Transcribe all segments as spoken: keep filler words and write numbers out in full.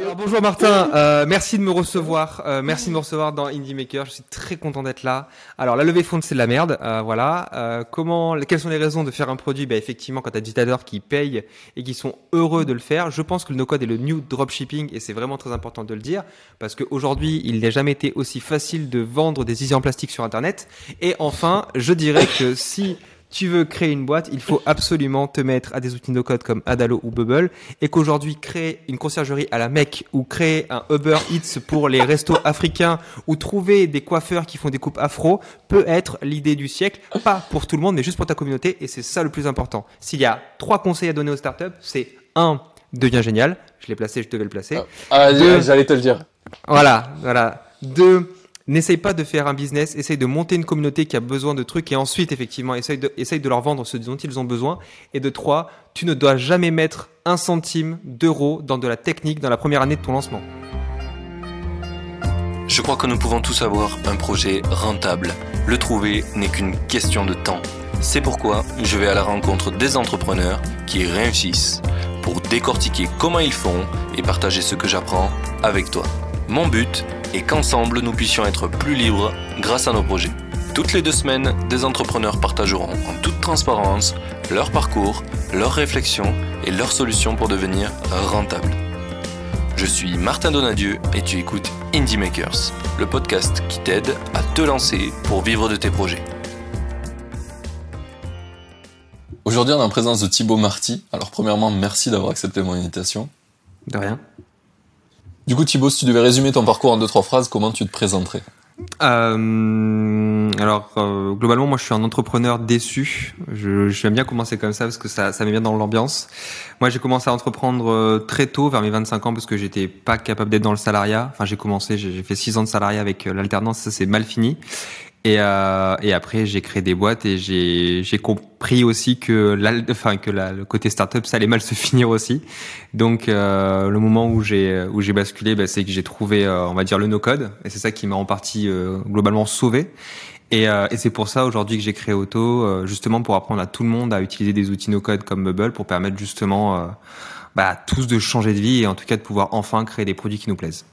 Alors, bonjour Martin, euh, merci de me recevoir, euh, merci de me recevoir dans Indie Maker. Je suis très content d'être là. Alors la levée de fonds c'est de la merde, euh, voilà. Euh, comment, quelles sont les raisons de faire un produit? Bah effectivement, quand t'as des utilisateurs qui payent et qui sont heureux de le faire, je pense que le no-code est le new dropshipping et c'est vraiment très important de le dire parce qu'aujourd'hui il n'a jamais été aussi facile de vendre des easy en plastique sur Internet. Et enfin, je dirais que si tu veux créer une boîte, il faut absolument te mettre à des outils no-code comme Adalo ou Bubble et qu'aujourd'hui, créer une conciergerie à la Mecque ou créer un Uber Eats pour les restos africains ou trouver des coiffeurs qui font des coupes afro peut être l'idée du siècle, pas pour tout le monde, mais juste pour ta communauté et c'est ça le plus important. S'il y a trois conseils à donner aux startups, c'est un, deviens génial. Je l'ai placé, je devais le placer. Ah, Deux, j'allais te le dire. Voilà, voilà. Deux, n'essaye pas de faire un business, essaye de monter une communauté qui a besoin de trucs et ensuite, effectivement, essaye de, essaye de leur vendre ce dont ils ont besoin. Et de trois, tu ne dois jamais mettre un centime d'euro dans de la technique dans la première année de ton lancement. Je crois que nous pouvons tous avoir un projet rentable. Le trouver n'est qu'une question de temps. C'est pourquoi je vais à la rencontre des entrepreneurs qui réussissent pour décortiquer comment ils font et partager ce que j'apprends avec toi. Mon but est qu'ensemble nous puissions être plus libres grâce à nos projets. Toutes les deux semaines, des entrepreneurs partageront en toute transparence leur parcours, leurs réflexions et leurs solutions pour devenir rentables. Je suis Martin Donadieu et tu écoutes Indie Makers, le podcast qui t'aide à te lancer pour vivre de tes projets. Aujourd'hui, on est en présence de Thibaut Marty. Alors premièrement, merci d'avoir accepté mon invitation. De rien. Du coup, Thibaut, si tu devais résumer ton parcours en deux, trois phrases, comment tu te présenterais ? Euh, alors, euh, globalement, moi, je suis un entrepreneur déçu. Je, j'aime bien commencer comme ça parce que ça, ça met bien dans l'ambiance. Moi, j'ai commencé à entreprendre euh, très tôt, vers mes vingt-cinq ans, parce que j'étais pas capable d'être dans le salariat. Enfin, j'ai commencé, j'ai, j'ai fait six ans de salariat avec euh, l'alternance, ça c'est mal fini. Et, euh, et après, j'ai créé des boîtes et j'ai, j'ai compris aussi que, la, enfin, que la, le côté startup, ça allait mal se finir aussi. Donc, euh, le moment où j'ai, où j'ai basculé, bah, c'est que j'ai trouvé, euh, on va dire, le no-code. Et c'est ça qui m'a en partie euh, globalement sauvé. Et, euh, et c'est pour ça aujourd'hui que j'ai créé Auto, euh, justement pour apprendre à tout le monde à utiliser des outils no-code comme Bubble pour permettre justement euh, bah, à tous de changer de vie et en tout cas de pouvoir enfin créer des produits qui nous plaisent.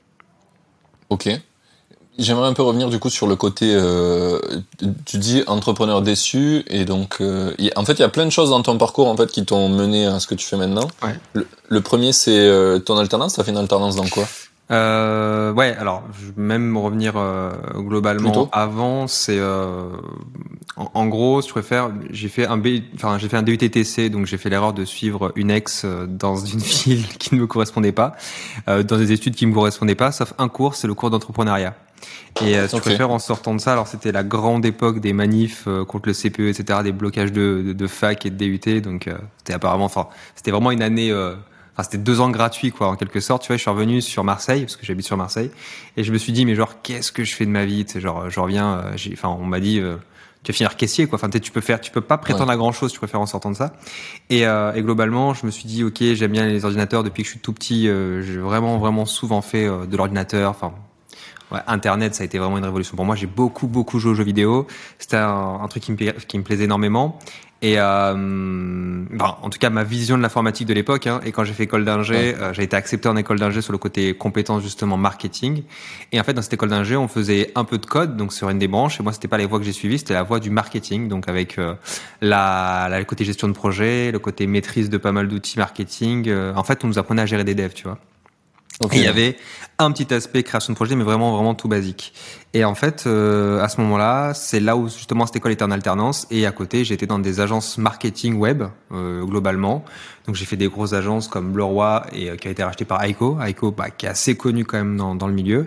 Ok. J'aimerais un peu revenir du coup sur le côté, euh, tu dis entrepreneur déçu et donc euh, y, en fait il y a plein de choses dans ton parcours en fait qui t'ont mené à ce que tu fais maintenant. Ouais. Le, le premier c'est euh, ton alternance. T'as fait une alternance dans quoi ? Euh, ouais, alors je vais même revenir euh, globalement Plutôt avant. C'est euh, en, en gros, si tu préfères, j'ai fait un B, enfin j'ai fait un D U T T C, donc j'ai fait l'erreur de suivre une ex euh, dans une ville qui ne me correspondait pas, euh, dans des études qui me correspondaient pas, sauf un cours, c'est le cours d'entrepreneuriat. Et euh, si okay. tu préfères, en sortant de ça, alors c'était la grande époque des manifs euh, contre le C P E, et cetera, des blocages de, de, de fac et de D U T, donc euh, c'était apparemment, enfin c'était vraiment une année. Euh, Enfin, c'était deux ans gratuits, quoi, en quelque sorte. Tu vois, je suis revenu sur Marseille, parce que j'habite sur Marseille, et je me suis dit, mais genre, qu'est-ce que je fais de ma vie? Tu sais, genre, je reviens, euh, j'ai, enfin, on m'a dit, euh, tu vas finir caissier, quoi. Enfin, tu peux faire, tu peux pas prétendre ouais. à grand chose, tu préfères en sortant de ça. Et, euh, et globalement, je me suis dit, ok, j'aime bien les ordinateurs depuis que je suis tout petit. Euh, j'ai vraiment, vraiment souvent fait euh, de l'ordinateur. Enfin, ouais, Internet, ça a été vraiment une révolution pour moi. J'ai beaucoup, beaucoup joué aux jeux vidéo. C'était un, un truc qui me, pla- qui me plaisait énormément. Et euh, ben, en tout cas, ma vision de l'informatique de l'époque. Hein, et quand j'ai fait école d'ingé, ouais. euh, j'ai été accepté en école d'ingé sur le côté compétences justement marketing. Et en fait, dans cette école d'ingé, on faisait un peu de code, donc sur une des branches. Et moi, c'était pas la voie que j'ai suivie, c'était la voie du marketing, donc avec euh, la, la le côté gestion de projet, le côté maîtrise de pas mal d'outils marketing. Euh, en fait, on nous apprenait à gérer des devs, tu vois. Okay. Et il y avait un petit aspect création de projet, mais vraiment, vraiment tout basique. Et en fait, euh, à ce moment-là, c'est là où justement cette école était en alternance. Et à côté, j'étais dans des agences marketing web, euh, globalement. Donc j'ai fait des grosses agences comme Leroy et euh, qui a été racheté par Aiko. Aiko, bah, qui est assez connu quand même dans, dans le milieu.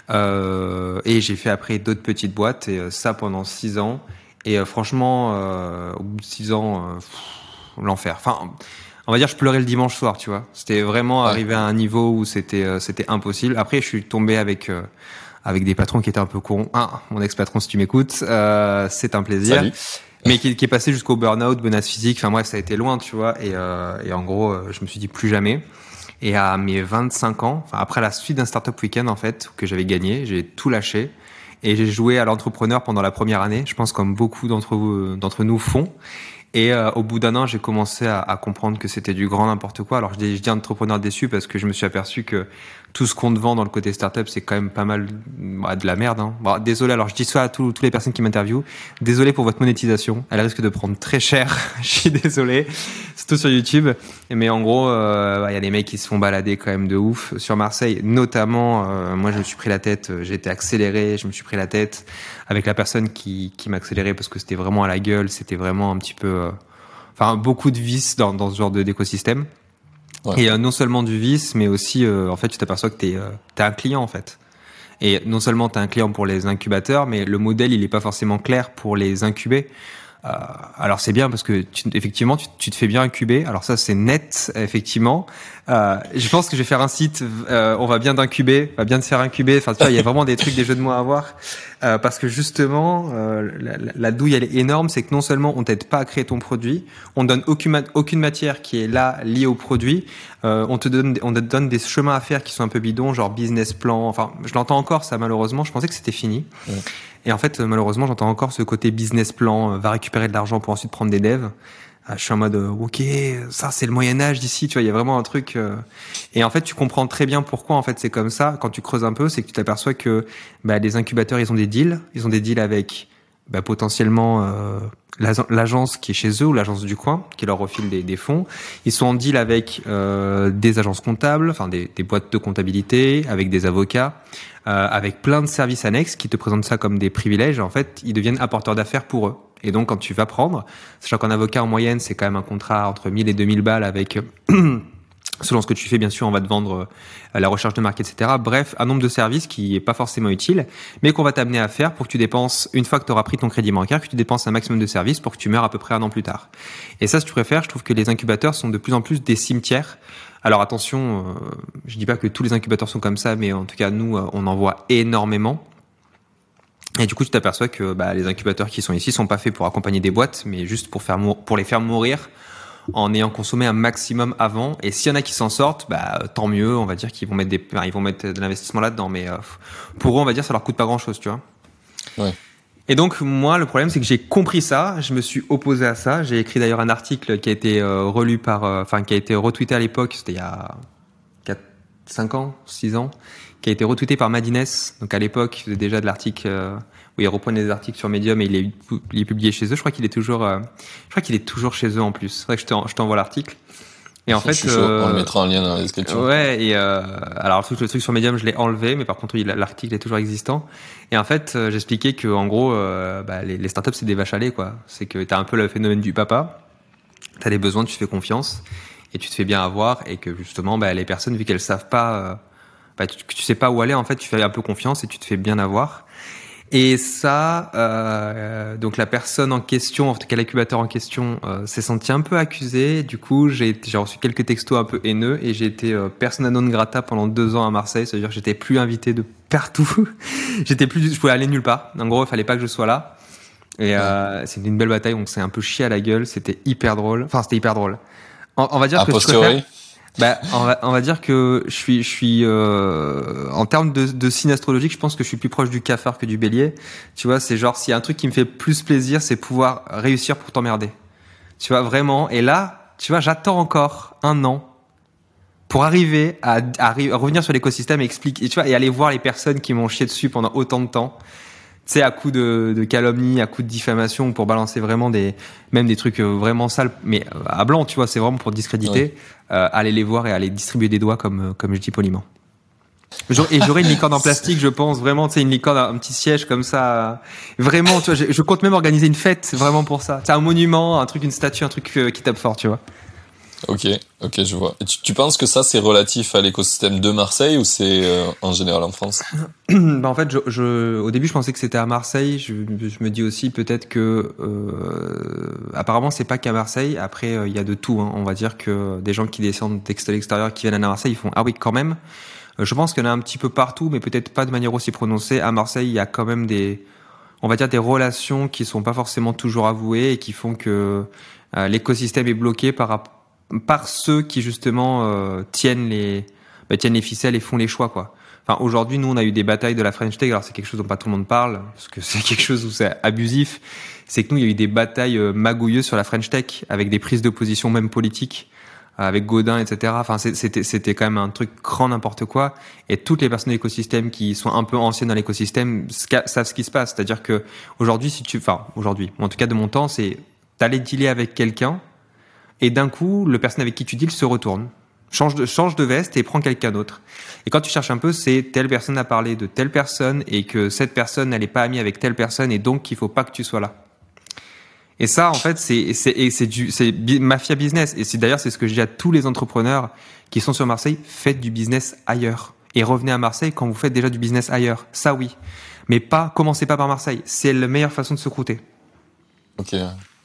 Euh, et j'ai fait après d'autres petites boîtes, et euh, ça pendant six ans. Et euh, franchement, euh, au bout de six ans, euh, pff, l'enfer. Enfin... On va dire, je pleurais le dimanche soir, tu vois. C'était vraiment ouais. arrivé à un niveau où c'était euh, c'était impossible. Après, je suis tombé avec euh, avec des patrons qui étaient un peu cons. Ah, mon ex-patron, si tu m'écoutes, euh, c'est un plaisir. Salut. Mais qui, qui est passé jusqu'au burn-out, menace physique. Enfin bref, ça a été loin, tu vois. Et, euh, et en gros, euh, je me suis dit plus jamais. Et à mes vingt-cinq ans, enfin après la suite d'un startup week-end en fait que j'avais gagné, j'ai tout lâché et j'ai joué à l'entrepreneur pendant la première année. Je pense comme beaucoup d'entre vous, d'entre nous font. Et euh, au bout d'un an, j'ai commencé à, à comprendre que c'était du grand n'importe quoi. Alors je dis, je dis entrepreneur déçu parce que je me suis aperçu que tout ce qu'on te vend dans le côté startup, c'est quand même pas mal bah, de la merde. Hein. Bon, désolé, alors je dis ça à tous, toutes les personnes qui m'interviewent. Désolé pour votre monétisation. Elle risque de prendre très cher. Je suis désolé. Surtout sur YouTube. Mais en gros, il euh, bah, y a des mecs qui se font balader quand même de ouf. Sur Marseille, notamment, euh, moi je me suis pris la tête. J'ai été accéléré. Je me suis pris la tête avec la personne qui, qui m'a accéléré parce que c'était vraiment à la gueule. C'était vraiment un petit peu... Euh, enfin, beaucoup de vices dans, dans ce genre de, d'écosystème. Ouais. Et euh, non seulement du vice, mais aussi, euh, en fait, tu t'aperçois que t'es, euh, t'es un client, en fait. Et non seulement t'es un client pour les incubateurs, mais le modèle, il est pas forcément clair pour les incuber. Euh, alors c'est bien parce que tu, effectivement, tu, tu te fais bien incuber. Alors ça, c'est net, effectivement. Euh, je pense que je vais faire un site. Euh, on va bien d'incuber, on va bien te faire incuber. Enfin, tu vois, il y a vraiment des trucs, des jeux de mots à avoir. Euh, parce que justement, euh, la, la, la douille, elle est énorme. C'est que non seulement on t'aide pas à créer ton produit, on donne aucune aucune matière qui est là liée au produit. Euh, on te donne, on te donne des chemins à faire qui sont un peu bidons, genre business plan. Enfin, je l'entends encore ça malheureusement. Je pensais que c'était fini. Ouais. Et en fait, malheureusement, j'entends encore ce côté business plan, euh, va récupérer de l'argent pour ensuite prendre des devs. Euh, je suis en mode, euh, ok, ça c'est le Moyen-Âge d'ici, tu vois, il y a vraiment un truc. Euh... Et en fait, tu comprends très bien pourquoi en fait c'est comme ça. Quand tu creuses un peu, c'est que tu t'aperçois que bah, les incubateurs, ils ont des deals. Ils ont des deals avec bah, potentiellement euh, l'agence qui est chez eux ou l'agence du coin qui leur refile des, des fonds. Ils sont en deal avec euh, des agences comptables, enfin des, des boîtes de comptabilité, avec des avocats. Euh, avec plein de services annexes qui te présentent ça comme des privilèges. En fait, ils deviennent apporteurs d'affaires pour eux. Et donc, quand tu vas prendre, sachant qu'un avocat en moyenne, c'est quand même un contrat entre mille et deux mille balles avec, selon ce que tu fais, bien sûr, on va te vendre euh, la recherche de marque, et cetera. Bref, un nombre de services qui est pas forcément utile, mais qu'on va t'amener à faire pour que tu dépenses, une fois que tu auras pris ton crédit bancaire, que tu dépenses un maximum de services pour que tu meurs à peu près un an plus tard. Et ça, si tu préfères, je trouve que les incubateurs sont de plus en plus des cimetières. Alors attention, euh, je dis pas que tous les incubateurs sont comme ça, mais en tout cas nous, euh, on en voit énormément. Et du coup, tu t'aperçois que bah, les incubateurs qui sont ici sont pas faits pour accompagner des boîtes, mais juste pour faire mou- pour les faire mourir en ayant consommé un maximum avant. Et s'il y en a qui s'en sortent, bah tant mieux. On va dire qu'ils vont mettre des, enfin, ils vont mettre de l'investissement là-dedans, mais euh, pour eux, on va dire ça leur coûte pas grand-chose, tu vois. Ouais. Et donc moi, le problème, c'est que j'ai compris ça, je me suis opposé à ça. J'ai écrit d'ailleurs un article qui a été euh, relu par, euh, enfin qui a été retweeté à l'époque, c'était il y a quatre, cinq ans, six ans, qui a été retweeté par Madines. Donc à l'époque, il faisait déjà de l'article euh, où il reprenait des articles sur Medium et il est, il est publié chez eux. Je crois qu'il est toujours, euh, je crois qu'il est toujours chez eux en plus. C'est vrai que je, te, je t'envoie l'article. Et en je fait, suis chaud. euh, On le mettra en lien dans la description. Ouais, et euh, alors le truc, le truc sur Medium, je l'ai enlevé, mais par contre, oui, l'article est toujours existant. Et en fait, euh, j'expliquais que en gros, euh, bah, les, les startups, c'est des vaches à lait, quoi. C'est que t'as un peu le phénomène du papa. T'as des besoins, tu te fais confiance et tu te fais bien avoir, et que justement, bah, les personnes, vu qu'elles savent pas, euh, bah, tu, tu sais pas où aller, en fait, tu fais un peu confiance et tu te fais bien avoir. Et ça, euh, donc la personne en question, en tout cas l'incubateur en question, euh, s'est senti un peu accusé. Du coup, j'ai, j'ai reçu quelques textos un peu haineux et j'ai été euh, persona non grata pendant deux ans à Marseille. C'est-à-dire que j'étais plus invité de partout. j'étais plus, je pouvais aller nulle part. En gros, il fallait pas que je sois là. Et euh, ouais. C'était une belle bataille. On s'est un peu chié à la gueule. C'était hyper drôle. Enfin, c'était hyper drôle. On, on va dire a que posteriori. je préfère... Bah, on va, on va dire que je suis, je suis, euh, en termes de, de signe astrologique, je pense que je suis plus proche du cafard que du bélier. Tu vois, c'est genre, s'il y a un truc qui me fait plus plaisir, c'est pouvoir réussir pour t'emmerder. Tu vois, vraiment. Et là, tu vois, j'attends encore un an pour arriver à, à, à revenir sur l'écosystème et expliquer, tu vois, et aller voir les personnes qui m'ont chié dessus pendant autant de temps. Tu sais, à coup de, de calomnie, à coup de diffamation, pour balancer vraiment des, même des trucs vraiment sales, mais à blanc, tu vois, c'est vraiment pour discréditer, ouais. euh, aller les voir et aller distribuer des doigts comme, comme je dis poliment. Et j'aurais une licorne en plastique, je pense, vraiment, tu sais, une licorne, un petit siège comme ça, vraiment, tu vois, je, je compte même organiser une fête, vraiment pour ça. Tu sais, un monument, un truc, une statue, un truc qui tape fort, tu vois. Ok, ok, je vois. Et tu, tu penses que ça, c'est relatif à l'écosystème de Marseille ou c'est euh, en général en France? Bah en fait, je, je, au début, je pensais que c'était à Marseille. Je, je me dis aussi peut-être que, euh, apparemment, c'est pas qu'à Marseille. Après, il euh, y a de tout. Hein. On va dire que des gens qui descendent de l'extérieur, qui viennent à Marseille, ils font ah oui, quand même. Euh, je pense qu'il y en a un petit peu partout, mais peut-être pas de manière aussi prononcée. À Marseille, il y a quand même des, on va dire des relations qui sont pas forcément toujours avouées et qui font que euh, l'écosystème est bloqué par rapport par ceux qui justement euh, tiennent les, bah, tiennent les ficelles et font les choix, quoi. Enfin, aujourd'hui, nous, on a eu des batailles de la French Tech. Alors, c'est quelque chose dont pas tout le monde parle, parce que c'est quelque chose où c'est abusif. C'est que nous, il y a eu des batailles euh, magouilleuses sur la French Tech, avec des prises de position même politiques, euh, avec Godin, et cetera. Enfin, c'était, c'était quand même un truc grand n'importe quoi. Et toutes les personnes de l'écosystème qui sont un peu anciennes dans l'écosystème savent ce qui se passe. C'est-à-dire que aujourd'hui, si tu, enfin, aujourd'hui, en tout cas de mon temps, c'est t'allais dealer avec quelqu'un, et d'un coup, le personne avec qui tu deals se retourne. Change de, change de veste et prends quelqu'un d'autre. Et quand tu cherches un peu, c'est telle personne a parlé de telle personne et que cette personne, elle est pas amie avec telle personne et donc il faut pas que tu sois là. Et ça, en fait, c'est, c'est, et c'est du, c'est mafia business. Et c'est d'ailleurs, c'est ce que je dis à tous les entrepreneurs qui sont sur Marseille. Faites du business ailleurs. Et revenez à Marseille quand vous faites déjà du business ailleurs. Ça, oui. Mais pas, commencez pas par Marseille. C'est la meilleure façon de se croûter. Ok.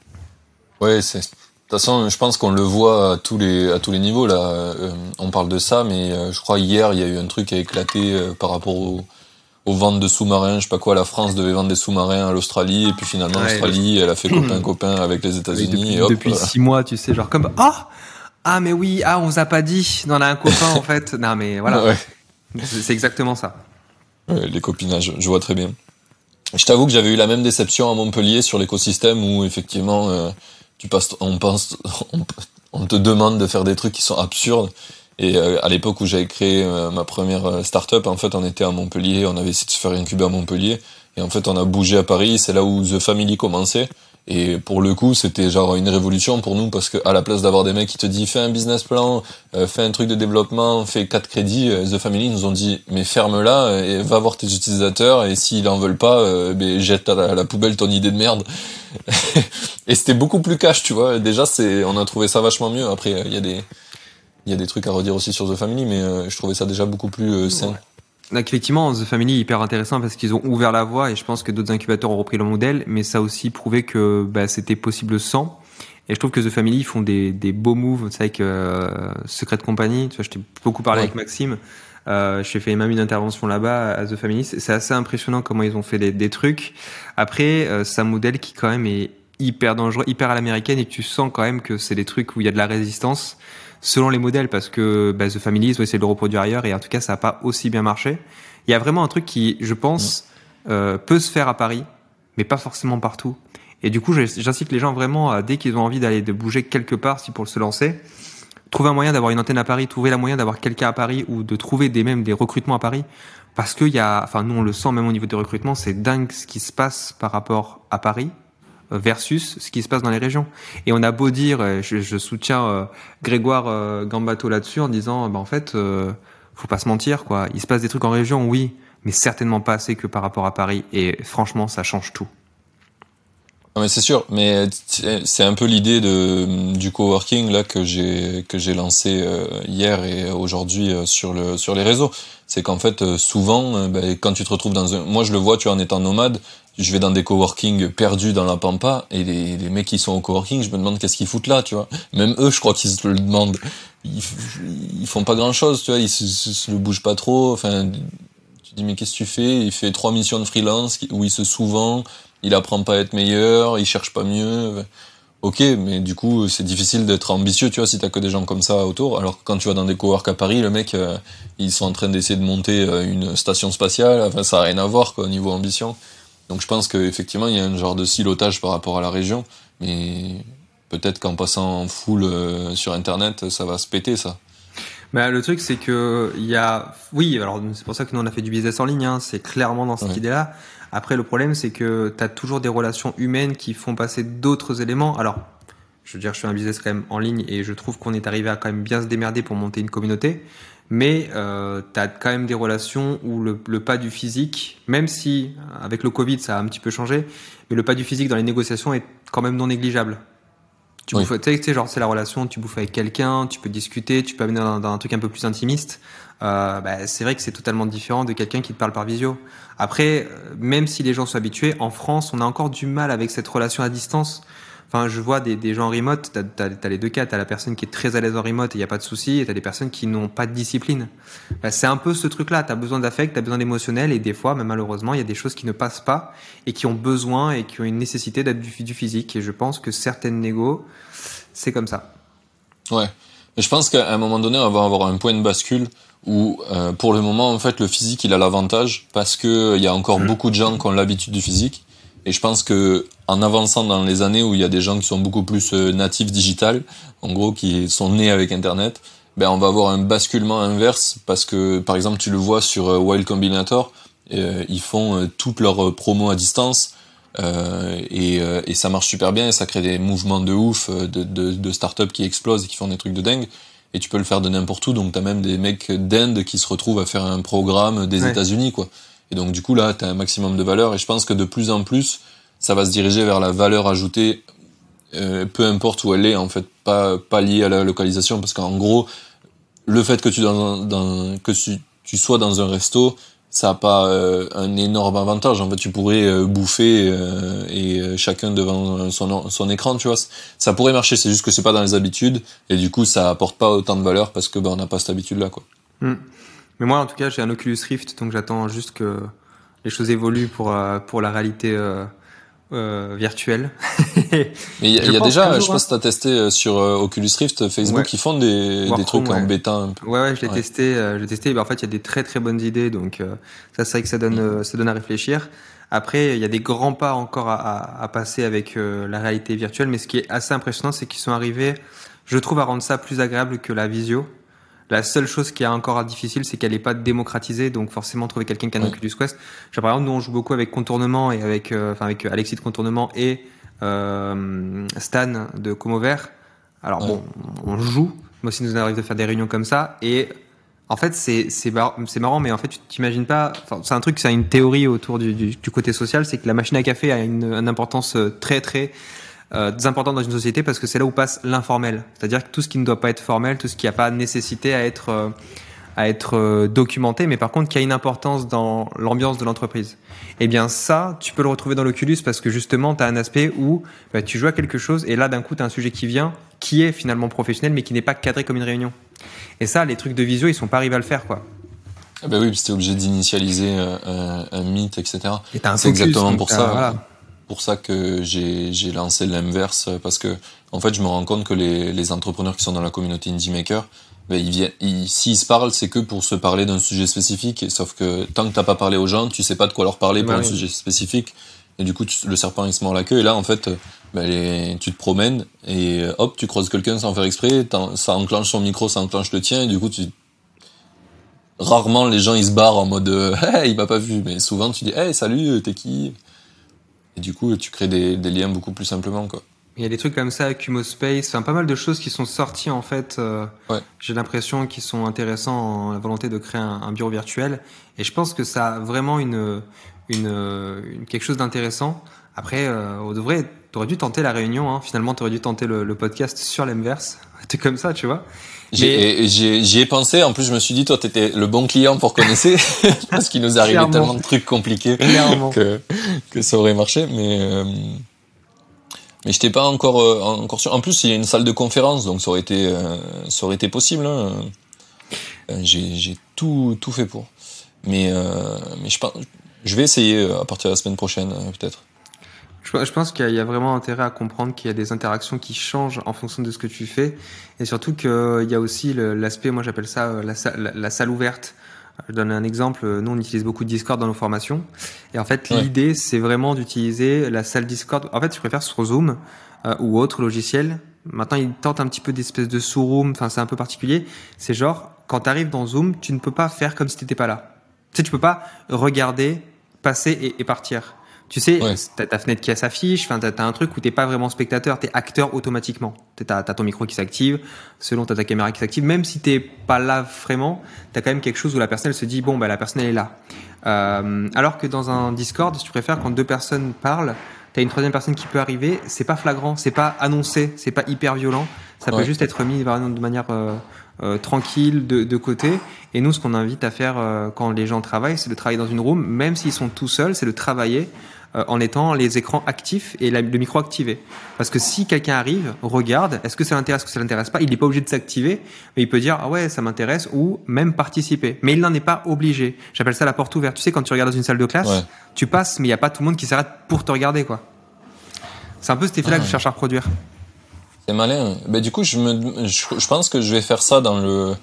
Ouais, c'est, de toute façon, je pense qu'on le voit à tous les à tous les niveaux là. Euh, on parle de ça, mais euh, je crois hier il y a eu un truc qui a éclaté euh, par rapport au, aux ventes de sous-marins. Je sais pas quoi, la France devait vendre des sous-marins à l'Australie et puis finalement ouais, l'Australie, elle a fait copain copain avec les États-Unis. Depuis, et hop, depuis voilà. six mois, tu sais, genre comme ah ah mais oui ah on vous a pas dit, non, on a un copain en fait. Non mais voilà, ouais. c'est, c'est exactement ça. Ouais, les copinages, je vois très bien. Je t'avoue que j'avais eu la même déception à Montpellier sur l'écosystème où effectivement. Euh, Tu passes, on pense, on, on te demande de faire des trucs qui sont absurdes. Et euh, à l'époque où j'avais créé euh, ma première start-up, en fait, on était à Montpellier, on avait essayé de se faire incuber à Montpellier. Et en fait, on a bougé à Paris, c'est là où The Family commençait. Et pour le coup, c'était genre une révolution pour nous parce que à la place d'avoir des mecs qui te disent fais un business plan, euh, fais un truc de développement, fais quatre crédits, euh, The Family nous ont dit mais ferme-la et va voir tes utilisateurs et s'ils en veulent pas, euh, ben jette à la, à la poubelle ton idée de merde. Et c'était beaucoup plus cash, tu vois. Déjà, c'est, on a trouvé ça vachement mieux. Après, il y a des, il y a des trucs à redire aussi sur The Family, mais euh, je trouvais ça déjà beaucoup plus euh, sain. Ouais. Donc effectivement, The Family est hyper intéressant parce qu'ils ont ouvert la voie et je pense que d'autres incubateurs ont repris le modèle, mais ça a aussi prouvé que bah, c'était possible sans. Et je trouve que The Family font des, des beaux moves, tu sais, avec euh, Secret Company. Tu vois, je t'ai beaucoup parlé ouais. avec Maxime. Euh, j'ai fait même une intervention là-bas à The Family. C'est, c'est assez impressionnant comment ils ont fait des, des trucs. Après, euh, c'est un modèle qui quand même est hyper dangereux, hyper à l'américaine et tu sens quand même que c'est des trucs où il y a de la résistance. Selon les modèles, parce que bah, The Family, ils ont essayé de le reproduire ailleurs et en tout cas, ça n'a pas aussi bien marché. Il y a vraiment un truc qui, je pense, mmh. euh, peut se faire à Paris, mais pas forcément partout. Et du coup, j'incite les gens vraiment, à, dès qu'ils ont envie d'aller de bouger quelque part, si pour se lancer, trouver un moyen d'avoir une antenne à Paris, trouver la moyen d'avoir quelqu'un à Paris ou de trouver des même des recrutements à Paris. Parce qu'il y a, enfin nous on le sent même au niveau des recrutements, c'est dingue ce qui se passe par rapport à Paris versus ce qui se passe dans les régions. Et on a beau dire, je, je soutiens euh, Grégoire euh, Gambato là-dessus en disant, bah en fait, euh, faut pas se mentir, quoi. Il se passe des trucs en région, oui, mais certainement pas assez que par rapport à Paris. Et franchement, ça change tout. Non mais c'est sûr, mais c'est un peu l'idée de du coworking là que j'ai que j'ai lancé euh, hier et aujourd'hui euh, sur le sur les réseaux. C'est qu'en fait euh, souvent, euh, ben, quand tu te retrouves dans un, moi je le vois, tu vois, en étant nomade. Je vais dans des coworking perdus dans la pampa et les, les mecs qui sont au coworking, je me demande qu'est-ce qu'ils foutent là, tu vois. Même eux, je crois qu'ils se le demandent. Ils, ils font pas grand-chose, tu vois. Ils se, se, se le bougent pas trop. Enfin, tu dis mais qu'est-ce que tu fais ? Il fait trois missions de freelance où il se sous-vend, il apprend pas à être meilleur, il cherche pas mieux. Ok, mais du coup, c'est difficile d'être ambitieux, tu vois, si t'as que des gens comme ça autour. Alors que quand tu vas dans des coworks à Paris, le mec, euh, ils sont en train d'essayer de monter euh, une station spatiale. Enfin, ça a rien à voir, quoi, au niveau ambition. Donc je pense qu'effectivement, il y a un genre de silotage par rapport à la région, mais peut-être qu'en passant en full euh, sur Internet, ça va se péter, ça. Bah, le truc, c'est que il y a... Oui, alors c'est pour ça que nous, on a fait du business en ligne, hein, c'est clairement dans cette ouais. idée-là. Après, le problème, c'est que tu as toujours des relations humaines qui font passer d'autres éléments. Alors, je veux dire, je fais un business quand même en ligne et je trouve qu'on est arrivé à quand même bien se démerder pour monter une communauté. Mais euh, tu as quand même des relations où le, le pas du physique, même si avec le Covid ça a un petit peu changé, mais le pas du physique dans les négociations est quand même non négligeable. Tu oui. bouffes, tu sais, genre c'est la relation, tu bouffes avec quelqu'un, tu peux discuter, tu peux amener dans, dans un truc un peu plus intimiste. Euh, bah, c'est vrai que c'est totalement différent de quelqu'un qui te parle par visio. Après, même si les gens sont habitués, en France, on a encore du mal avec cette relation à distance. Enfin, je vois des, des gens en remote, t'as, t'as, t'as les deux cas, t'as la personne qui est très à l'aise en remote et il n'y a pas de souci, et t'as des personnes qui n'ont pas de discipline. Ben, c'est un peu ce truc-là, t'as besoin d'affect, t'as besoin d'émotionnel, et des fois, même malheureusement, il y a des choses qui ne passent pas, et qui ont besoin, et qui ont une nécessité d'être du, du physique, et je pense que certaines négos, c'est comme ça. Ouais. Mais je pense qu'à un moment donné, on va avoir un point de bascule où euh, pour le moment en fait le physique il a l'avantage parce que il y a encore mmh. beaucoup de gens qui ont l'habitude du physique, et je pense que en avançant dans les années où il y a des gens qui sont beaucoup plus euh, natifs digital, en gros qui sont nés avec internet, ben on va avoir un basculement inverse, parce que par exemple tu le vois sur euh, Wild Combinator, euh, ils font euh, toutes leurs promos à distance. Euh, et, euh, et ça marche super bien, et ça crée des mouvements de ouf de, de, de start-up qui explosent et qui font des trucs de dingue, et tu peux le faire de n'importe où, donc t'as même des mecs d'Inde qui se retrouvent à faire un programme des ouais. États-Unis, quoi. Et donc du coup là t'as un maximum de valeur, et je pense que de plus en plus ça va se diriger vers la valeur ajoutée, euh, peu importe où elle est en fait, pas, pas liée à la localisation, parce qu'en gros le fait que tu, dans, dans, que tu, tu sois dans un resto, ça a pas euh, un énorme avantage. En fait, tu pourrais euh, bouffer euh, et euh, chacun devant son son écran, tu vois. Ça pourrait marcher, c'est juste que c'est pas dans les habitudes, et du coup, ça apporte pas autant de valeur parce que ben on n'a pas cette habitude-là, quoi. Mmh. Mais moi, en tout cas, j'ai un Oculus Rift, donc j'attends juste que les choses évoluent pour euh, pour la réalité euh, euh, virtuelle. Mais il y a, y a déjà, je sais pas si t'as testé sur euh, Oculus Rift, Facebook, ouais. Ils font des, des trucs ouais. en bêta un peu. Ouais, ouais, je l'ai ouais. testé, euh, j'ai testé. Ben, en fait, il y a des très très bonnes idées, donc euh, ça, c'est vrai que ça donne, mmh. euh, ça donne à réfléchir. Après, il y a des grands pas encore à, à, à passer avec euh, la réalité virtuelle, mais ce qui est assez impressionnant, c'est qu'ils sont arrivés, je trouve, à rendre ça plus agréable que la visio. La seule chose qui est encore difficile, c'est qu'elle n'est pas démocratisée, donc forcément trouver quelqu'un qui a un ouais. Oculus Quest. Genre, par exemple, nous on joue beaucoup avec Contournement et avec, euh, enfin avec Alexis de Contournement et euh, Stan de Comover. Alors ouais. bon, on joue. Moi aussi, nous arrive de faire des réunions comme ça, et en fait, c'est c'est bar- c'est marrant, mais en fait, tu t'imagines pas. Enfin, c'est un truc, c'est une théorie autour du, du, du côté social, c'est que la machine à café a une, une importance très très Euh, importante dans une société, parce que c'est là où passe l'informel, c'est-à-dire que tout ce qui ne doit pas être formel, tout ce qui n'a pas nécessité à être euh, à être euh, documenté, mais par contre qui a une importance dans l'ambiance de l'entreprise. Et bien ça, tu peux le retrouver dans l'Oculus, parce que justement, tu as un aspect où bah, tu joues à quelque chose, et là d'un coup, tu as un sujet qui vient, qui est finalement professionnel, mais qui n'est pas cadré comme une réunion. Et ça, les trucs de visio, ils sont pas arrivés à le faire, quoi. Ah bah oui, parce que t'es obligé d'initialiser euh, un, un meet, et cetera. Et t'as un c'est focus, exactement pour ça. Voilà. pour ça que j'ai j'ai lancé l'inverse, parce que en fait je me rends compte que les les entrepreneurs qui sont dans la communauté Indie Maker, ben ils viennent ils, s'ils se parlent, c'est que pour se parler d'un sujet spécifique, et sauf que tant que t'as pas parlé aux gens, tu sais pas de quoi leur parler pour bah, un oui. sujet spécifique, et du coup tu, le serpent il se mord la queue, et là en fait ben, les, tu te promènes et hop tu croises quelqu'un sans faire exprès, ça enclenche son micro, ça enclenche le tien, et du coup tu rarement les gens ils se barrent en mode hey, il m'a pas vu, mais souvent tu dis hey salut, t'es qui? Et du coup, tu crées des, des liens beaucoup plus simplement, quoi. Il y a des trucs comme ça, Kumo Space, enfin pas mal de choses qui sont sorties en fait. Euh, ouais. J'ai l'impression qu'ils sont intéressants en la volonté de créer un, un bureau virtuel. Et je pense que ça a vraiment une, une, une quelque chose d'intéressant. Après, euh, au de vrai, t'aurais dû tenter la réunion. Hein. Finalement, t'aurais dû tenter le, le podcast sur l'inverse. T'es comme ça, tu vois. J'ai, Mais... j'ai, j'y ai pensé. En plus, je me suis dit, toi, t'étais le bon client pour connaître, parce qu'il nous arrivait Clairement. tellement de trucs compliqués que que ça aurait marché. Mais euh, mais j'étais pas encore euh, encore sûr. En plus, il y a une salle de conférence, donc ça aurait été euh, ça aurait été possible. Hein. J'ai j'ai tout tout fait pour. Mais euh, mais je pense, je vais essayer à partir de la semaine prochaine, peut-être. Je pense qu'il y a vraiment intérêt à comprendre qu'il y a des interactions qui changent en fonction de ce que tu fais, et surtout qu'il y a aussi l'aspect, moi j'appelle ça la, la, la salle ouverte. Je donne un exemple, nous on utilise beaucoup de Discord dans nos formations, et en fait ouais. l'idée c'est vraiment d'utiliser la salle Discord. En fait je préfère sur Zoom euh, ou autre logiciel. Maintenant ils tentent un petit peu d'espèce de sous-room, enfin c'est un peu particulier. C'est genre quand tu arrives dans Zoom, tu ne peux pas faire comme si tu n'étais pas là. Tu sais, tu peux pas regarder, passer et, et partir. Tu sais, ouais. t'as ta fenêtre qui s'affiche, enfin, t'as, t'as un truc où t'es pas vraiment spectateur, t'es acteur automatiquement. T'as, t'as ton micro qui s'active, selon t'as ta caméra qui s'active. Même si t'es pas là vraiment, t'as quand même quelque chose où la personne elle se dit, bon, bah, la personne elle est là. Euh, alors que dans un Discord, si tu préfères, quand deux personnes parlent, t'as une troisième personne qui peut arriver, c'est pas flagrant, c'est pas annoncé, c'est pas hyper violent. Ça ouais. peut juste être mis de manière euh, euh, tranquille, de, de côté. Et nous, ce qu'on invite à faire euh, quand les gens travaillent, c'est de travailler dans une room, même s'ils sont tout seuls, c'est de travailler Euh, en étant les écrans actifs et la, le micro activé. Parce que si quelqu'un arrive, regarde, est-ce que ça l'intéresse, est-ce que ça l'intéresse pas, il n'est pas obligé de s'activer, mais il peut dire ah ouais ça m'intéresse, ou même participer. Mais il n'en est pas obligé. J'appelle ça la porte ouverte. Tu sais, quand tu regardes dans une salle de classe, ouais. tu passes, mais il n'y a pas tout le monde qui s'arrête pour te regarder, quoi. C'est un peu cet effet-là ah. que je cherche à reproduire. C'est malin. Ben, du coup, je, me, je, je pense que je vais faire ça dans le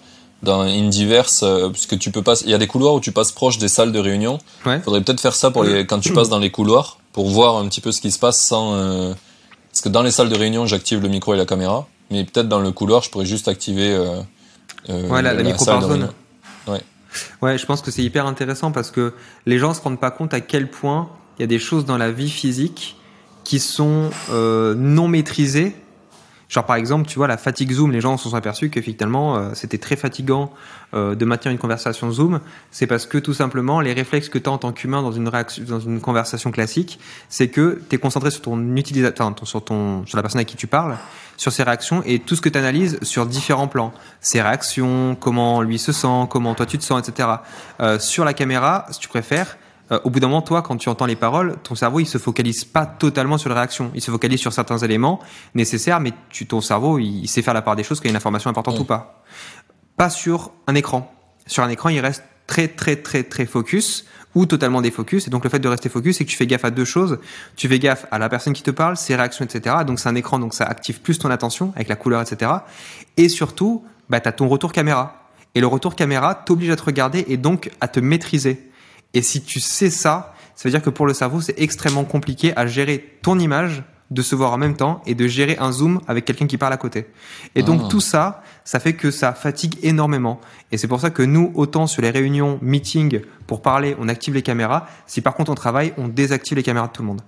dans Indiverse, euh, puisque tu peux pas, il y a des couloirs où tu passes proche des salles de réunion. Ouais. Faudrait peut-être faire ça pour les, quand tu passes dans les couloirs, pour voir un petit peu ce qui se passe sans, euh, parce que dans les salles de réunion, j'active le micro et la caméra, mais peut-être dans le couloir, je pourrais juste activer, euh, euh, Ouais, la, la, la micro par zone. Ouais. Ouais, je pense que c'est hyper intéressant parce que les gens se rendent pas compte à quel point il y a des choses dans la vie physique qui sont euh, non maîtrisées. Genre par exemple, tu vois, la fatigue Zoom, les gens se sont aperçus que finalement euh, c'était très fatigant euh, de maintenir une conversation Zoom. C'est parce que tout simplement, les réflexes que tu as en tant qu'humain dans une réaction, dans une conversation classique, c'est que tu es concentré sur ton utilisateur, enfin, sur ton, sur la personne à qui tu parles, sur ses réactions et tout ce que tu analyses sur différents plans. Ses réactions, comment lui se sent, comment toi tu te sens, et cetera. Euh, sur la caméra, si tu préfères, Euh, au bout d'un moment, toi, quand tu entends les paroles, ton cerveau, il se focalise pas totalement sur les réactions. Il se focalise sur certains éléments nécessaires, mais tu, ton cerveau, il, il sait faire la part des choses quand il y a une information importante mmh. ou pas. Pas sur un écran. Sur un écran, il reste très, très, très, très focus ou totalement défocus. Et donc, le fait de rester focus, c'est que tu fais gaffe à deux choses. Tu fais gaffe à la personne qui te parle, ses réactions, et cetera. Donc, c'est un écran, donc ça active plus ton attention avec la couleur, et cetera. Et surtout, bah, tu as ton retour caméra. Et le retour caméra t'oblige à te regarder et donc à te maîtriser. Et si tu sais ça, ça veut dire que pour le cerveau, c'est extrêmement compliqué à gérer ton image, de se voir en même temps et de gérer un zoom avec quelqu'un qui parle à côté. Et donc ah. tout ça, ça fait que ça fatigue énormément. Et c'est pour ça que nous, autant sur les réunions, meetings, pour parler, on active les caméras. Si par contre on travaille, on désactive les caméras de tout le monde.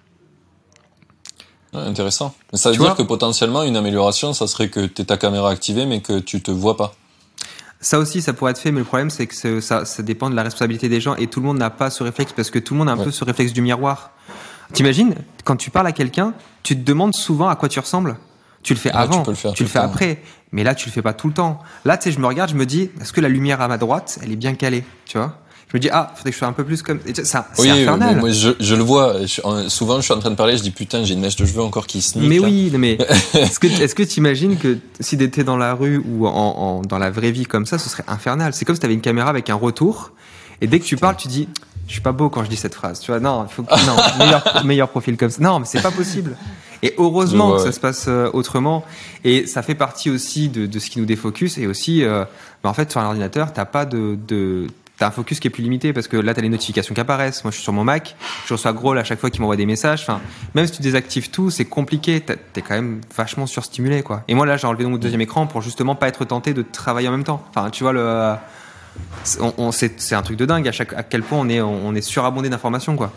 Ouais, intéressant. Mais ça veut tu dire vois, que potentiellement, une amélioration, ça serait que tu aies ta caméra activée mais que tu te vois pas. Ça aussi, ça pourrait être fait, mais le problème, c'est que ça, ça dépend de la responsabilité des gens et tout le monde n'a pas ce réflexe parce que tout le monde a un ouais. peu ce réflexe du miroir. T'imagines, quand tu parles à quelqu'un, tu te demandes souvent à quoi tu ressembles. Tu le fais là, avant, tu, peux le faire tu le fais temps. après, mais là, tu le fais pas tout le temps. Là, tu sais, je me regarde, je me dis, est-ce que la lumière à ma droite, elle est bien calée, tu vois ? Je me dis, ah, faudrait que je sois un peu plus comme. Ça, oui, c'est infernal. Mais moi, je, je le vois. Je, souvent, je suis en train de parler, je dis, putain, j'ai une mèche de cheveux encore qui se nique. Mais là. oui, mais est-ce que est-ce que tu imagines que si t'étais dans la rue ou en, en, dans la vraie vie comme ça, ce serait infernal. C'est comme si t'avais une caméra avec un retour, et dès que tu parles, tu dis, je suis pas beau quand je dis cette phrase. Tu vois, non, faut que, non, meilleur, meilleur profil comme ça. Non, mais c'est pas possible. Et heureusement vois, que ça ouais. se passe euh, autrement. Et ça fait partie aussi de, de ce qui nous défocus. Et aussi, euh, bah en fait, sur un ordinateur, t'as pas de, de t'as un focus qui est plus limité parce que là, t'as les notifications qui apparaissent. Moi, je suis sur mon Mac, je reçois Groll à chaque fois qu'il m'envoie des messages. Enfin, même si tu désactives tout, c'est compliqué. T'as, t'es quand même vachement surstimulé, quoi. Et moi, là, j'ai enlevé mon deuxième écran pour justement pas être tenté de travailler en même temps. Enfin, tu vois, le, on, on, c'est, c'est un truc de dingue à, chaque, à quel point on est, on est surabondé d'informations, quoi.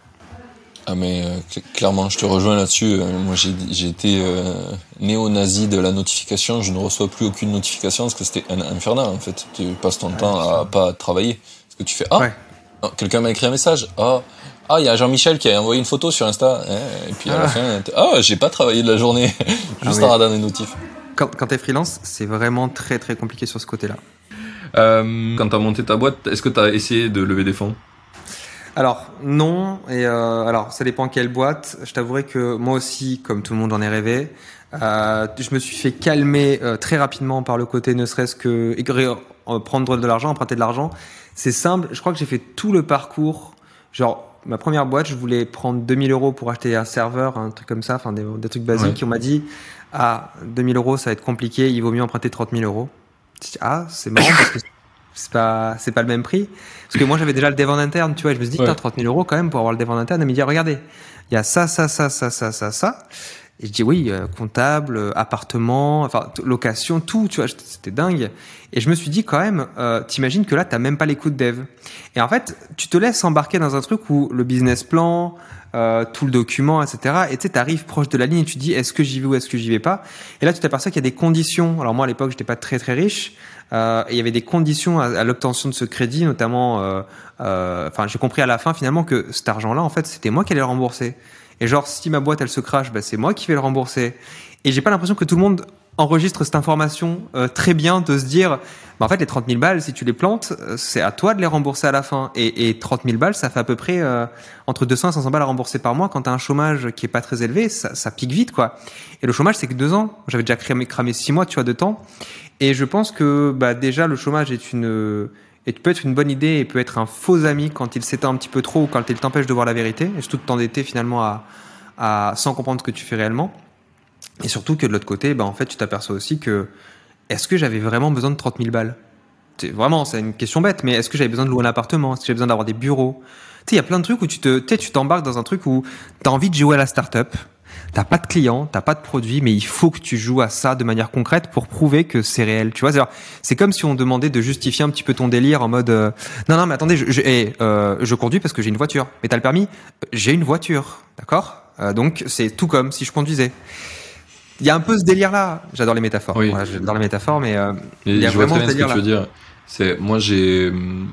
Ah mais euh, clairement, je te rejoins là-dessus. Euh, moi, j'ai, j'ai été euh, néo-nazi de la notification. Je ne reçois plus aucune notification parce que c'était un infernal en fait. Tu passes ton ouais, temps à pas travailler parce que tu fais ah, ouais. oh, quelqu'un m'a écrit un message. Ah, ah, il y a Jean-Michel qui a envoyé une photo sur Insta. Et puis à ah. la fin, ah, j'ai pas travaillé de la journée juste ah, en radant des notifs. Quand, quand t'es freelance, c'est vraiment très très compliqué sur ce côté-là. Euh, quand t'as monté ta boîte, est-ce que t'as essayé de lever des fonds ? Alors non, et euh, alors ça dépend quelle boîte. Je t'avouerai que moi aussi, comme tout le monde en est rêvé, euh, je me suis fait calmer euh, très rapidement par le côté ne serait-ce que euh, prendre de l'argent, emprunter de l'argent. C'est simple. Je crois que j'ai fait tout le parcours. Genre ma première boîte, je voulais prendre deux mille euros pour acheter un serveur, un truc comme ça, enfin des, des trucs basiques. Ouais. On m'a dit ah deux mille euros ça va être compliqué, il vaut mieux emprunter trente mille euros. Ah c'est marrant parce que c'est pas c'est pas le même prix parce que moi j'avais déjà le dev en interne, tu vois, et je me suis dit ouais. trente mille euros quand même pour avoir le dev en interne. Et me dit regardez, il y a ça ça ça ça ça ça ça et je dis oui, euh, comptable, euh, appartement, enfin t- location, tout, tu vois, c'était dingue. Et je me suis dit quand même, euh, t'imagines que là t'as même pas les coûts de dev. Et en fait tu te laisses embarquer dans un truc où le business plan, euh, tout le document, et cetera. Et tu sais, t'arrives proche de la ligne et tu te dis est-ce que j'y vais ou est-ce que j'y vais pas. Et là tu t'aperçois qu'il y a des conditions. Alors moi à l'époque j'étais pas très très riche. Euh, et il y avait des conditions à, à l'obtention de ce crédit, notamment. Euh, euh, enfin, j'ai compris à la fin finalement que cet argent-là, en fait, c'était moi qui allais le rembourser. Et genre, si ma boîte elle se crache, bah, c'est moi qui vais le rembourser. Et j'ai pas l'impression que tout le monde enregistre cette information euh, très bien, de se dire, bah, en fait, les trente mille balles, si tu les plantes, c'est à toi de les rembourser à la fin. Et, et trente mille balles, ça fait à peu près euh, entre deux cents et cinq cents balles à rembourser par mois. Quand t'as un chômage qui est pas très élevé, ça, ça pique vite, quoi. Et le chômage, c'est que deux ans. J'avais déjà cramé, cramé six mois, tu vois, de temps. Et je pense que bah, déjà, le chômage est une, et peut être une bonne idée et peut être un faux ami quand il s'éteint un petit peu trop ou quand il t'empêche de voir la vérité, et surtout de t'endetter finalement à, à, sans comprendre ce que tu fais réellement. Et surtout que de l'autre côté, bah, en fait, tu t'aperçois aussi que est-ce que j'avais vraiment besoin de trente mille balles? C'est, vraiment, c'est une question bête, mais est-ce que j'avais besoin de louer un appartement? Est-ce que j'avais besoin d'avoir des bureaux? Tu sais, il y a plein de trucs où tu te, tu sais, tu t'embarques dans un truc où tu as envie de jouer à la start-up. T'as pas de clients, t'as pas de produit, mais il faut que tu joues à ça de manière concrète pour prouver que c'est réel. Tu vois, c'est, c'est comme si on demandait de justifier un petit peu ton délire en mode euh, non non mais attendez, je je, hey, euh, je conduis parce que j'ai une voiture. Mais t'as le permis? J'ai une voiture, d'accord, euh, donc c'est tout comme si je conduisais. Il y a un peu ce délire là. J'adore les métaphores. Oui. Voilà, j'adore les métaphores, mais euh, Mais il y a je vois vraiment très ce bien ce que délire tu là. veux dire. C'est, moi, j'ai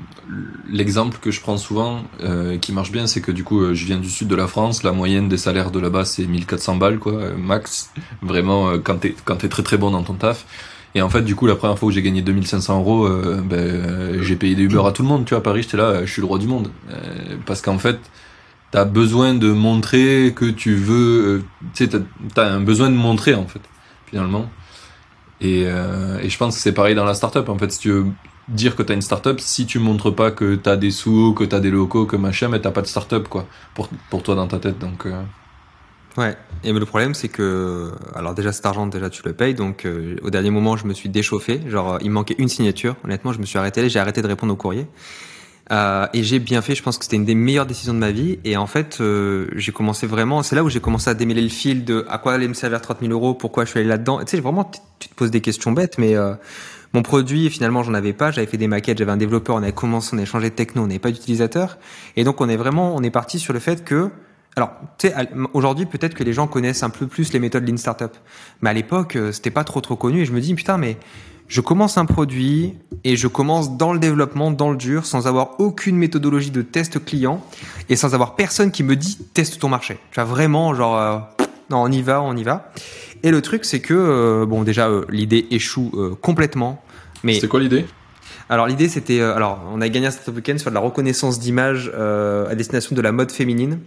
l'exemple que je prends souvent, euh, qui marche bien, c'est que du coup, euh, je viens du sud de la France. La moyenne des salaires de là-bas, c'est mille quatre cents balles, quoi, euh, max. Vraiment, euh, quand t'es quand t'es très très bon dans ton taf. Et en fait, du coup, la première fois où j'ai gagné deux mille cinq cents euros, euh, ben, euh, j'ai payé des Uber à tout le monde. Tu vois, à Paris, j'étais là, euh, je suis le roi du monde, euh, parce qu'en fait, t'as besoin de montrer que tu veux. Euh, tu sais, t'as, t'as un besoin de montrer en fait, finalement. Et, euh, et je pense que c'est pareil dans la startup. En fait, si tu veux dire que t'as une startup, si tu montres pas que t'as des sous, que t'as des locaux, que machin, mais t'as pas de startup, quoi, pour, pour toi dans ta tête. Donc, euh... Ouais. Et mais le problème, c'est que, alors déjà cet argent, déjà tu le payes. Donc euh, au dernier moment, je me suis déchauffé. Genre, euh, il me manquait une signature. Honnêtement, je me suis arrêté. J'ai arrêté de répondre aux courriers. Euh, et j'ai bien fait. Je pense que c'était une des meilleures décisions de ma vie. Et en fait, euh, j'ai commencé vraiment. C'est là où j'ai commencé à démêler le fil de à quoi allait me servir trente mille euros, pourquoi je suis allé là-dedans. Et tu sais, vraiment, t- tu te poses des questions bêtes, mais euh, mon produit, finalement, j'en avais pas. J'avais fait des maquettes, j'avais un développeur, on avait commencé, on avait changé de techno, on n'avait pas d'utilisateur. Et donc, on est vraiment, on est parti sur le fait que, alors, tu sais, aujourd'hui, peut-être que les gens connaissent un peu plus les méthodes Lean Startup. Mais à l'époque, euh, c'était pas trop trop connu. Et je me dis, putain, mais je commence un produit et je commence dans le développement, dans le dur, sans avoir aucune méthodologie de test client et sans avoir personne qui me dit teste ton marché. Tu vois, vraiment, genre, euh, non, on y va, on y va. Et le truc, c'est que, euh, bon, déjà, euh, l'idée échoue euh, complètement. Mais C'était quoi l'idée? alors l'idée, c'était, euh, alors, on a gagné un Startup Weekend sur de la reconnaissance d'images euh, à destination de la mode féminine.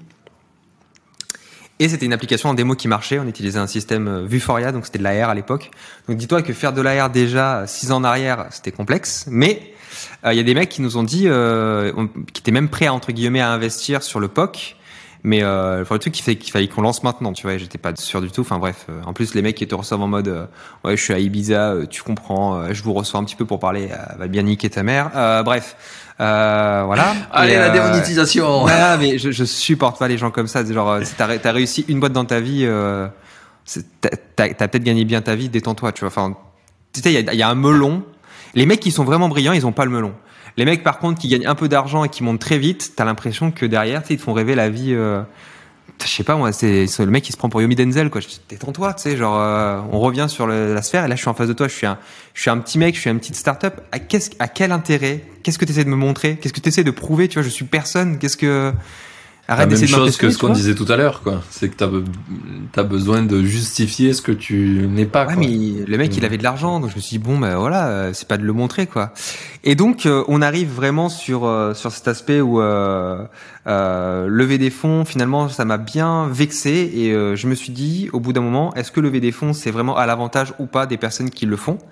Et c'était une application en démo qui marchait. On utilisait un système Vuforia, donc c'était de l'A R à l'époque. Donc dis-toi que faire de l'A R déjà six ans en arrière, c'était complexe. Mais il euh, y a des mecs qui nous ont dit, euh, on, qui étaient même prêts à, entre guillemets, à investir sur le P O C. Mais euh, enfin, le truc qu'il fallait, qu'il fallait qu'on lance maintenant, tu vois, j'étais pas sûr du tout. Enfin bref, euh, en plus les mecs qui te reçoivent en mode, euh, ouais, je suis à Ibiza, euh, tu comprends, euh, je vous reçois un petit peu pour parler, euh, va bien niquer ta mère. Euh, bref, euh, voilà. Allez, Et, la euh, démonétisation. Ouais, mais je, je supporte pas les gens comme ça. C'est genre, euh, t'as, t'as réussi une boîte dans ta vie, euh, c'est, t'as, t'as, t'as peut-être gagné bien ta vie, détends-toi, tu vois. Enfin, tu sais, il y a, y a un melon. Les mecs qui sont vraiment brillants, ils ont pas le melon. Les mecs, par contre, qui gagnent un peu d'argent et qui montent très vite, t'as l'impression que derrière, tu sais, ils te font rêver la vie. Euh, je sais pas moi, c'est, c'est le mec qui se prend pour Yomi Denzel, quoi. Détends-toi, tu sais, genre, euh, on revient sur le, la sphère et là, je suis en face de toi, je suis un, je suis un petit mec, je suis une petite start-up. À, qu'est-ce, à quel intérêt? Qu'est-ce que tu essaies de me montrer? Qu'est-ce que tu essaies de prouver? Tu vois, je suis personne. Qu'est-ce que Arrête la même chose que ce qu'on vois. disait tout à l'heure, quoi. C'est que t'as, t'as besoin de justifier ce que tu n'es pas, ouais, quoi. mais le mec, mmh. il avait de l'argent, donc je me suis dit bon, ben voilà, c'est pas de le montrer, quoi. Et donc, euh, on arrive vraiment sur euh, sur cet aspect où euh, euh, lever des fonds, finalement, ça m'a bien vexé et euh, je me suis dit, au bout d'un moment, est-ce que lever des fonds, c'est vraiment à l'avantage ou pas des personnes qui le font?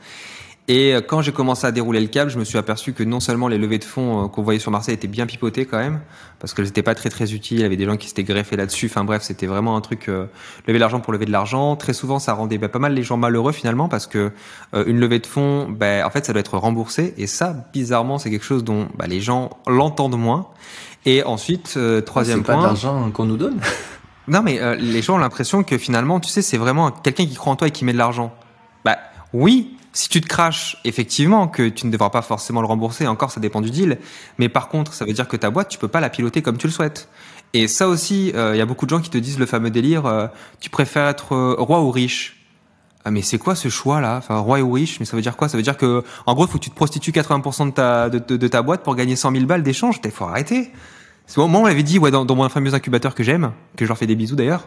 Et quand j'ai commencé à dérouler le câble, je me suis aperçu que non seulement les levées de fonds qu'on voyait sur Marseille étaient bien pipotées quand même, parce qu'elles n'étaient pas très très utiles, il y avait des gens qui s'étaient greffés là-dessus, enfin bref, c'était vraiment un truc, euh, lever de l'argent pour lever de l'argent. Très souvent, ça rendait bah, pas mal les gens malheureux finalement, parce que euh, une levée de fonds, bah, en fait, ça doit être remboursé, et ça, bizarrement, c'est quelque chose dont bah, les gens l'entendent moins. Et ensuite, euh, troisième c'est point... C'est pas de l'argent qu'on nous donne. Non, mais euh, les gens ont l'impression que finalement, tu sais, c'est vraiment quelqu'un qui croit en toi et qui met de l'argent. Bah oui. Si tu te craches, effectivement, que tu ne devras pas forcément le rembourser, encore ça dépend du deal, mais par contre, ça veut dire que ta boîte, tu peux pas la piloter comme tu le souhaites. Et ça aussi, il euh, y a beaucoup de gens qui te disent le fameux délire, euh, tu préfères être euh, roi ou riche. Ah mais c'est quoi ce choix-là? Enfin, roi ou riche, mais ça veut dire quoi? Ça veut dire que, en gros, il faut que tu te prostitues quatre-vingts pour cent de ta, de, de, de ta boîte pour gagner cent mille balles d'échange. Il faut arrêter. Moi, on l'avait dit, ouais, dans, dans mon fameux incubateur que j'aime, que je leur fais des bisous d'ailleurs.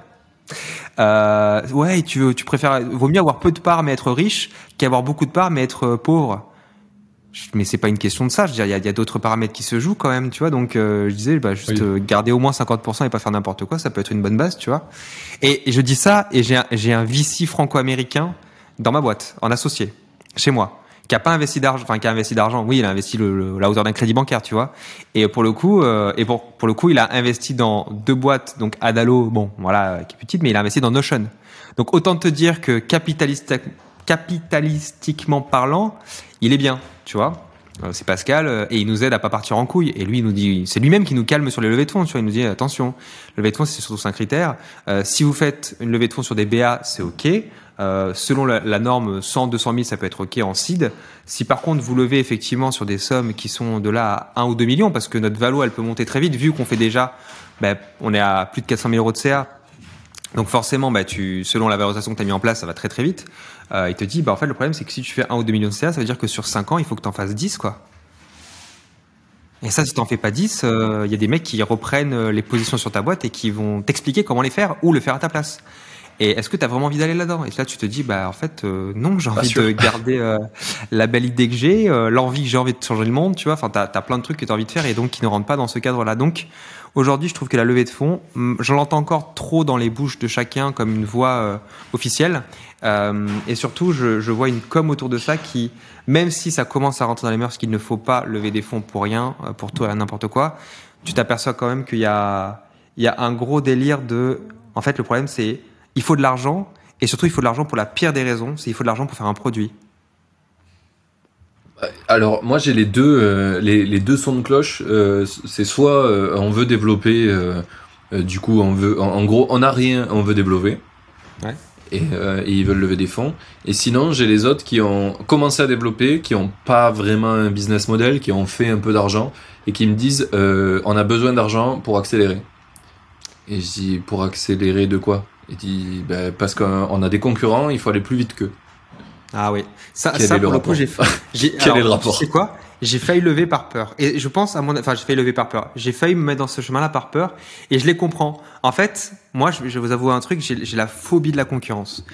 Euh, ouais, tu veux, tu préfères, vaut mieux avoir peu de parts mais être riche qu'avoir beaucoup de parts mais être pauvre. Mais c'est pas une question de ça. Je veux dire, il y a, il y a d'autres paramètres qui se jouent quand même, tu vois. Donc, euh, je disais, bah, juste oui. euh, garder au moins cinquante pour cent et pas faire n'importe quoi, ça peut être une bonne base, tu vois. Et, et je dis ça, et j'ai un, j'ai un V C franco-américain dans ma boîte, en associé, chez moi, qui a pas investi d'argent, enfin qui a investi d'argent. Oui, il a investi le, le, la hauteur d'un crédit bancaire, tu vois. Et pour le coup, euh, et pour pour le coup, il a investi dans deux boîtes, donc Adalo, bon, voilà, qui est petite, mais il a investi dans Notion. Donc autant te dire que capitaliste, capitalistiquement parlant, il est bien, tu vois. Euh, c'est Pascal euh, et il nous aide à pas partir en couille. Et lui, il nous dit, c'est lui-même qui nous calme sur les levées de fonds. Tu vois, il nous dit attention, le levée de fonds c'est surtout c'est un critère. Euh, si vous faites une levée de fonds sur des B A, c'est ok. Euh, selon la, la norme cent, deux cent mille, ça peut être ok en seed. Si par contre vous levez effectivement sur des sommes qui sont de là à un ou deux millions, parce que notre valo elle peut monter très vite vu qu'on fait déjà, ben, on est à plus de quatre cent mille euros de C A. Donc forcément, bah, tu, selon la valorisation que tu as mis en place, ça va très très vite. Euh, il te dit, bah, en fait, le problème, c'est que si tu fais un ou deux millions de C A, ça veut dire que sur cinq ans, il faut que tu en fasses dix, quoi. Et ça, si tu n'en fais pas dix, il euh, y a des mecs qui reprennent les positions sur ta boîte et qui vont t'expliquer comment les faire ou le faire à ta place. Et est-ce que tu as vraiment envie d'aller là-dedans ? Et là, tu te dis, bah, en fait, euh, non, j'ai envie de garder euh, la belle idée que j'ai, euh, l'envie que j'ai envie de changer le monde, tu vois. Enfin, tu as plein de trucs que tu as envie de faire et donc qui ne rentrent pas dans ce cadre-là. Donc, aujourd'hui, je trouve que la levée de fonds, je l'entends encore trop dans les bouches de chacun comme une voix euh, officielle. Euh, et surtout, je, je vois une com autour de ça qui, même si ça commence à rentrer dans les mœurs qu'il ne faut pas lever des fonds pour rien, pour tout et n'importe quoi, tu t'aperçois quand même qu'il y a, il y a un gros délire de... En fait, le problème, c'est il faut de l'argent et surtout, il faut de l'argent pour la pire des raisons, c'est il faut de l'argent pour faire un produit. Alors moi j'ai les deux euh, les, les deux sons de cloche, euh, c'est soit euh, on veut développer euh, euh, du coup on veut en, en gros on a rien, on veut développer, ouais. et, euh, et ils veulent lever des fonds, et sinon j'ai les autres qui ont commencé à développer, qui ont pas vraiment un business model, qui ont fait un peu d'argent et qui me disent euh, on a besoin d'argent pour accélérer. Et je dis pour accélérer de quoi? Il dit ben, parce qu'on a des concurrents, il faut aller plus vite qu'eux. Ah oui, ça, Quel ça est le pour le coup, j'ai, j'ai Quel alors, est le rapport? Tu sais quoi? J'ai failli lever par peur. Et je pense à mon, enfin, j'ai failli lever par peur. J'ai failli me mettre dans ce chemin-là par peur. Et je les comprends. En fait, moi, je, je vais vous avouer un truc, j'ai, j'ai la phobie de la concurrence.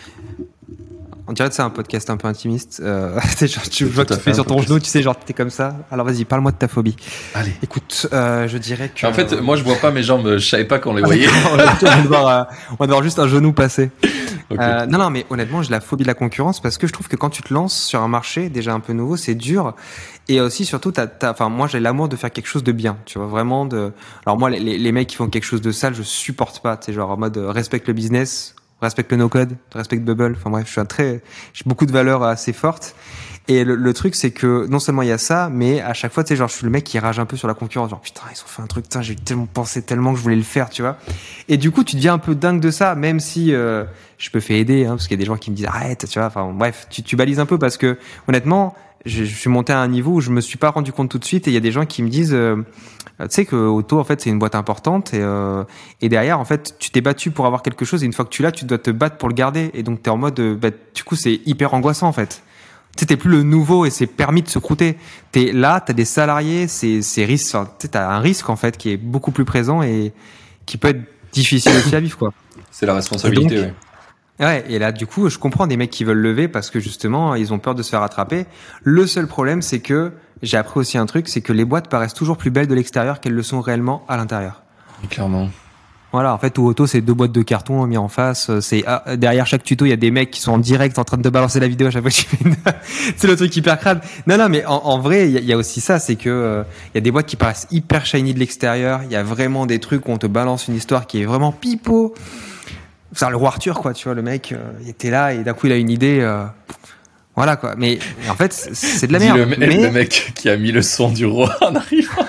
On dirait que c'est un podcast un peu intimiste. Euh, genre, tu vois que tu fais sur ton genou, tu sais, genre, t'es comme ça. Alors vas-y, parle-moi de ta phobie. Allez. Écoute, euh, je dirais que... En fait, moi, je vois pas mes jambes, je savais pas qu'on les voyait. on, va devoir, euh, on va devoir juste un genou passer. Okay. Euh, non, non, mais honnêtement, j'ai la phobie de la concurrence parce que je trouve que quand tu te lances sur un marché déjà un peu nouveau, c'est dur. Et aussi, surtout, t'as, t'as, enfin, moi, j'ai l'amour de faire quelque chose de bien, tu vois, vraiment de. Alors moi, les, les mecs qui font quelque chose de sale, je supporte pas. Tu sais, genre en mode euh, respecte le business, respecte le no-code, respecte Bubble. Enfin bref, je suis un très, j'ai beaucoup de valeurs assez fortes. Et le, le truc, c'est que non seulement il y a ça, mais à chaque fois, tu sais, genre, je suis le mec qui rage un peu sur la concurrence. Genre, putain, ils ont fait un truc, putain, j'ai tellement pensé tellement que je voulais le faire, tu vois. Et du coup, tu deviens un peu dingue de ça, même si euh, je peux faire aider, hein, parce qu'il y a des gens qui me disent arrête, tu vois. Enfin, bref, tu, tu balises un peu parce que, honnêtement, je, je suis monté à un niveau où je me suis pas rendu compte tout de suite. Et il y a des gens qui me disent, euh, tu sais, que Auto, en fait, c'est une boîte importante. Et, euh, et derrière, en fait, tu t'es battu pour avoir quelque chose. Et une fois que tu l'as, tu dois te battre pour le garder. Et donc, t'es en mode, euh, bah, du coup, c'est hyper angoissant, en fait. Tu sais, t'es plus le nouveau et c'est permis de se croûter. T'es là, t'as des salariés, c'est, c'est risque, enfin, tu sais, t'as un risque, en fait, qui est beaucoup plus présent et qui peut être difficile aussi à vivre, quoi. C'est la responsabilité, donc, ouais. Ouais, et là, du coup, je comprends des mecs qui veulent lever parce que justement, ils ont peur de se faire attraper. Le seul problème, c'est que, j'ai appris aussi un truc, c'est que les boîtes paraissent toujours plus belles de l'extérieur qu'elles le sont réellement à l'intérieur. Et clairement. Voilà, en fait, tout Auto, c'est deux boîtes de carton mis en face. C'est ah, derrière chaque tuto, il y a des mecs qui sont en direct en train de balancer la vidéo à chaque fois que tu fais une... c'est le truc hyper crade. Non, non, mais en, en vrai, il y, y a aussi ça, c'est que euh, il y a des boîtes qui paraissent hyper shiny de l'extérieur. Il y a vraiment des trucs où on te balance une histoire qui est vraiment pipeau. C'est le roi Arthur, quoi. Tu vois, le mec, euh, il était là et d'un coup, il a une idée. Euh... Voilà, quoi. Mais en fait, c'est de la merde. Le, mais... le mec qui a mis le son du roi en arrivant.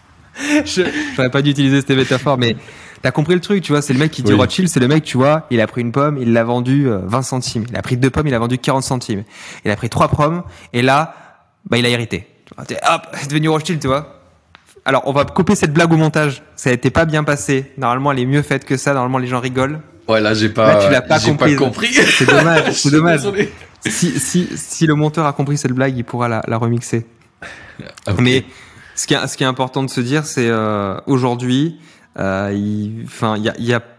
Je j'aurais pas dû utiliser cette métaphore, mais t'as compris le truc, tu vois, c'est le mec qui dit oui. Rothschild, c'est le mec, tu vois, il a pris une pomme, il l'a vendue vingt centimes. Il a pris deux pommes, il a vendu quarante centimes. Il a pris trois pommes, et là, bah, il a hérité. Hop, c'est devenu Rothschild, tu vois. Alors, on va couper cette blague au montage. Ça a été pas bien passé. Normalement, elle est mieux faite que ça. Normalement, les gens rigolent. Ouais, là, j'ai pas, là, tu l'as pas j'ai compris. pas compris. C'est dommage, c'est dommage. Désolé. Si, si, si le monteur a compris cette blague, il pourra la, la remixer. Okay. Mais, ce qui est, ce qui est important de se dire, c'est, euh, aujourd'hui, Euh, il, enfin, il y a, il y a,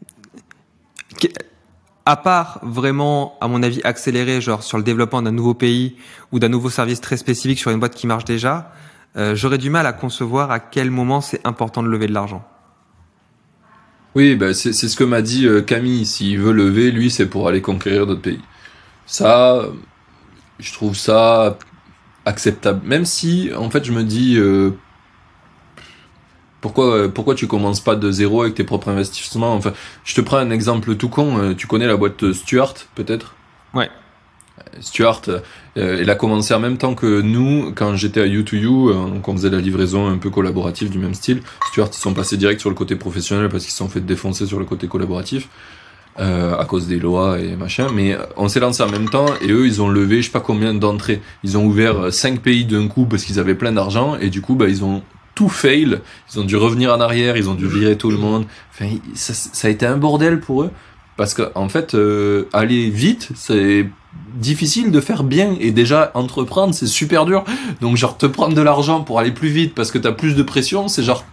à part vraiment, à mon avis, accélérer, genre sur le développement d'un nouveau pays ou d'un nouveau service très spécifique sur une boîte qui marche déjà, euh, j'aurais du mal à concevoir à quel moment c'est important de lever de l'argent. Oui, bah c'est, c'est ce que m'a dit euh, Camille. S'il veut lever, lui, c'est pour aller conquérir d'autres pays. Ça, je trouve ça acceptable. Même si, en fait, je me dis. Euh, Pourquoi, pourquoi tu commences pas de zéro avec tes propres investissements? Enfin, je te prends un exemple tout con. Tu connais la boîte Stuart, peut-être? Ouais. Stuart, euh, il a commencé en même temps que nous, quand j'étais à U deux U, euh, donc on faisait la livraison un peu collaborative du même style. Stuart, ils sont passés direct sur le côté professionnel parce qu'ils se sont fait défoncer sur le côté collaboratif, euh, à cause des lois et machin. Mais on s'est lancé en même temps et eux, ils ont levé je sais pas combien d'entrées. Ils ont ouvert cinq pays d'un coup parce qu'ils avaient plein d'argent et du coup, bah, ils ont tout fail. Ils ont dû revenir en arrière, ils ont dû virer tout le monde. Enfin, ça, ça a été un bordel pour eux. Parce que, en fait, euh, aller vite, c'est difficile de faire bien. Et déjà, entreprendre, c'est super dur. Donc, genre, te prendre de l'argent pour aller plus vite parce que t'as plus de pression, c'est genre...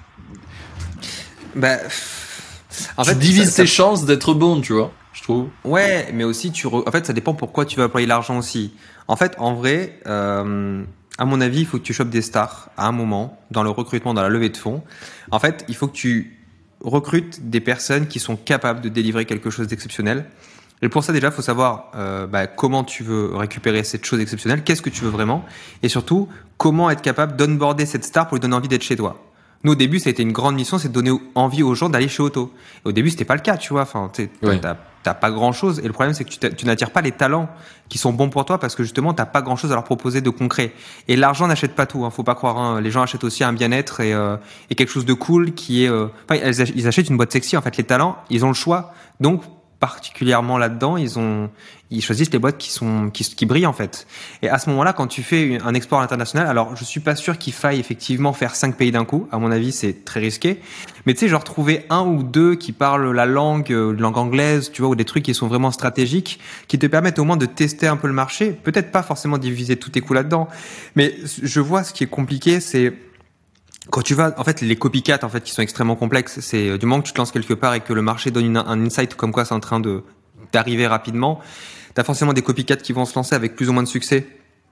Bah, en tu fait, divises ça, ça... tes chances d'être bon, tu vois, je trouve. Ouais, mais aussi, tu re... en fait, ça dépend pourquoi tu vas employer l'argent aussi. En fait, en vrai, euh, à mon avis, il faut que tu chopes des stars à un moment, dans le recrutement, dans la levée de fonds. En fait, il faut que tu recrute des personnes qui sont capables de délivrer quelque chose d'exceptionnel. Et pour ça, déjà, il faut savoir euh, bah, comment tu veux récupérer cette chose exceptionnelle, qu'est-ce que tu veux vraiment, et surtout, comment être capable d'onboarder cette star pour lui donner envie d'être chez toi. Nous, au début, ça a été une grande mission, c'est de donner envie aux gens d'aller chez Otto. Et au début, c'était pas le cas, tu vois. Enfin, ouais. t'as, t'as pas grand-chose. Et le problème, c'est que tu, tu n'attires pas les talents qui sont bons pour toi parce que justement, t'as pas grand-chose à leur proposer de concret. Et l'argent n'achète pas tout. Hein, faut pas croire. Hein. Les gens achètent aussi un bien-être et, euh, et quelque chose de cool qui est. Euh... Enfin, ils achètent une boîte sexy. En fait, les talents, ils ont le choix. Donc, particulièrement là-dedans, ils ont, ils choisissent les boîtes qui sont, qui, qui brillent en fait. Et à ce moment-là, quand tu fais un export international, alors je suis pas sûr qu'il faille effectivement faire cinq pays d'un coup. À mon avis, c'est très risqué. Mais tu sais, genre trouver un ou deux qui parlent la langue, euh, langue anglaise, tu vois, ou des trucs qui sont vraiment stratégiques, qui te permettent au moins de tester un peu le marché. Peut-être pas forcément diviser tous tes coups là-dedans, mais je vois ce qui est compliqué, c'est quand tu vas, en fait, les copycats, en fait, qui sont extrêmement complexes, c'est du moment que tu te lances quelque part et que le marché donne une, un insight comme quoi c'est en train de d'arriver rapidement, t'as forcément des copycats qui vont se lancer avec plus ou moins de succès.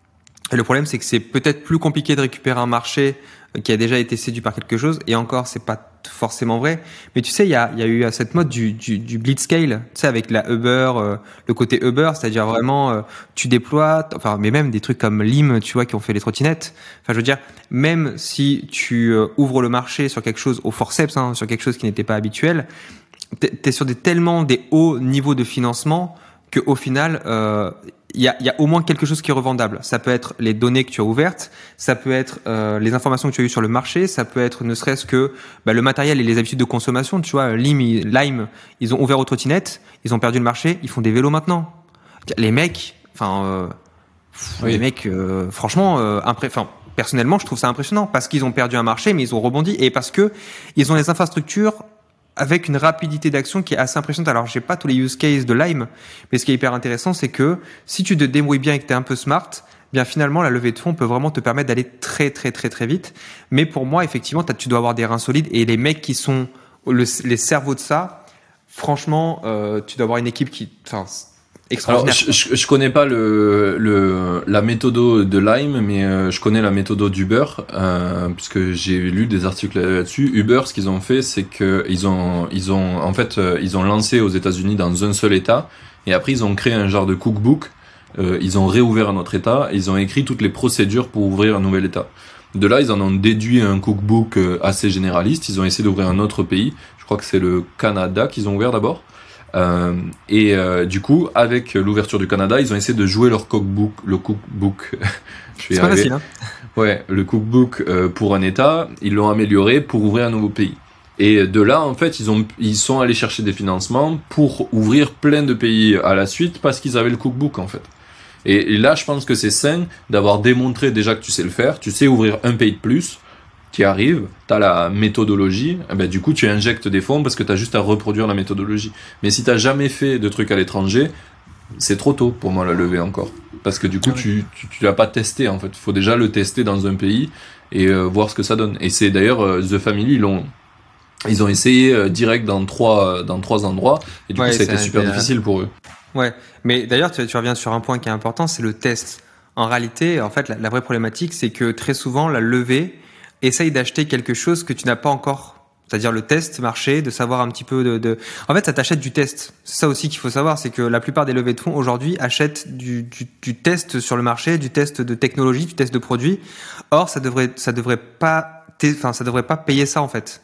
Et le problème, c'est que c'est peut-être plus compliqué de récupérer un marché qui a déjà été séduit par quelque chose. Et encore, c'est pas forcément vrai. Mais tu sais, il y a, il y a eu cette mode du, du, du blitzscale, tu sais, avec la Uber, euh, le côté Uber, c'est-à-dire vraiment, euh, tu déploies, enfin, mais même des trucs comme Lim, tu vois, qui ont fait les trottinettes. Enfin, je veux dire, même si tu euh, ouvres le marché sur quelque chose au forceps, hein, sur quelque chose qui n'était pas habituel, t'es, t'es sur des tellement des hauts niveaux de financement que au final, euh, il y a, y a au moins quelque chose qui est revendable. Ça peut être les données que tu as ouvertes, ça peut être euh, les informations que tu as eues sur le marché, ça peut être ne serait-ce que bah, le matériel et les habitudes de consommation. Tu vois, Lime, ils, Lime, ils ont ouvert aux trottinettes, ils ont perdu le marché, ils font des vélos maintenant. Les mecs, enfin, euh, oui. les mecs, euh, franchement, euh, impré- enfin, personnellement, je trouve ça impressionnant parce qu'ils ont perdu un marché, mais ils ont rebondi et parce que ils ont les infrastructures avec une rapidité d'action qui est assez impressionnante. Alors, j'ai pas tous les use cases de Lime, mais ce qui est hyper intéressant, c'est que si tu te débrouilles bien et que t'es un peu smart, bien finalement, la levée de fonds peut vraiment te permettre d'aller très, très, très, très vite. Mais pour moi, effectivement, tu dois avoir des reins solides et les mecs qui sont le, les cerveaux de ça, franchement, euh, tu dois avoir une équipe qui, enfin, extraordinaire. Alors, je, je, je connais pas le, le, la méthode de Lime, mais euh, je connais la méthode d'Uber, euh, puisque j'ai lu des articles là-dessus. Uber, ce qu'ils ont fait, c'est que ils ont, ils ont, en fait, euh, ils ont lancé aux États-Unis dans un seul État, et après ils ont créé un genre de cookbook. Euh, ils ont réouvert un autre État, et ils ont écrit toutes les procédures pour ouvrir un nouvel État. De là, ils en ont déduit un cookbook assez généraliste. Ils ont essayé d'ouvrir un autre pays. Je crois que c'est le Canada qu'ils ont ouvert d'abord. Euh, et euh, du coup, avec l'ouverture du Canada, ils ont essayé de jouer leur cookbook, le cookbook. Je vais c'est pas facile, hein. Ouais, le cookbook euh, pour un État. Ils l'ont amélioré pour ouvrir un nouveau pays. Et de là, en fait, ils ont, ils sont allés chercher des financements pour ouvrir plein de pays à la suite parce qu'ils avaient le cookbook, en fait. Et, et là, je pense que c'est sain d'avoir démontré déjà que tu sais le faire. Tu sais ouvrir un pays de plus. Tu arrives, tu as la méthodologie, eh ben, du coup tu injectes des fonds parce que tu as juste à reproduire la méthodologie. Mais si tu n'as jamais fait de trucs à l'étranger, c'est trop tôt pour moi la levée encore. Parce que du coup, ouais. tu tu, tu l'as pas testé en fait. Il faut déjà le tester dans un pays et euh, voir ce que ça donne. Et c'est d'ailleurs euh, The Family, ils l'ont, ils ont essayé euh, direct dans trois, dans trois endroits et du ouais, coup ça a été super difficile pour eux. Ouais, mais d'ailleurs tu, tu reviens sur un point qui est important, c'est le test. En réalité, en fait, la, la vraie problématique, c'est que très souvent la levée essaye d'acheter quelque chose que tu n'as pas encore, c'est-à-dire le test marché, de savoir un petit peu de, de... En fait, ça t'achète du test. C'est ça aussi qu'il faut savoir, c'est que la plupart des levées de fonds aujourd'hui achètent du, du, du test sur le marché, du test de technologie, du test de produit. Or, ça devrait, ça devrait pas, enfin, ça devrait pas payer ça en fait.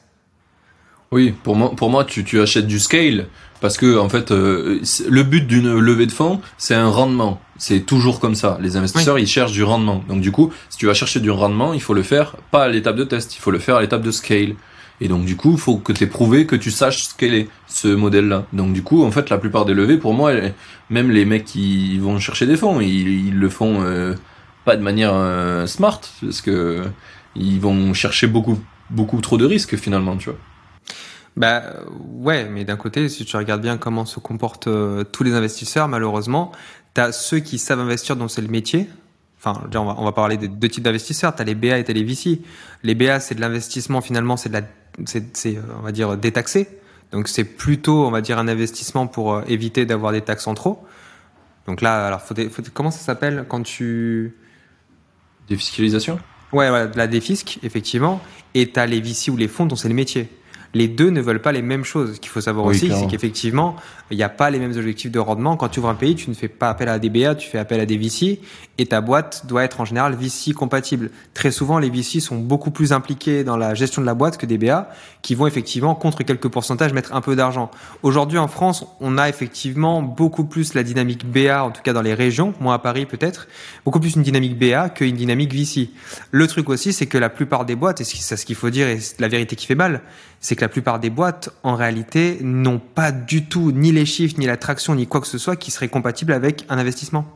Oui, pour moi, pour moi, tu, tu achètes du scale parce que en fait, euh, le but d'une levée de fonds, c'est un rendement. C'est toujours comme ça. Les investisseurs, oui. ils cherchent du rendement. Donc du coup, si tu vas chercher du rendement, il faut le faire pas à l'étape de test, il faut le faire à l'étape de scale. Et donc du coup, il faut que tu aies prouvé que tu saches scaler ce modèle-là. Donc du coup, en fait, la plupart des levées, pour moi, même les mecs qui vont chercher des fonds, ils, ils le font euh, pas de manière euh, smart, parce que ils vont chercher beaucoup, beaucoup trop de risques finalement, tu vois. Bah ouais, mais d'un côté, si tu regardes bien comment se comportent euh, tous les investisseurs, malheureusement, t'as ceux qui savent investir dont c'est le métier. Enfin, on va, on va parler de deux types d'investisseurs. T'as les B A et t'as les V C. Les B A, c'est de l'investissement finalement, c'est de la, c'est, c'est on va dire détaxé. Donc c'est plutôt, on va dire, un investissement pour euh, éviter d'avoir des taxes en trop. Donc là, alors faut, faut comment ça s'appelle quand tu défiscalisation. Ouais, ouais, de la défisque, effectivement. Et t'as les V C ou les fonds dont c'est le métier. Les deux ne veulent pas les mêmes choses. Ce qu'il faut savoir oui, aussi, clairement. C'est qu'effectivement, il n'y a pas les mêmes objectifs de rendement. Quand tu ouvres un pays, tu ne fais pas appel à des B A, tu fais appel à des V C. Et ta boîte doit être en général V C compatible. Très souvent, les V C sont beaucoup plus impliqués dans la gestion de la boîte que des B A qui vont effectivement, contre quelques pourcentages, mettre un peu d'argent. Aujourd'hui, en France, on a effectivement beaucoup plus la dynamique B A, en tout cas dans les régions, moins à Paris peut-être, beaucoup plus une dynamique B A qu'une dynamique V C. Le truc aussi, c'est que la plupart des boîtes, et c'est ce qu'il faut dire, et c'est la vérité qui fait mal, c'est que la plupart des boîtes, en réalité, n'ont pas du tout ni les chiffres, ni la traction, ni quoi que ce soit qui serait compatible avec un investissement.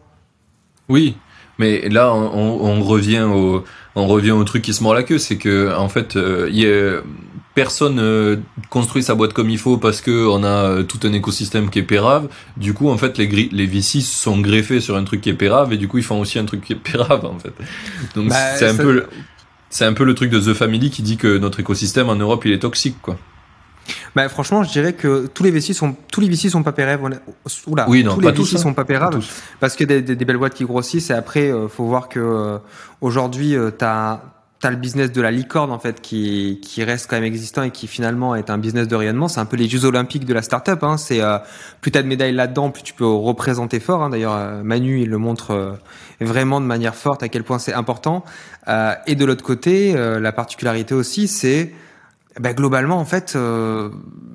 Oui, mais là, on, on revient au, on revient au truc qui se mord la queue, c'est que en fait, euh, y a, personne euh, construit sa boîte comme il faut parce que on a euh, tout un écosystème qui est pérave. Du coup, en fait, les, gri- les V C sont greffés sur un truc qui est pérave et du coup, ils font aussi un truc qui est pérave, en fait. Donc, bah, c'est un ça... peu... Le... C'est un peu le truc de The Family qui dit que notre écosystème en Europe il est toxique, quoi. Bah franchement, je dirais que tous les V C sont tous les V C sont pas péraves. Oula, oui, non, tous pas les tous, V C hein. sont pas péraves pas tous. Parce que des, des, des belles boîtes qui grossissent et après euh, faut voir que euh, aujourd'hui euh, t'as t'as le business de la licorne en fait qui qui reste quand même existant et qui finalement est un business de rayonnement. C'est un peu les Jeux Olympiques de la start-up. Hein. C'est euh, plus t'as de médailles là-dedans, plus tu peux représenter fort. Hein. D'ailleurs, euh, Manu il le montre euh, vraiment de manière forte à quel point c'est important. Euh, et de l'autre côté, euh, la particularité aussi, c'est bah, globalement en fait, euh,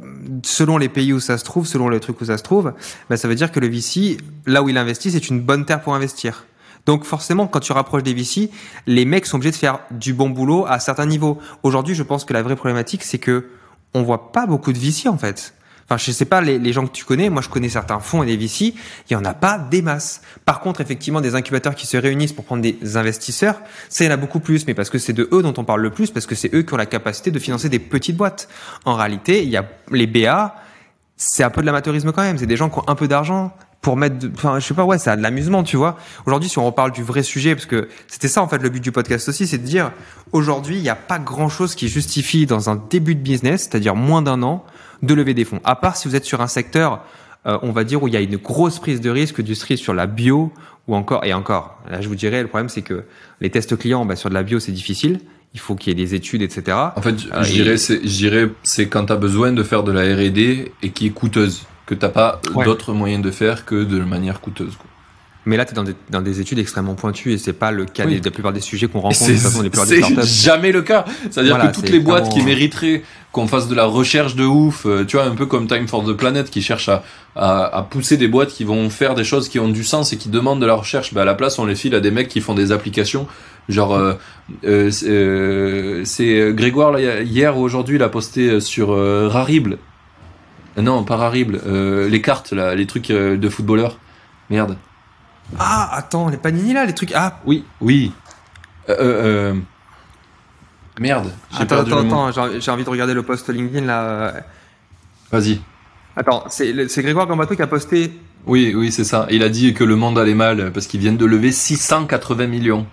selon les pays où ça se trouve, selon les trucs où ça se trouve, bah, ça veut dire que le V C, là où il investit, c'est une bonne terre pour investir. Donc forcément, quand tu rapproches des V C, les mecs sont obligés de faire du bon boulot à certains niveaux. Aujourd'hui, je pense que la vraie problématique, c'est que on voit pas beaucoup de V C en fait. Enfin, je sais pas les, les gens que tu connais. Moi, je connais certains fonds et des V C. Il y en a pas des masses. Par contre, effectivement, des incubateurs qui se réunissent pour prendre des investisseurs, ça, il y en a beaucoup plus. Mais parce que c'est de eux dont on parle le plus, parce que c'est eux qui ont la capacité de financer des petites boîtes. En réalité, il y a les B A. C'est un peu de l'amateurisme quand même. C'est des gens qui ont un peu d'argent pour mettre, de, enfin, je sais pas, ouais, ça a de l'amusement, tu vois. Aujourd'hui, si on reparle du vrai sujet, parce que c'était ça, en fait, le but du podcast aussi, c'est de dire, aujourd'hui, il n'y a pas grand chose qui justifie dans un début de business, c'est-à-dire moins d'un an, de lever des fonds. À part si vous êtes sur un secteur, euh, on va dire, où il y a une grosse prise de risque, du risque sur la bio, ou encore, et encore. Là, je vous dirais, le problème, c'est que les tests clients, bah, sur de la bio, c'est difficile. Il faut qu'il y ait des études, et cetera. En fait, euh, je dirais, c'est, je dirais, c'est quand t'as besoin de faire de la R et D et qui est coûteuse. Que t'as pas ouais. d'autres moyens de faire que de manière coûteuse, quoi. Mais là, t'es dans des, dans des études extrêmement pointues et c'est pas le cas oui. des, de la plupart des sujets qu'on rencontre. C'est, de toute façon, les plupart c'est des startups. jamais le cas. C'est-à-dire voilà, que toutes les boîtes vraiment... qui mériteraient qu'on fasse de la recherche de ouf, tu vois, un peu comme Time for the Planet qui cherche à, à, à pousser des boîtes qui vont faire des choses qui ont du sens et qui demandent de la recherche, bah à la place, on les file à des mecs qui font des applications. Genre, euh, euh, c'est, euh, c'est Grégoire, là, hier ou aujourd'hui, il a posté sur euh, Rarible. Non, pas Rarible. Euh, les cartes, là, les trucs euh, de footballeurs. Merde. Ah, attends, les panini là, les trucs. Ah, oui, oui. Euh, euh, merde. J'ai attends, perdu attends, le mot. attends. J'ai, j'ai envie de regarder le post LinkedIn là. Vas-y. Attends, c'est, c'est Grégoire Gambato qui a posté. Oui, oui, c'est ça. Il a dit que le monde allait mal parce qu'ils viennent de lever six cent quatre-vingts millions.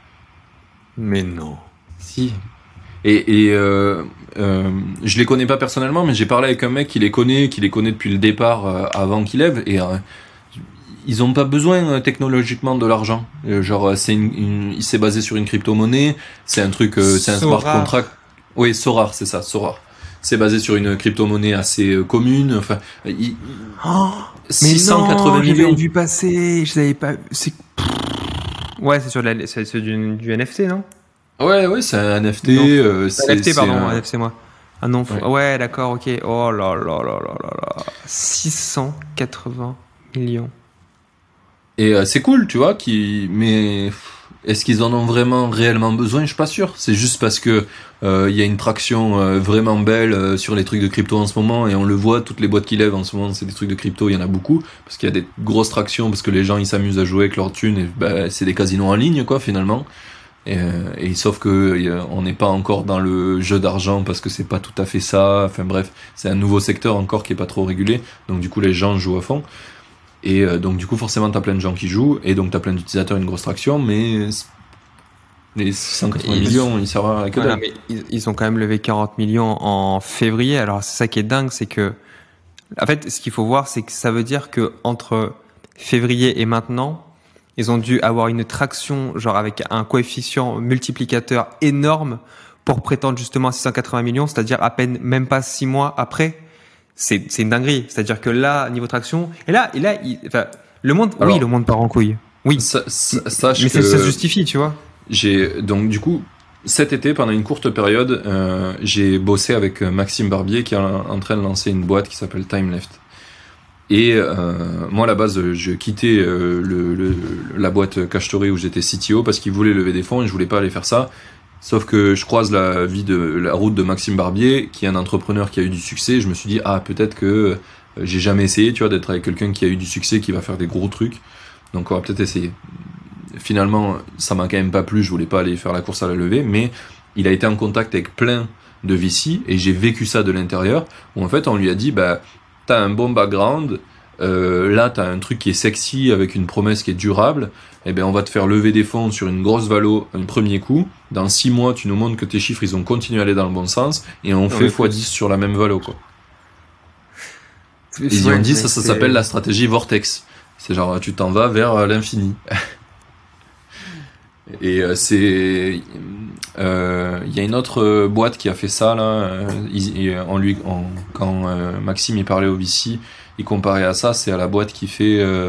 Mais non. Si. Et, et euh, euh, je les connais pas personnellement, mais j'ai parlé avec un mec qui les connaît, qui les connaît depuis le départ, euh, avant qu'ils lèvent, et euh, ils ont pas besoin euh, technologiquement de l'argent. Euh, genre, c'est une, une, il s'est basé sur une crypto-monnaie, c'est un truc, euh, c'est un Sorare. smart contract. Oui, Sorare, c'est ça, Sorare. C'est basé sur une crypto-monnaie assez euh, commune. Enfin, il, oh, six cent quatre-vingts millions. Je l'avais vu passer, je savais pas. C'est... Ouais, c'est sur de la, c'est, c'est du, du N F T, non? Ouais, ouais, c'est un N F T. Euh, c'est, N F T, pardon, c'est un... N F T, c'est moi. Ah non, faut... ouais. ouais, d'accord, ok. Oh là là là là là là. six cent quatre-vingts millions. Et euh, c'est cool, tu vois, qui, mais est-ce qu'ils en ont vraiment réellement besoin? Je suis pas sûr. C'est juste parce que il euh, y a une traction euh, vraiment belle euh, sur les trucs de crypto en ce moment, et on le voit, toutes les boîtes qui lèvent en ce moment, c'est des trucs de crypto, il y en a beaucoup, parce qu'il y a des grosses tractions, parce que les gens ils s'amusent à jouer avec leur thune, et bah, c'est des casinos en ligne, quoi, finalement. Et, euh, et sauf que y a, on n'est pas encore dans le jeu d'argent parce que c'est pas tout à fait ça. Enfin bref, c'est un nouveau secteur encore qui est pas trop régulé, donc du coup les gens jouent à fond. Et euh, donc du coup forcément t'as plein de gens qui jouent, et donc t'as plein d'utilisateurs, une grosse traction, mais les cent quatre-vingts millions ils servent à que dalle. Voilà, mais ils, ils ont quand même levé quarante millions en février. Alors c'est ça qui est dingue, c'est que en fait ce qu'il faut voir, c'est que ça veut dire que entre février et maintenant, ils ont dû avoir une traction genre avec un coefficient multiplicateur énorme pour prétendre justement à six cent quatre-vingts millions, c'est-à-dire à peine même pas six mois après. C'est, c'est une dinguerie. C'est-à-dire que là, niveau traction, et là, et là, il, enfin, le monde, Alors, oui, le monde part en couille. Oui. Ça, ça, sache mais que ça se justifie, tu vois. J'ai, donc, du coup, cet été, pendant une courte période, euh, j'ai bossé avec Maxime Barbier qui est en train de lancer une boîte qui s'appelle TimeLeft. Et, euh, moi, à la base, je quittais, euh, le, le, la boîte Cash Story où j'étais C T O parce qu'il voulait lever des fonds et je voulais pas aller faire ça. Sauf que je croise la vie de la route de Maxime Barbier, qui est un entrepreneur qui a eu du succès. Je me suis dit ah peut-être que j'ai jamais essayé, tu vois, d'être avec quelqu'un qui a eu du succès, qui va faire des gros trucs. Donc on va peut-être essayer. Finalement, ça m'a quand même pas plu. Je voulais pas aller faire la course à la levée, mais il a été en contact avec plein de V C et j'ai vécu ça de l'intérieur. Où en fait on lui a dit bah t'as un bon background. Euh, là, t'as un truc qui est sexy avec une promesse qui est durable. Eh ben, on va te faire lever des fonds sur une grosse valo un premier coup. Dans six mois, tu nous montres que tes chiffres, ils ont continué à aller dans le bon sens, et on fait fois dix sur la même valo, quoi. Et ils ont dit, ça, ça s'appelle la stratégie Vortex. C'est genre, tu t'en vas vers l'infini. Et euh, c'est, euh, il y a une autre boîte qui a fait ça, là. Euh, il, en lui, en, quand euh, Maxime, il parlait au V C, il comparait à ça, c'est à la boîte qui fait, euh,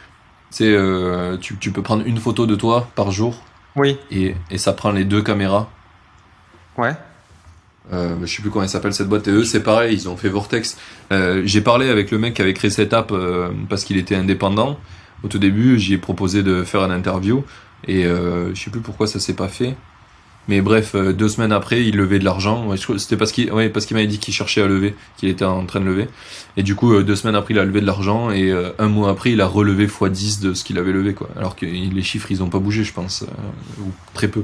tu sais, euh, tu, tu peux prendre une photo de toi par jour. Oui. Et, et ça prend les deux caméras. Ouais. Euh, je sais plus comment elle s'appelle cette boîte. Et eux, c'est pareil, ils ont fait Vortex. Euh, j'ai parlé avec le mec qui avait créé cette app euh, parce qu'il était indépendant. Au tout début, j'ai proposé de faire une interview. Et euh, je sais plus pourquoi ça s'est pas fait. Mais bref, euh, deux semaines après, il levait de l'argent. Ouais, c'était parce qu'il, ouais, parce qu'il m'avait dit qu'il cherchait à lever, qu'il était en train de lever. Et du coup, euh, deux semaines après, il a levé de l'argent, et euh, un mois après, il a relevé fois dix de ce qu'il avait levé, quoi. Alors que les chiffres, ils ont pas bougé, je pense, euh, ou très peu.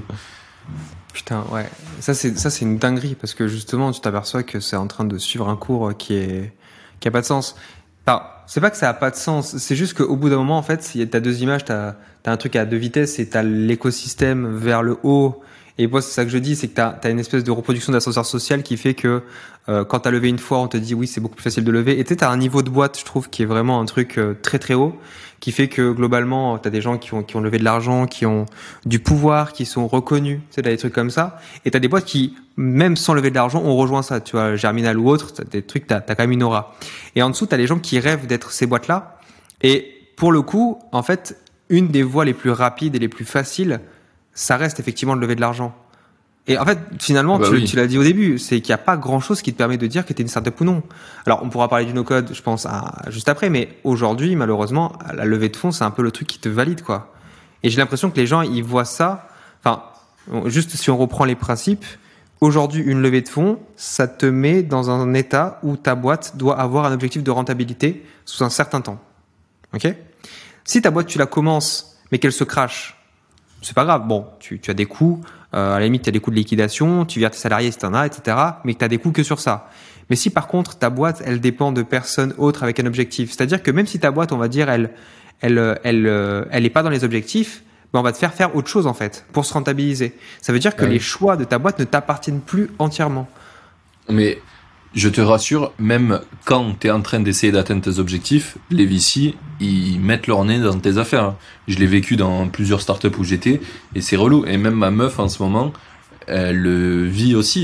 Putain, ouais. Ça, c'est, ça, c'est une dinguerie, parce que justement, tu t'aperçois que c'est en train de suivre un cours qui est, qui a pas de sens. Enfin, c'est pas que ça a pas de sens, c'est juste qu'au bout d'un moment, en fait, t'as deux images, t'as, t'as un truc à deux vitesses, et t'as l'écosystème vers le haut. Et moi, c'est ça que je dis, c'est que t'as, t'as une espèce de reproduction d'ascenseur social qui fait que euh, quand t'as levé une fois, on te dit oui, c'est beaucoup plus facile de lever. Et tu sais, t'as un niveau de boîte, je trouve, qui est vraiment un truc euh, très très haut, qui fait que globalement, t'as des gens qui ont qui ont levé de l'argent, qui ont du pouvoir, qui sont reconnus, tu sais, t'as des trucs comme ça. Et t'as des boîtes qui, même sans lever de l'argent, ont rejoint ça. Tu vois, Germinal ou autre, t'as des trucs, t'as, t'as quand même une aura. Et en dessous, t'as les gens qui rêvent d'être ces boîtes-là. Et pour le coup, en fait, une des voies les plus rapides et les plus faciles, ça reste effectivement de lever de l'argent. Et en fait, finalement, bah tu, oui. tu l'as dit au début, c'est qu'il n'y a pas grand-chose qui te permet de dire que tu es une startup ou non. Alors, on pourra parler du no-code, je pense, à, juste après, mais aujourd'hui, malheureusement, la levée de fonds, c'est un peu le truc qui te valide, quoi. Et j'ai l'impression que les gens, ils voient ça, enfin, juste si on reprend les principes, aujourd'hui, une levée de fonds, ça te met dans un état où ta boîte doit avoir un objectif de rentabilité sous un certain temps. Ok ? Si ta boîte, tu la commences, mais qu'elle se crache, c'est pas grave. Bon, tu, tu as des coûts, euh, à la limite, tu as des coûts de liquidation, tu vires tes salariés si t'en as, et cetera. Mais que tu as des coûts que sur ça. Mais si par contre, ta boîte, elle dépend de personnes autres avec un objectif, c'est-à-dire que même si ta boîte, on va dire, elle elle elle elle est pas dans les objectifs, ben on va te faire faire autre chose en fait pour se rentabiliser. Ça veut dire que ouais. les choix de ta boîte ne t'appartiennent plus entièrement. Mais je te rassure, même quand tu es en train d'essayer d'atteindre tes objectifs, les V C, ils mettent leur nez dans tes affaires. Je l'ai vécu dans plusieurs startups où j'étais, et c'est relou. Et même ma meuf, en ce moment, elle le vit aussi.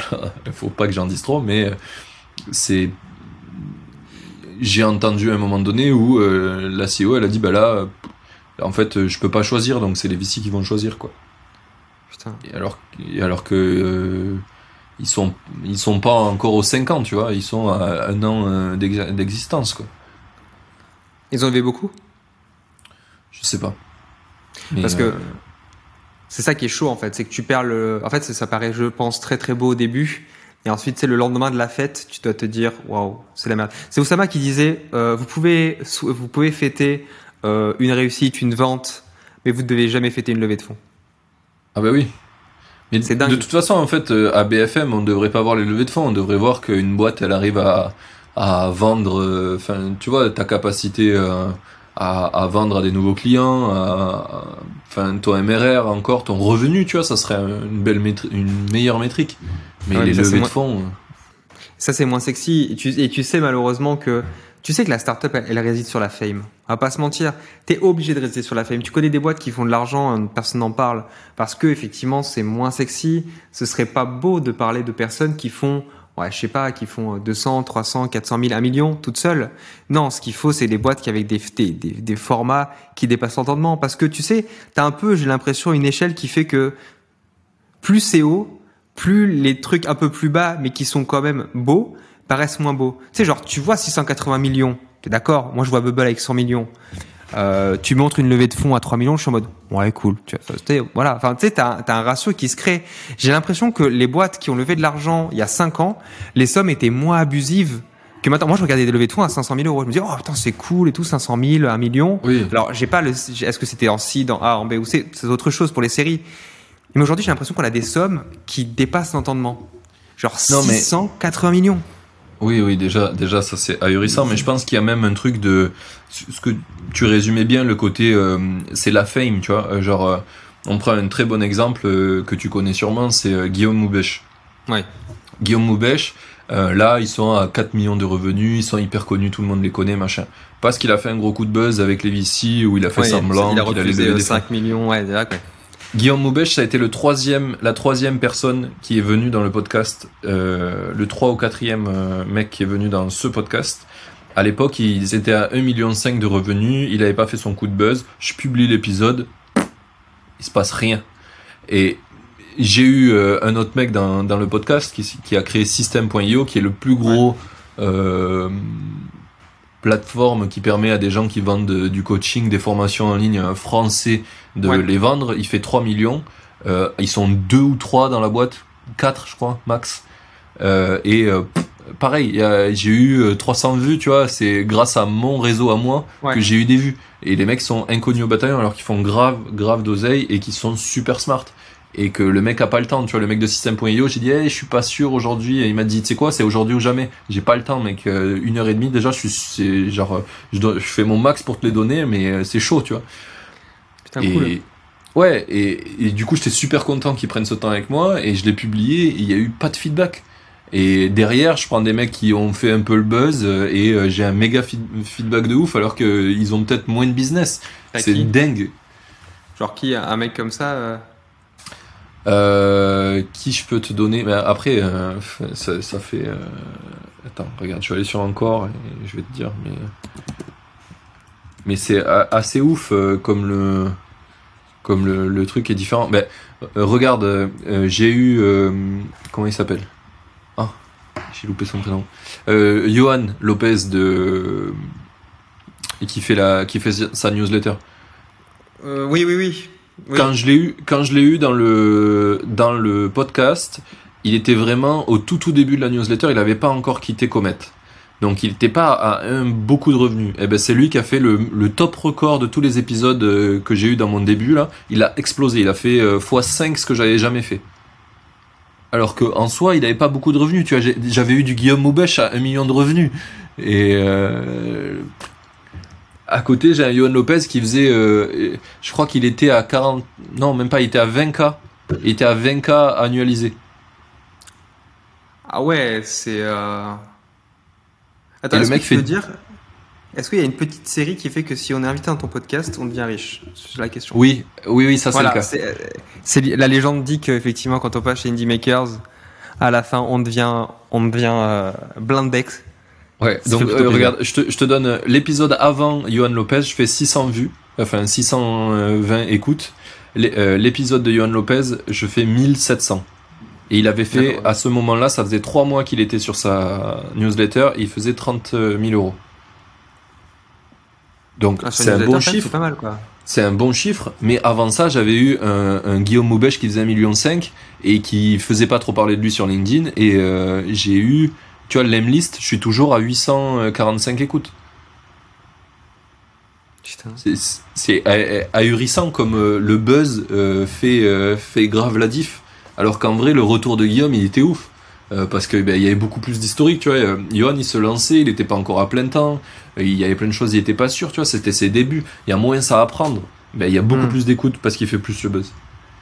Il faut pas que j'en dise trop, mais c'est... J'ai entendu à un moment donné où euh, la C E O, elle a dit, bah là, en fait, je peux pas choisir, donc c'est les V C qui vont choisir, quoi. Putain. Et alors, et alors que... Euh, ils sont ils sont pas encore aux cinq ans, tu vois, ils sont à un an d'existence, quoi. Ils ont levé beaucoup ? Je sais pas. Mais Parce que euh, c'est ça qui est chaud en fait, c'est que tu perds le. En fait, ça, ça paraît, je pense, très très beau au début, et ensuite, c'est le lendemain de la fête, tu dois te dire, waouh, c'est la merde. C'est Oussama qui disait, euh, vous pouvez, vous pouvez fêter euh, une réussite, une vente, mais vous ne devez jamais fêter une levée de fonds. Ah bah oui. Mais C'est de dingue. toute façon, en fait, euh, à B F M, on devrait pas voir les levées de fonds, on devrait voir qu'une boîte, elle arrive à, à vendre, enfin, euh, tu vois, ta capacité euh, à, à vendre à des nouveaux clients, enfin, ton M R R encore, ton revenu, tu vois, ça serait une belle métri- une meilleure métrique. Mais Ouais, les mais ça, c'est levées de moins- fonds, euh, Ça, c'est moins sexy. Et tu, et tu sais malheureusement que tu sais que la startup, elle, elle réside sur la fame. On va pas se mentir. T'es obligé de rester sur la fame. Tu connais des boîtes qui font de l'argent, hein, personne n'en parle parce que effectivement, c'est moins sexy. Ce serait pas beau de parler de personnes qui font, ouais, je sais pas, qui font deux cents, trois cents, quatre cent mille, un million toutes seules. Non, ce qu'il faut, c'est des boîtes qui avec des, des, des, des formats qui dépassent l'entendement. Parce que tu sais, t'as un peu, j'ai l'impression, une échelle qui fait que plus c'est haut, plus les trucs un peu plus bas, mais qui sont quand même beaux, paraissent moins beaux. Tu sais, genre, tu vois six cent quatre-vingts millions, t'es d'accord? Moi, je vois Bubble avec cent millions. Euh, tu montres une levée de fonds à trois millions, je suis en mode, ouais, cool. Tu vois, voilà. Enfin, tu sais, t'as, t'as un ratio qui se crée. J'ai l'impression que les boîtes qui ont levé de l'argent il y a cinq ans, les sommes étaient moins abusives que maintenant. Moi, je regardais des levées de fonds à cinq cent mille euros. Je me dis, oh, putain, c'est cool et tout, cinq cent mille, un million. oui. Alors, j'ai pas le, est-ce que c'était en C, en A, en B ou C? C'est autre chose pour les séries. Mais aujourd'hui, j'ai l'impression qu'on a des sommes qui dépassent l'entendement. Genre Non, mais- six cent quatre-vingts millions. Oui, oui, déjà, déjà, ça c'est ahurissant, mais je pense qu'il y a même un truc de, ce que tu résumais bien, le côté, euh, c'est la fame, tu vois, euh, genre, euh, on prend un très bon exemple euh, que tu connais sûrement, c'est euh, Guillaume Moubèche. Ouais. Guillaume Moubèche, euh, là, ils sont à quatre millions de revenus, ils sont hyper connus, tout le monde les connaît, machin. Parce qu'il a fait un gros coup de buzz avec les V C, où il a fait Ouais, semblant il a qu'il allait refusé lever euh, des fonds. cinq millions. Ouais, d'accord. Ouais. Guillaume Moubèche, ça a été le troisième, la troisième personne qui est venue dans le podcast, euh, le trois ou quatrième euh, mec qui est venu dans ce podcast. À l'époque, ils étaient à un virgule cinq million de revenus, il avait pas fait son coup de buzz. Je publie l'épisode, il se passe rien. Et j'ai eu euh, un autre mec dans, dans le podcast qui, qui a créé System point i o, qui est le plus gros euh, plateforme qui permet à des gens qui vendent de- du coaching, des formations en ligne euh, français de Ouais. les vendre. Il fait trois millions. Euh, ils sont deux ou trois dans la boîte, quatre je crois max. Euh, et euh, pff, pareil, y a- j'ai eu euh, trois cents vues, tu vois. C'est grâce à mon réseau à moi Ouais. que j'ai eu des vues. Et les mecs sont inconnus au bataillon alors qu'ils font grave, grave d'oseille et qu'ils sont super smart. Et que le mec a pas le temps, tu vois, le mec de System point i o, j'ai dit, hey, je suis pas sûr aujourd'hui, et il m'a dit, tu sais quoi, c'est aujourd'hui ou jamais, j'ai pas le temps, mec, euh, une heure et demie, déjà, je suis, c'est genre, euh, je, dois, je fais mon max pour te les donner, mais euh, c'est chaud, tu vois. Putain, et, cool. ouais, et, et du coup, j'étais super content qu'ils prennent ce temps avec moi, et je l'ai publié, et il y a eu pas de feedback. Et derrière, je prends des mecs qui ont fait un peu le buzz, euh, et euh, j'ai un méga feed- feedback de ouf, alors qu'ils ont peut-être moins de business. T'as C'est qui dingue. Genre qui, un mec comme ça euh, Euh, qui je peux te donner? Mais après, euh, ça, ça fait. Euh... Attends, regarde, je vais aller sur encore et je vais te dire. Mais, mais c'est a- assez ouf euh, comme le comme le, le truc est différent. Ben, euh, regarde, euh, j'ai eu euh, comment il s'appelle? Ah, j'ai loupé son prénom. Euh, Johan Lopez de et qui fait la qui fait sa newsletter. euh, Oui, oui, oui. Oui. Quand je l'ai eu, quand je l'ai eu dans le dans le podcast, il était vraiment au tout tout début de la newsletter. Il n'avait pas encore quitté Comet, donc il n'était pas à un beaucoup de revenus. Et ben c'est lui qui a fait le, le top record de tous les épisodes euh, que j'ai eu dans mon début là. Il a explosé. Il a fait euh, fois cinq ce que j'avais jamais fait. Alors que en soi, il n'avait pas beaucoup de revenus. Tu vois, j'ai- j'avais eu du Guillaume Moubèche à un million de revenus. Et euh, à côté, j'ai un Johan Lopez qui faisait, euh, je crois qu'il était à quarante, non, même pas, il était à vingt K. Il était à vingt K annualisé. Ah ouais, c'est. Euh... Attends, Et le est-ce mec que tu peux fait- dire Est-ce qu'il y a une petite série qui fait que si on est invité dans ton podcast, on devient riche? C'est la question. Oui, oui, oui, ça Voilà, c'est le cas. c'est, euh, c'est li- la légende dit qu'effectivement, quand on passe chez Indie Makers, à la fin, on devient, on devient euh, blindex. Ouais, Ça donc fait plutôt euh, plaisir. regarde, je te, je te donne euh, l'épisode avant Johan Lopez, je fais six cents vues, enfin six cent vingt écoutes. L'é- euh, L'épisode de Johan Lopez, je fais mille sept cents. Et il avait fait, D'accord. à ce moment-là, ça faisait trois mois qu'il était sur sa newsletter, et il faisait trente mille euros. Donc Ah, sur c'est un une bon newsletter, chiffre. C'est pas mal, quoi. c'est un bon chiffre, mais avant ça, j'avais eu un, un Guillaume Moubèche qui faisait un million cinq et qui faisait pas trop parler de lui sur LinkedIn. Et euh, j'ai eu, tu vois, l'Emlist, je suis toujours à huit cent quarante-cinq écoutes. Putain. C'est, c'est ahurissant comme euh, le buzz euh, fait, euh, fait grave la diff. Alors qu'en vrai, le retour de Guillaume, il était ouf. Euh, parce que ben, il y avait beaucoup plus d'historique, tu vois. Euh, Johan, il se lançait, il était pas encore à plein temps. Euh, il y avait plein de choses, il était pas sûr, tu vois. C'était ses débuts. Il y a moyen ça à apprendre. Ben, il y a beaucoup Mm. plus d'écoute parce qu'il fait plus le buzz.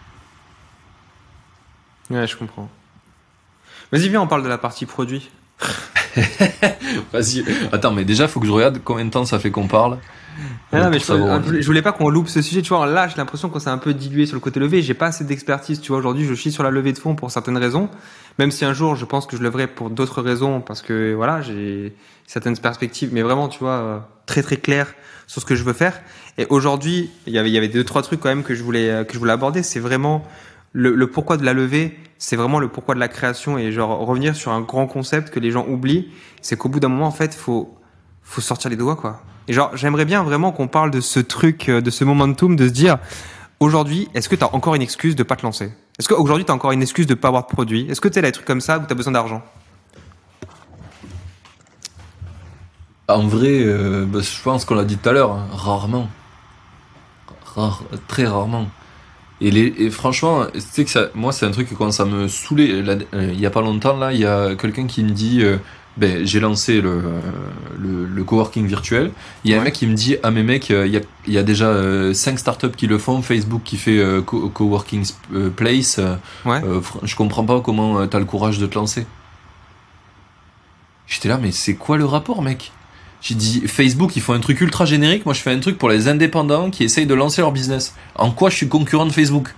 Ouais, je comprends. Vas-y, viens, on parle de la partie produit. Vas-y. Attends, mais déjà, faut que je regarde combien de temps ça fait qu'on parle. Ah, Euh, non, mais pour je, savoir. je, je voulais pas qu'on loupe ce sujet, tu vois. Là, j'ai l'impression qu'on s'est un peu dilué sur le côté levé. J'ai pas assez d'expertise, tu vois. Aujourd'hui, je chie sur la levée de fonds pour certaines raisons. Même si un jour, je pense que je leverai pour d'autres raisons, parce que voilà, j'ai certaines perspectives, mais vraiment, tu vois, euh, très très claires sur ce que je veux faire. Et aujourd'hui, il y avait, il y avait deux trois trucs quand même que je voulais euh, que je voulais aborder. C'est vraiment le, le pourquoi de la levée. C'est vraiment le pourquoi de la création et genre revenir sur un grand concept que les gens oublient. C'est qu'au bout d'un moment, en fait, faut faut sortir les doigts, quoi. Et genre, j'aimerais bien vraiment qu'on parle de ce truc, de ce momentum, de se dire, aujourd'hui, est-ce que t'as encore une excuse de pas te lancer? Est-ce qu'aujourd'hui, t'as encore une excuse de pas avoir de produit? Est-ce que t'es là, des trucs comme ça où t'as besoin d'argent? En vrai, euh, bah, je pense qu'on l'a dit tout à l'heure, hein, rarement. Rare, très rarement. Et, les, et franchement, tu sais que ça, moi, c'est un truc qui commence à me saouler. Là, euh, il y a pas longtemps, là, il y a quelqu'un qui me dit, euh, ben, j'ai lancé le, le, le coworking virtuel. Il y a Ouais. un mec qui me dit, ah mais mec, euh, il y a, il y a déjà euh, cinq startups qui le font, Facebook qui fait euh, co- coworking euh, place. Euh, Ouais. euh, fr- je comprends pas comment euh, t'as le courage de te lancer. J'étais là, mais c'est quoi le rapport, mec? J'ai dit, Facebook, ils font un truc ultra générique. Moi, je fais un truc pour les indépendants qui essayent de lancer leur business. En quoi je suis concurrent de Facebook?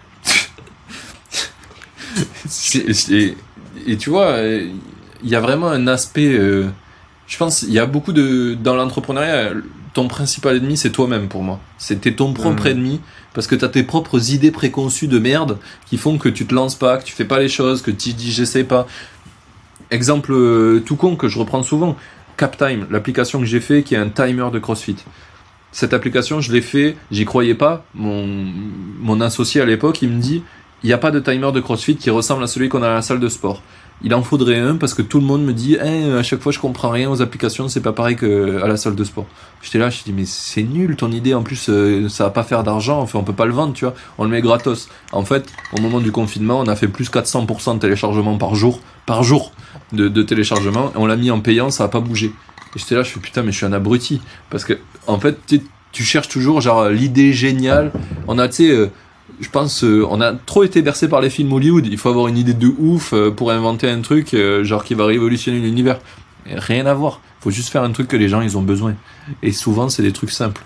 C'est- c'est- et tu vois, euh, il y a vraiment un aspect. euh, je pense, il y a beaucoup de dans l'entrepreneuriat. Ton principal ennemi, c'est toi-même pour moi. C'était ton propre Mhm. ennemi parce que t'as tes propres idées préconçues de merde qui font que tu te lances pas, que tu fais pas les choses, que tu dis j'essaie pas. Exemple euh, tout con que je reprends souvent. Captime, l'application que j'ai fait qui est un timer de CrossFit. Cette application, je l'ai fait, j'y croyais pas. Mon, mon associé à l'époque, il me dit, il n'y a pas de timer de CrossFit qui ressemble à celui qu'on a à la salle de sport. Il en faudrait un parce que tout le monde me dit, hey, à chaque fois je comprends rien aux applications, c'est pas pareil qu'à la salle de sport. J'étais là, je dis mais c'est nul ton idée. En plus, euh, ça va pas faire d'argent. Enfin, on peut pas le vendre, tu vois. On le met gratos. En fait, au moment du confinement, on a fait plus quatre cents pour cent de téléchargement par jour, par jour de, de téléchargement. Et on l'a mis en payant, ça a pas bougé. Et j'étais là, je fais putain, mais je suis un abruti. Parce que, en fait, tu, tu cherches toujours, genre, l'idée géniale. On a, tu sais, euh, je pense, euh, on a trop été bercé par les films Hollywood. Il faut avoir une idée de ouf euh, pour inventer un truc, euh, genre, qui va révolutionner l'univers. Et rien à voir. Faut juste faire un truc que les gens, ils ont besoin. Et souvent, c'est des trucs simples.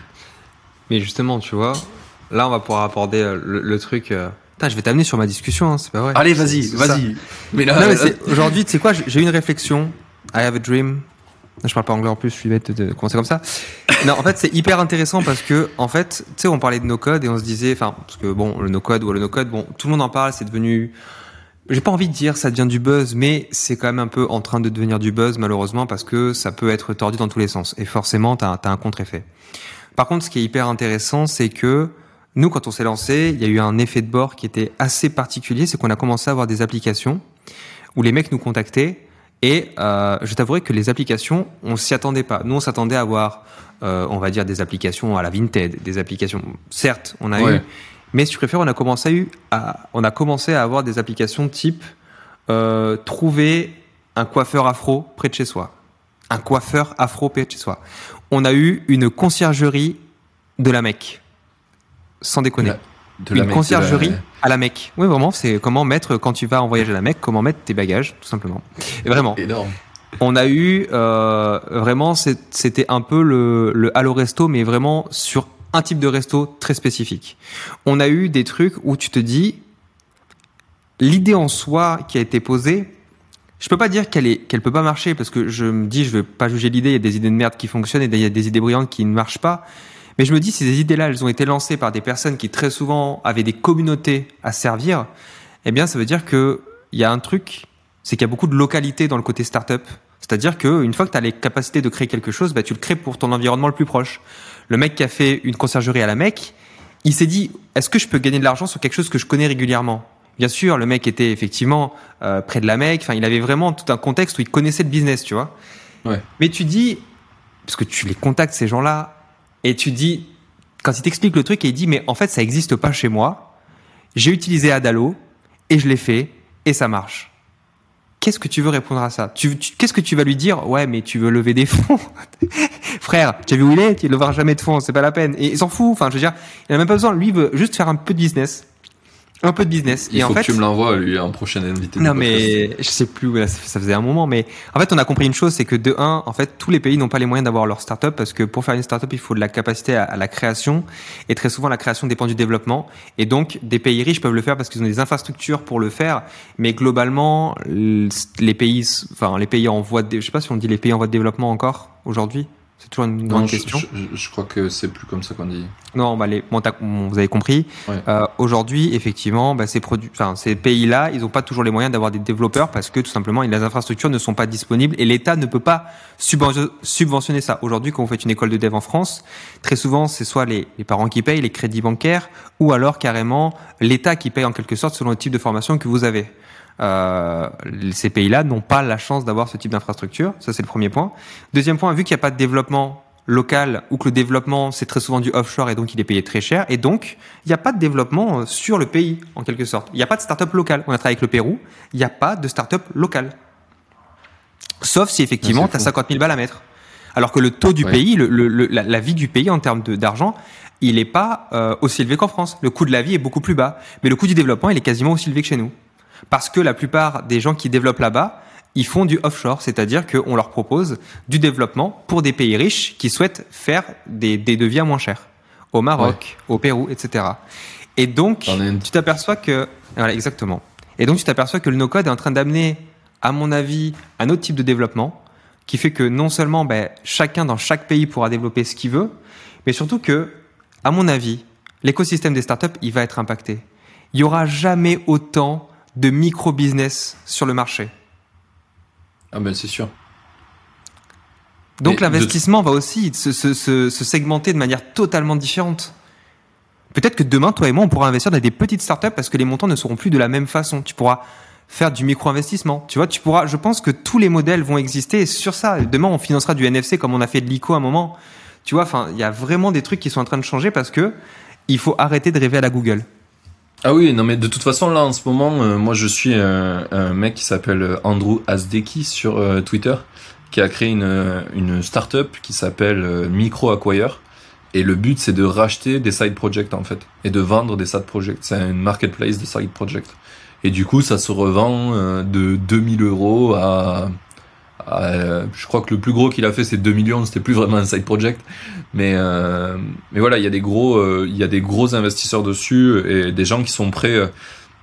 Mais justement, tu vois, là, on va pouvoir aborder euh, le, le truc. euh, Putain, je vais t'amener sur ma discussion, hein, c'est pas vrai. Allez, vas-y, C'est- c'est ça. vas-y. Mais là, Non, mais là- c'est- aujourd'hui, tu sais quoi, j'ai j'ai eu une réflexion. I have a dream. Je parle pas anglais en plus, je suis bête de commencer comme ça. Non, en fait, c'est hyper intéressant parce que, en fait, tu sais, on parlait de no-code et on se disait, enfin, parce que bon, le no-code ou le no-code, bon, tout le monde en parle, c'est devenu, j'ai pas envie de dire ça devient du buzz, mais c'est quand même un peu en train de devenir du buzz, malheureusement, parce que ça peut être tordu dans tous les sens. Et forcément, t'as, t'as un contre-effet. Par contre, ce qui est hyper intéressant, c'est que nous, quand on s'est lancé, il y a eu un effet de bord qui était assez particulier, c'est qu'on a commencé à avoir des applications où les mecs nous contactaient et euh, je t'avouerai que les applications, on s'y attendait pas. Nous, on s'attendait à avoir, euh, on va dire, des applications à la Vinted, des applications. Certes, on a Ouais. eu, mais si tu préfères, on a commencé à, eu, à, on a commencé à avoir des applications type euh, trouver un coiffeur afro près de chez soi, un coiffeur afro près de chez soi. On a eu une conciergerie de la Mecque, sans déconner. La- de la Une Mecque, conciergerie de la- à la Mecque. Oui, vraiment, c'est comment mettre, quand tu vas en voyage à la Mecque, comment mettre tes bagages, tout simplement. Et vraiment, Énorme. on a eu, euh, vraiment, c'est- c'était un peu le, le Halo Resto, mais vraiment sur un type de resto très spécifique. On a eu des trucs où tu te dis, l'idée en soi qui a été posée, je peux pas dire qu'elle est, qu'elle peut pas marcher, parce que je me dis, je veux pas juger l'idée, il y a des idées de merde qui fonctionnent et il y a des idées brillantes qui ne marchent pas. Mais je me dis, si ces idées-là, elles ont été lancées par des personnes qui très souvent avaient des communautés à servir, eh bien, ça veut dire que il y a un truc, c'est qu'il y a beaucoup de localité dans le côté startup. C'est-à-dire qu'une fois que tu as les capacités de créer quelque chose, bah, tu le crées pour ton environnement le plus proche. Le mec qui a fait une conciergerie à la Mecque, il s'est dit, est-ce que je peux gagner de l'argent sur quelque chose que je connais régulièrement ? Bien sûr, le mec était effectivement euh, près de la Mecque. Enfin, il avait vraiment tout un contexte où il connaissait le business, tu vois. Ouais. Mais tu dis, parce que tu les contactes ces gens-là, et tu dis, quand il t'explique le truc, et il dit, mais en fait, ça n'existe pas chez moi. J'ai utilisé Adalo et je l'ai fait et ça marche. Qu'est-ce que tu veux répondre à ça ? tu, tu, Qu'est-ce que tu vas lui dire ? Ouais, mais tu veux lever des fonds. Frère, tu as vu où il est ? Il ne levera jamais de fonds, c'est pas la peine. Et il s'en fout. Enfin, je veux dire, il n'a même pas besoin. Lui, il veut juste faire un peu de business. Un peu de business. Il et faut en fait, que tu me l'envoies, lui, un prochain invité. Non, mais je sais plus, là, ça faisait un moment, mais en fait, on a compris une chose, c'est que de un, en fait, tous les pays n'ont pas les moyens d'avoir leur start-up parce que pour faire une start-up, il faut de la capacité à, à la création et très souvent, la création dépend du développement. Et donc, des pays riches peuvent le faire parce qu'ils ont des infrastructures pour le faire, mais globalement, les pays, enfin, les pays en voie de, je sais pas si on dit les pays en voie de développement encore aujourd'hui. C'est toujours une grande non, je, question. Je, je crois que c'est plus comme ça qu'on dit. Non, bah les, bon, bon, vous avez compris. Ouais. Euh, aujourd'hui, effectivement, bah, ces produits, enfin, ces pays-là, ils n'ont pas toujours les moyens d'avoir des développeurs parce que tout simplement, les infrastructures ne sont pas disponibles et l'État ne peut pas subventionner ça. Aujourd'hui, quand vous faites une école de dev en France, très souvent, c'est soit les, les parents qui payent les crédits bancaires ou alors carrément l'État qui paye en quelque sorte selon le type de formation que vous avez. Euh, ces pays-là n'ont pas la chance d'avoir ce type d'infrastructure. Ça, c'est le premier point. Deuxième point, vu qu'il n'y a pas de développement local ou que le développement, c'est très souvent du offshore et donc il est payé très cher, et donc il n'y a pas de développement sur le pays, en quelque sorte. Il n'y a pas de start-up locale. On a travaillé avec le Pérou, il n'y a pas de start-up locale. Sauf si effectivement, tu as cinquante mille balles à mettre. Alors que le taux du ouais. pays, le, le, le, la, la vie du pays en termes de, d'argent, il n'est pas euh, aussi élevé qu'en France. Le coût de la vie est beaucoup plus bas. Mais le coût du développement, il est quasiment aussi élevé que chez nous. Parce que la plupart des gens qui développent là-bas, ils font du offshore, c'est-à-dire qu'on leur propose du développement pour des pays riches qui souhaitent faire des, des devis à moins cher, au Maroc, ouais. au Pérou, et cetera. Et donc, tu t'aperçois que, voilà, exactement. Et donc, tu t'aperçois que le no-code est en train d'amener, à mon avis, un autre type de développement qui fait que non seulement, ben, chacun dans chaque pays pourra développer ce qu'il veut, mais surtout que, à mon avis, l'écosystème des startups, il va être impacté. Il y aura jamais autant de micro-business sur le marché. Ah ben c'est sûr. Donc Mais l'investissement de... va aussi se, se, se, se segmenter de manière totalement différente. Peut-être que demain, toi et moi, on pourra investir dans des petites startups parce que les montants ne seront plus de la même façon. Tu pourras faire du micro-investissement. Tu vois, tu pourras. Je pense que tous les modèles vont exister sur ça. Demain, on financera du N F C comme on a fait de l'I C O à un moment. Tu vois, enfin, il y a vraiment des trucs qui sont en train de changer parce que il faut arrêter de rêver à la Google. Ah oui, non mais de toute façon là en ce moment, euh, moi je suis euh, un mec qui s'appelle Andrew Azdeki sur euh, Twitter, qui a créé une une startup qui s'appelle euh, Micro Acquire, et le but c'est de racheter des side projects en fait et de vendre des side projects. C'est une marketplace de side projects. Et du coup ça se revend euh, de deux mille euros à Euh, je crois que le plus gros qu'il a fait c'est deux millions, c'était plus vraiment un side project, mais euh, mais voilà, il y a des gros euh, il y a des gros investisseurs dessus et des gens qui sont prêts euh,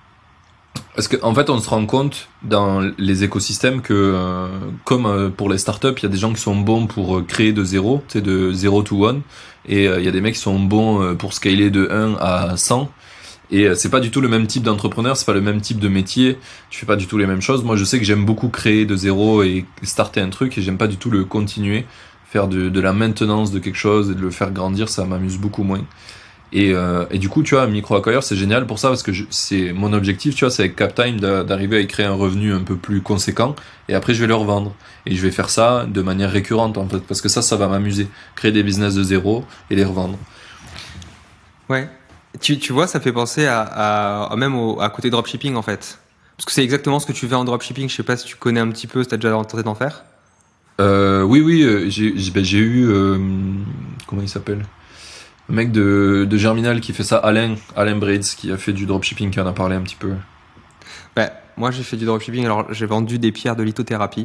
parce que en fait on se rend compte dans les écosystèmes que euh, comme euh, pour les startups, il y a des gens qui sont bons pour créer de zéro, tu sais, de zéro to one, et euh, il y a des mecs qui sont bons pour scaler de un à cent. Et c'est pas du tout le même type d'entrepreneur, c'est pas le même type de métier, tu fais pas du tout les mêmes choses. Moi, je sais que j'aime beaucoup créer de zéro et starter un truc, et j'aime pas du tout le continuer, faire de, de la maintenance de quelque chose et de le faire grandir, ça m'amuse beaucoup moins. Et, euh, et du coup, tu vois, Micro Acquire, c'est génial pour ça, parce que je, c'est mon objectif, tu vois, c'est avec Captime d'arriver à y créer un revenu un peu plus conséquent, et après je vais le revendre. Et je vais faire ça de manière récurrente, en fait, parce que ça, ça va m'amuser. Créer des business de zéro et les revendre. Ouais. Tu, tu vois, ça fait penser à, à, à même au, à côté dropshipping en fait. Parce que c'est exactement ce que tu fais en dropshipping. Je sais pas si tu connais un petit peu, si tu as déjà tenté d'en faire. Euh, oui, oui, euh, j'ai, j'ai, ben, j'ai eu. Euh, comment il s'appelle ? Un mec de, de Germinal qui fait ça, Alain, Alain Braids, qui a fait du dropshipping, qui en a parlé un petit peu. Ben, moi j'ai fait du dropshipping, alors j'ai vendu des pierres de lithothérapie.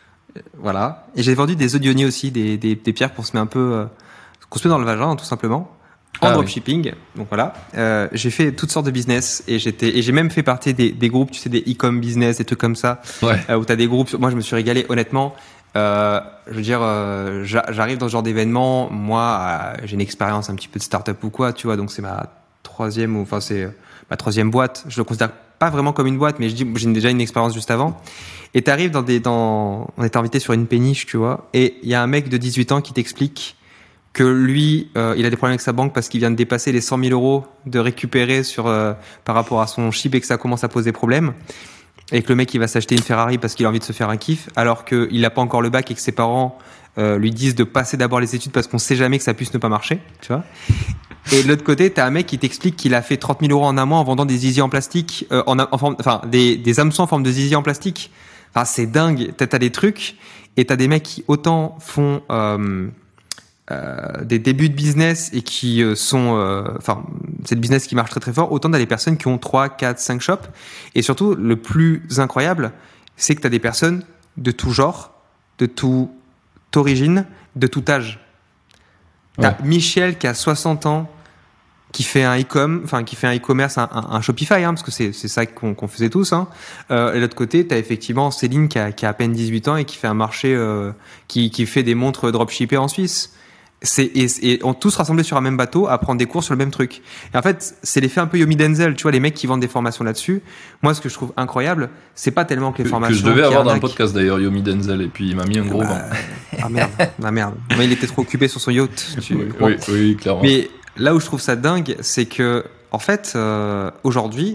Voilà. Et j'ai vendu des odioniers aussi, des, des, des pierres pour se mettre un peu. Euh, qu'on se met dans le vagin, tout simplement. En ah, dropshipping, oui. Donc voilà, euh, j'ai fait toutes sortes de business et j'étais et j'ai même fait partie des, des groupes, tu sais, des e-com business, des trucs comme ça, ouais. euh, où t'as des groupes. Moi, je me suis régalé, honnêtement. Euh, je veux dire, euh, j'arrive dans ce genre d'événement. Moi, euh, j'ai une expérience un petit peu de start-up ou quoi, tu vois. Donc c'est ma troisième ou enfin c'est ma troisième boîte. Je le considère pas vraiment comme une boîte, mais je dis, j'ai déjà une expérience juste avant. Et t'arrives dans des, dans, on était invité sur une péniche, tu vois, et il y a un mec de dix-huit ans qui t'explique que lui, euh, il a des problèmes avec sa banque parce qu'il vient de dépasser les cent mille euros de récupérer sur, euh, par rapport à son chip et que ça commence à poser problème. Et que le mec, il va s'acheter une Ferrari parce qu'il a envie de se faire un kiff, alors qu'il n'a pas encore le bac et que ses parents euh, lui disent de passer d'abord les études parce qu'on sait jamais que ça puisse ne pas marcher, tu vois. Et de l'autre côté, t'as un mec qui t'explique qu'il a fait trente mille euros en un mois en vendant des zizi en plastique, euh, en, en forme, enfin, des, des hameçons en forme de zizi en plastique. Enfin, c'est dingue. T'as, t'as des trucs, et t'as des mecs qui autant font, euh, Euh, des débuts de business et qui euh, sont euh, enfin c'est le business qui marche très très fort, autant t'as des personnes qui ont trois, quatre, cinq shops, et surtout le plus incroyable c'est que t'as des personnes de tout genre, de toute origine, de tout âge. T'as ouais. Michel qui a soixante ans qui fait un e-com, enfin qui fait un e-commerce, un, un, un Shopify, hein, parce que c'est c'est ça qu'on, qu'on faisait tous. Hein. Euh, et de l'autre côté, t'as effectivement Céline qui a, qui a à peine dix-huit ans et qui fait un marché, euh, qui qui fait des montres dropshippées en Suisse. C'est, et, et on tous rassemblés sur un même bateau à prendre des cours sur le même truc. Et en fait, c'est l'effet un peu Yomi Denzel, tu vois, les mecs qui vendent des formations là-dessus. Moi, ce que je trouve incroyable, c'est pas tellement que les que, formations. Que je devais avoir dans le podcast d'ailleurs, Yomi Denzel, et puis il m'a mis un gros bah, vent. Ah merde, ah merde. Mais il était trop occupé sur son yacht. Tu oui, oui, oui, clairement. Mais là où je trouve ça dingue, c'est que, en fait, euh, aujourd'hui,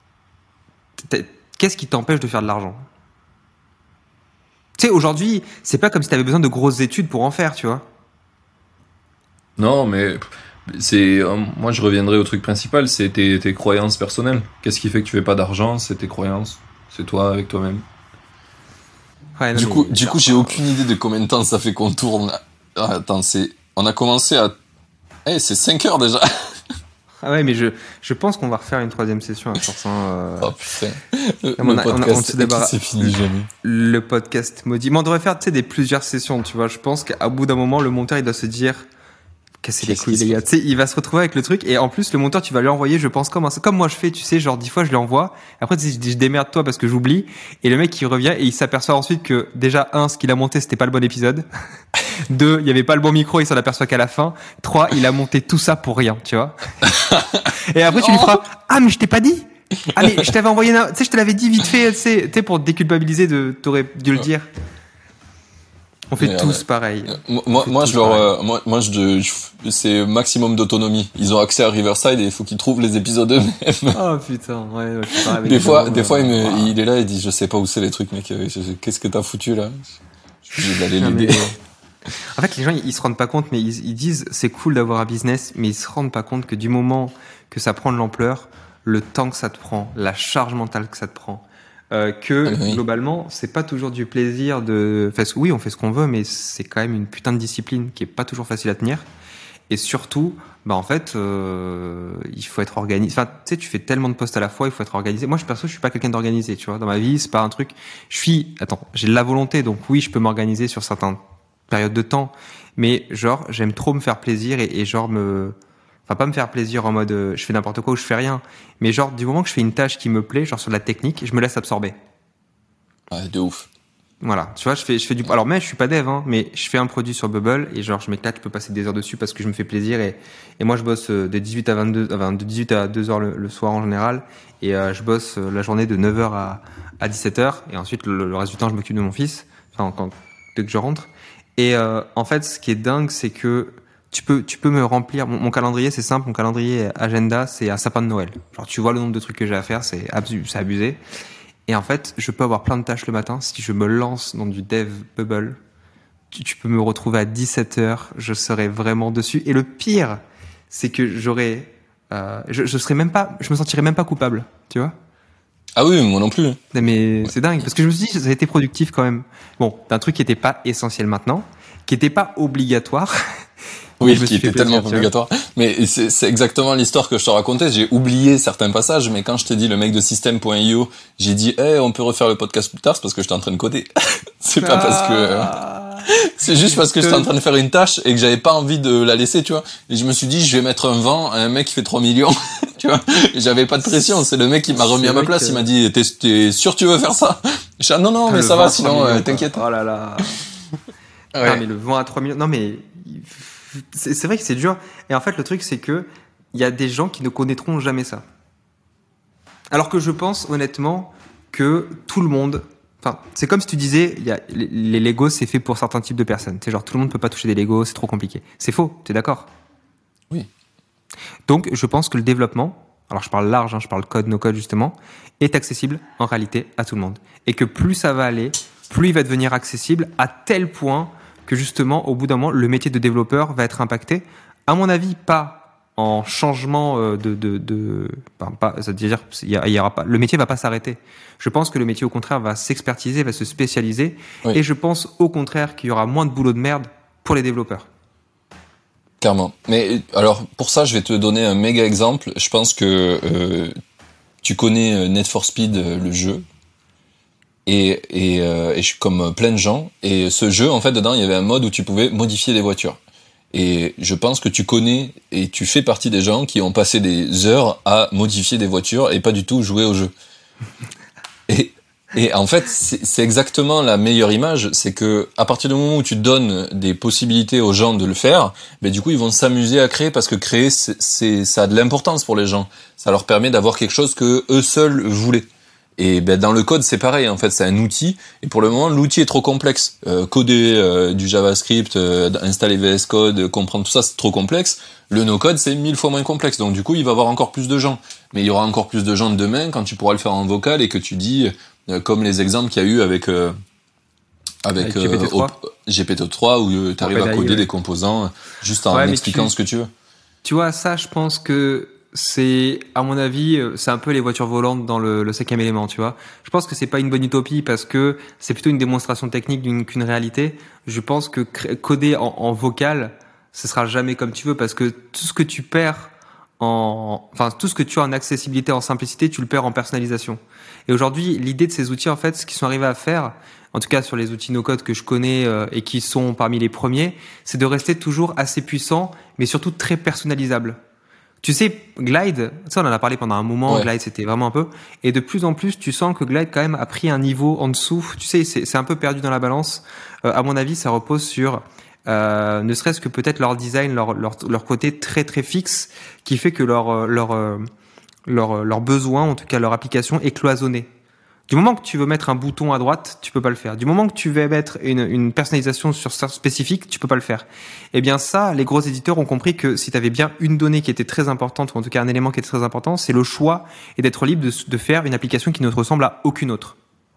qu'est-ce qui t'empêche de faire de l'argent ? Tu sais, aujourd'hui, c'est pas comme si t'avais besoin de grosses études pour en faire, tu vois. Non, mais c'est euh, moi je reviendrai au truc principal, c'est tes, tes croyances personnelles. Qu'est-ce qui fait que tu fais pas d'argent ? C'est tes croyances, c'est toi avec toi-même. Ouais, non, du coup, du coup, j'ai aucune idée de combien de temps ça fait qu'on tourne. Ah, attends, c'est, on a commencé à, eh, hey, c'est cinq heures déjà. Ah ouais, mais je, je pense qu'on va refaire une troisième session à force. Hein, euh... Oh putain. Le, on le a, podcast, on a, on c'est fini jamais. Le podcast maudit. Mais on devrait faire, tu sais, des plusieurs sessions, tu vois. Je pense qu'à bout d'un moment, le monteur, il doit se dire, casser les couilles, les gars. Tu sais, il va se retrouver avec le truc, et en plus, le monteur, tu vas lui envoyer, je pense, comme, un, comme moi je fais, tu sais, genre dix fois, je lui envoie. Après, tu sais, je dis, je démerde toi parce que j'oublie. Et le mec, il revient et il s'aperçoit ensuite que, déjà, un, ce qu'il a monté, c'était pas le bon épisode. Deux, il y avait pas le bon micro, il s'en aperçoit qu'à la fin. Trois, il a monté tout ça pour rien, tu vois. Et après, tu lui feras, ah, mais je t'ai pas dit. Ah, mais je t'avais envoyé, tu sais, je te l'avais dit vite fait, tu sais, tu sais, pour te déculpabiliser de, t'aurais dû le dire. On fait mais tous euh, pareil. Moi, moi, je leur, euh, moi, moi, je, je, c'est maximum d'autonomie. Ils ont accès à Riverside et il faut qu'ils trouvent les épisodes eux-mêmes. Oh putain, ouais. ouais je avec des fois, des euh, fois, il, me, wow. il est là, il dit, je sais pas où c'est les trucs, mec. Qu'est-ce que t'as foutu là ? Je vais aller l'aider. Mais... En fait, les gens, ils se rendent pas compte, mais ils, ils disent, c'est cool d'avoir un business, mais ils se rendent pas compte que du moment que ça prend de l'ampleur, le temps que ça te prend, la charge mentale que ça te prend. Euh, que ah oui. Globalement, c'est pas toujours du plaisir de. Enfin, oui, on fait ce qu'on veut, mais c'est quand même une putain de discipline qui est pas toujours facile à tenir. Et surtout, bah en fait, euh, il faut être organisé. Enfin, tu sais, tu fais tellement de postes à la fois, il faut être organisé. Moi, je perso, je suis pas quelqu'un d'organisé, tu vois. Dans ma vie, c'est pas un truc. Je suis. Attends, j'ai de la volonté, donc oui, je peux m'organiser sur certaines périodes de temps. Mais genre, j'aime trop me faire plaisir et, et genre me. Enfin, pas me faire plaisir en mode euh, je fais n'importe quoi ou je fais rien. Mais genre, du moment que je fais une tâche qui me plaît, genre sur la technique, je me laisse absorber. Ouais, de ouf. Voilà, tu vois, je fais, je fais du. Alors, mais je suis pas dev, hein, mais je fais un produit sur Bubble et genre, je m'éclate, je peux passer des heures dessus parce que je me fais plaisir. Et, et moi, je bosse de dix-huit à vingt-deux, enfin, de dix-huit à deux heures le, le soir en général. Et euh, je bosse la journée de neuf heures à, à dix-sept heures. Et ensuite, le, le reste du temps, je m'occupe de mon fils. Enfin, quand, dès que je rentre. Et euh, en fait, ce qui est dingue, c'est que Tu peux, tu peux me remplir mon, mon calendrier, c'est simple. Mon calendrier agenda, c'est un sapin de Noël. Genre, tu vois le nombre de trucs que j'ai à faire, c'est abusé, c'est abusé. Et en fait, je peux avoir plein de tâches le matin. Si je me lance dans du dev Bubble, tu, tu peux me retrouver à dix-sept heures. Je serai vraiment dessus. Et le pire, c'est que j'aurais, euh, je, je serais même pas, je me sentirais même pas coupable, tu vois. Ah oui, moi non plus. Mais c'est dingue parce que je me suis dit, ça a été productif quand même. Bon, d'un truc qui était pas essentiel maintenant, qui était pas obligatoire. Oui, qui était tellement obligatoire. Mais c'est, c'est exactement l'histoire que je te racontais. J'ai oublié certains passages, mais quand je t'ai dit le mec de système point i o, j'ai dit, eh, hey, on peut refaire le podcast plus tard, c'est parce que j'étais en train de coder. c'est pas ah parce que, euh... c'est juste parce que j'étais en train de faire une tâche et que j'avais pas envie de la laisser, tu vois. Et je me suis dit, je vais mettre un vent à un mec qui fait trois millions, tu vois. Et j'avais pas de pression. C'est le mec qui m'a remis c'est à ma place. Que... Il m'a dit, t'es, t'es sûr que tu veux faire ça? Je dis, ah, non, non, ah, mais ça va, sinon, millions, euh, t'inquiète. Oh là là. Ouais. Ah, mais le vent à trois millions. Non, mais, C'est, c'est vrai que c'est dur. Et en fait, le truc, c'est que il y a des gens qui ne connaîtront jamais ça. Alors que je pense honnêtement que tout le monde, enfin, c'est comme si tu disais, il y a, les, les Legos c'est fait pour certains types de personnes. C'est genre tout le monde peut pas toucher des Legos, c'est trop compliqué. C'est faux, tu es d'accord? Oui. Donc je pense que le développement, alors je parle large, hein, je parle code, no code justement, est accessible en réalité à tout le monde. Et que plus ça va aller, plus il va devenir accessible à tel point que justement, au bout d'un moment, le métier de développeur va être impacté. À mon avis, pas en changement de, de, de enfin, pas, c'est-à-dire, il y, y aura pas, le métier va pas s'arrêter. Je pense que le métier, au contraire, va s'expertiser, va se spécialiser, oui. Et je pense, au contraire, qu'il y aura moins de boulot de merde pour les développeurs. Clairement. Mais alors, pour ça, je vais te donner un méga exemple. Je pense que euh, tu connais Need for Speed, le jeu, et, et, euh, et je suis comme plein de gens. Et ce jeu, en fait, dedans, il y avait un mode où tu pouvais modifier des voitures. Et je pense que tu connais et tu fais partie des gens qui ont passé des heures à modifier des voitures et pas du tout jouer au jeu. Et, et en fait, c'est, c'est exactement la meilleure image, c'est que à partir du moment où tu donnes des possibilités aux gens de le faire, ben du coup ils vont s'amuser à créer parce que créer, c'est, c'est ça a de l'importance pour les gens. Ça leur permet d'avoir quelque chose que eux seuls voulaient. Et ben dans le code c'est pareil, en fait c'est un outil et pour le moment l'outil est trop complexe. Euh, coder euh, du JavaScript, euh, installer V S Code, comprendre tout ça c'est trop complexe. Le no-code c'est mille fois moins complexe, donc du coup il va y avoir encore plus de gens. Mais il y aura encore plus de gens demain quand tu pourras le faire en vocal et que tu dis euh, comme les exemples qu'il y a eu avec euh, avec, avec G P T trois, euh, G P T trois où tu arrives à coder ouais. des composants juste en ouais, expliquant tu, ce que tu veux. Tu vois ça, je pense que c'est, à mon avis, c'est un peu les voitures volantes dans le, le cinquième élément, tu vois. Je pense que c'est pas une bonne utopie parce que c'est plutôt une démonstration technique d'une, qu'une réalité. Je pense que coder en, en vocal, ce sera jamais comme tu veux parce que tout ce que tu perds en, enfin, tout ce que tu as en accessibilité, en simplicité, tu le perds en personnalisation. Et aujourd'hui, l'idée de ces outils, en fait, ce qu'ils sont arrivés à faire, en tout cas sur les outils no-code que je connais euh, et qui sont parmi les premiers, c'est de rester toujours assez puissant, mais surtout très personnalisable. Tu sais, Glide, ça on en a parlé pendant un moment, ouais. Glide c'était vraiment un peu, et de plus en plus tu sens que Glide quand même a pris un niveau en dessous, tu sais, c'est, c'est un peu perdu dans la balance. Euh, à mon avis, ça repose sur euh, ne serait-ce que peut-être leur design, leur, leur, leur côté très très fixe, qui fait que leur, leur, leur, leur, leur besoin, en tout cas leur application, est cloisonnée. Du moment que tu veux mettre un bouton à droite, tu peux pas le faire. Du moment que tu veux mettre une, une personnalisation sur ça spécifique, tu peux pas le faire. Eh bien ça, les gros éditeurs ont compris que si tu avais bien une donnée qui était très importante, ou en tout cas un élément qui était très important, c'est le choix et d'être libre de, de faire une application qui ne te ressemble à aucune autre.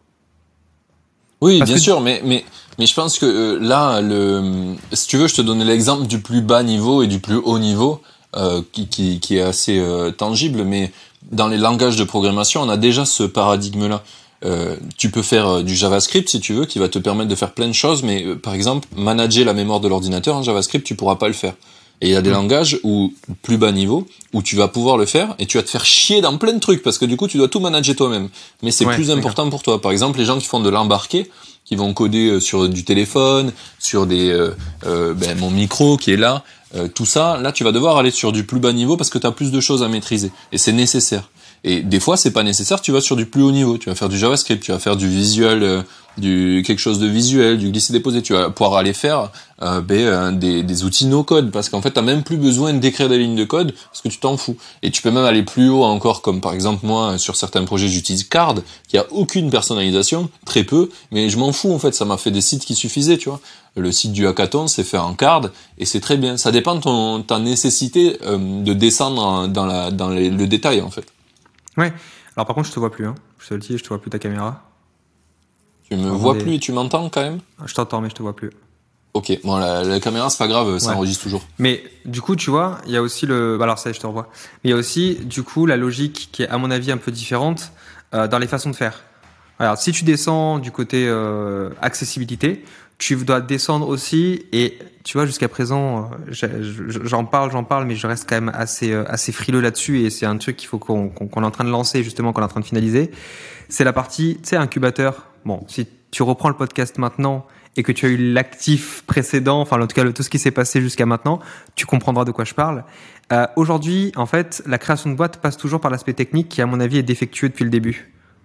Oui, Parce bien que... sûr, mais, mais, mais je pense que euh, là, le, si tu veux, je te donne l'exemple du plus bas niveau et du plus haut niveau, euh, qui, qui, qui est assez euh, tangible, mais dans les langages de programmation, on a déjà ce paradigme-là. Euh, tu peux faire euh, du JavaScript si tu veux, qui va te permettre de faire plein de choses, mais euh, par exemple, manager la mémoire de l'ordinateur en JavaScript, tu pourras pas le faire. Et il y a des mmh. langages où, plus bas niveau, où tu vas pouvoir le faire, et tu vas te faire chier dans plein de trucs, parce que du coup, tu dois tout manager toi-même. Mais c'est ouais, plus important pour toi. Par exemple, les gens qui font de l'embarqué, qui vont coder sur du téléphone, sur des euh, euh, ben, mon micro qui est là, euh, tout ça, là, tu vas devoir aller sur du plus bas niveau, parce que tu as plus de choses à maîtriser. Et c'est nécessaire. Et des fois, c'est pas nécessaire, tu vas sur du plus haut niveau, tu vas faire du JavaScript, tu vas faire du visuel, euh, du quelque chose de visuel, du glisser-déposer, tu vas pouvoir aller faire euh, ben, des, des outils no-code, parce qu'en fait, t'as même plus besoin d'écrire des lignes de code, parce que tu t'en fous. Et tu peux même aller plus haut encore, comme par exemple moi, sur certains projets, j'utilise Card, qui a aucune personnalisation, très peu, mais je m'en fous en fait, ça m'a fait des sites qui suffisaient, tu vois. Le site du hackathon, c'est fait en Card, et c'est très bien. Ça dépend de ton, ta nécessité euh, de descendre dans, la, dans les, le détail, en fait. Ouais. Alors par contre, je te vois plus. Hein. Je te le dis, je te vois plus ta caméra. Tu me vois des... plus et tu m'entends quand même ? Je t'entends, mais je te vois plus. Ok. Bon, la, la caméra, c'est pas grave, ça ouais. enregistre toujours. Mais du coup, tu vois, il y a aussi le. Alors ça, je te revois. Mais il y a aussi, du coup, la logique qui est, à mon avis, un peu différente euh, dans les façons de faire. Alors, si tu descends du côté euh, accessibilité, tu dois descendre aussi, et tu vois, jusqu'à présent, j'en parle, j'en parle, mais je reste quand même assez, assez frileux là-dessus, et c'est un truc qu'il faut qu'on, qu'on, qu'on est en train de lancer, justement, qu'on est en train de finaliser. C'est la partie, tu sais, incubateur. Bon, si tu reprends le podcast maintenant, et que tu as eu l'actif précédent, enfin, en tout cas, le, tout ce qui s'est passé jusqu'à maintenant, tu comprendras de quoi je parle. Euh, aujourd'hui, en fait, la création de boîte passe toujours par l'aspect technique qui, à mon avis, est défectueux depuis le début.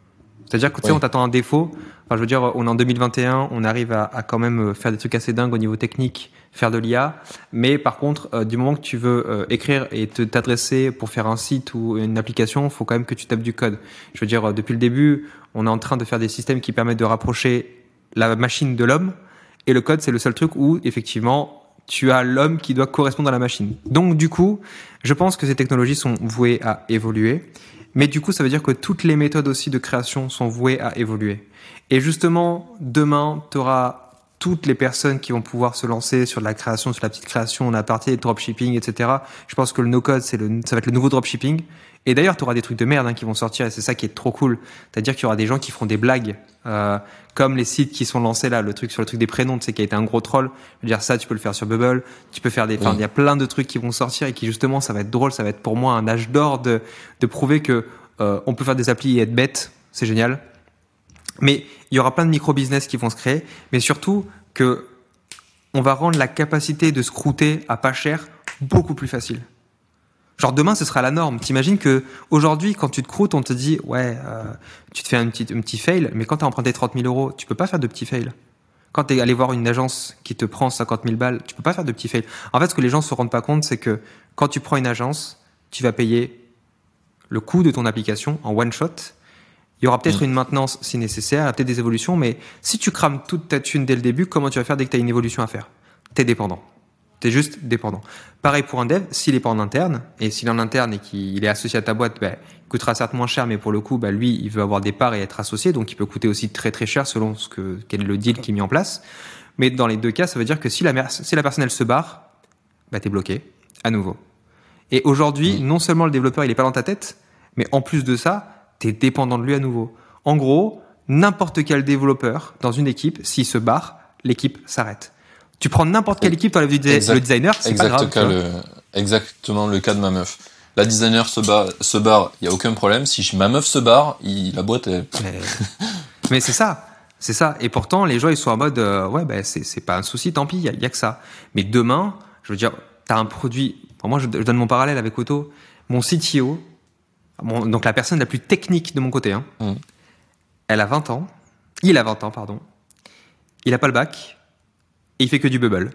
C'est-à-dire que tu sais, Oui. on t'attend un défaut. Enfin, je veux dire, on est en deux mille vingt et un, on arrive à, à quand même faire des trucs assez dingues au niveau technique, faire de l'I A. Mais par contre, euh, du moment que tu veux euh, écrire et te, t'adresser pour faire un site ou une application, il faut quand même que tu tapes du code. Je veux dire, euh, depuis le début, on est en train de faire des systèmes qui permettent de rapprocher la machine de l'homme. Et le code, c'est le seul truc où, effectivement, tu as l'homme qui doit correspondre à la machine. Donc, du coup, je pense que ces technologies sont vouées à évoluer. Mais du coup, ça veut dire que toutes les méthodes aussi de création sont vouées à évoluer. Et justement, demain, tu auras toutes les personnes qui vont pouvoir se lancer sur de la création, sur la petite création, on a parlé de dropshipping, et cetera. Je pense que le no-code, c'est le, ça va être le nouveau dropshipping. Et d'ailleurs, tu auras des trucs de merde hein, qui vont sortir, et c'est ça qui est trop cool. C'est-à-dire qu'il y aura des gens qui feront des blagues, euh, comme les sites qui sont lancés là, le truc sur le truc des prénoms, tu sais, qui a été un gros troll. Je veux dire, ça, tu peux le faire sur Bubble, tu peux faire des, enfin, il Oui. y a plein de trucs qui vont sortir et qui justement, ça va être drôle, ça va être pour moi un âge d'or de, de prouver que euh, on peut faire des applis et être bête, c'est génial. Mais il y aura plein de micro-business qui vont se créer, mais surtout que on va rendre la capacité de scrouter à pas cher beaucoup plus facile. Genre demain, ce sera la norme. T'imagines que aujourd'hui, quand tu te croûtes, on te dit ouais, euh, tu te fais un petit, un petit fail, mais quand t'as emprunté trente mille euros, tu peux pas faire de petits fails. Quand t'es allé voir une agence qui te prend cinquante mille balles, tu peux pas faire de petits fails. En fait, ce que les gens se rendent pas compte, c'est que quand tu prends une agence, tu vas payer le coût de ton application en one shot. Il y aura peut-être Mmh. une maintenance si nécessaire, il y a peut-être des évolutions, mais si tu crames toute ta thune dès le début, comment tu vas faire dès que tu as une évolution à faire ? T'es dépendant. T'es juste dépendant. Pareil pour un dev, s'il est pas en interne, et s'il est en interne et qu'il est associé à ta boîte, bah, il coûtera certes moins cher, mais pour le coup, bah, lui, il veut avoir des parts et être associé, donc il peut coûter aussi très très cher selon ce que, quel est le deal qui est mis en place. Mais dans les deux cas, ça veut dire que si la, mer- si la personne elle se barre, bah, t'es bloqué, à nouveau. Et aujourd'hui, non seulement le développeur il est pas dans ta tête, mais en plus de ça, t'es dépendant de lui à nouveau. En gros, n'importe quel développeur dans une équipe, s'il se barre, l'équipe s'arrête. Tu prends n'importe quelle équipe, t'enlèves du Exact- le designer, c'est pas exact grave. cas tu vois. le, exactement le cas de ma meuf. La designer se barre, se barre, il y a aucun problème. Si ma meuf se barre, il, la boîte est... Mais, mais c'est ça, c'est ça. Et pourtant, les gens ils sont en mode, euh, ouais, ben c'est c'est pas un souci, tant pis, il y, a- y a que ça. Mais demain, je veux dire, t'as un produit. Pour moi, je, je donne mon parallèle avec Otto. Mon C T O, mon- donc la personne la plus technique de mon côté, hein, Mm. elle a vingt ans. Il a vingt ans, pardon. Il a pas le bac. Et il fait que du bubble.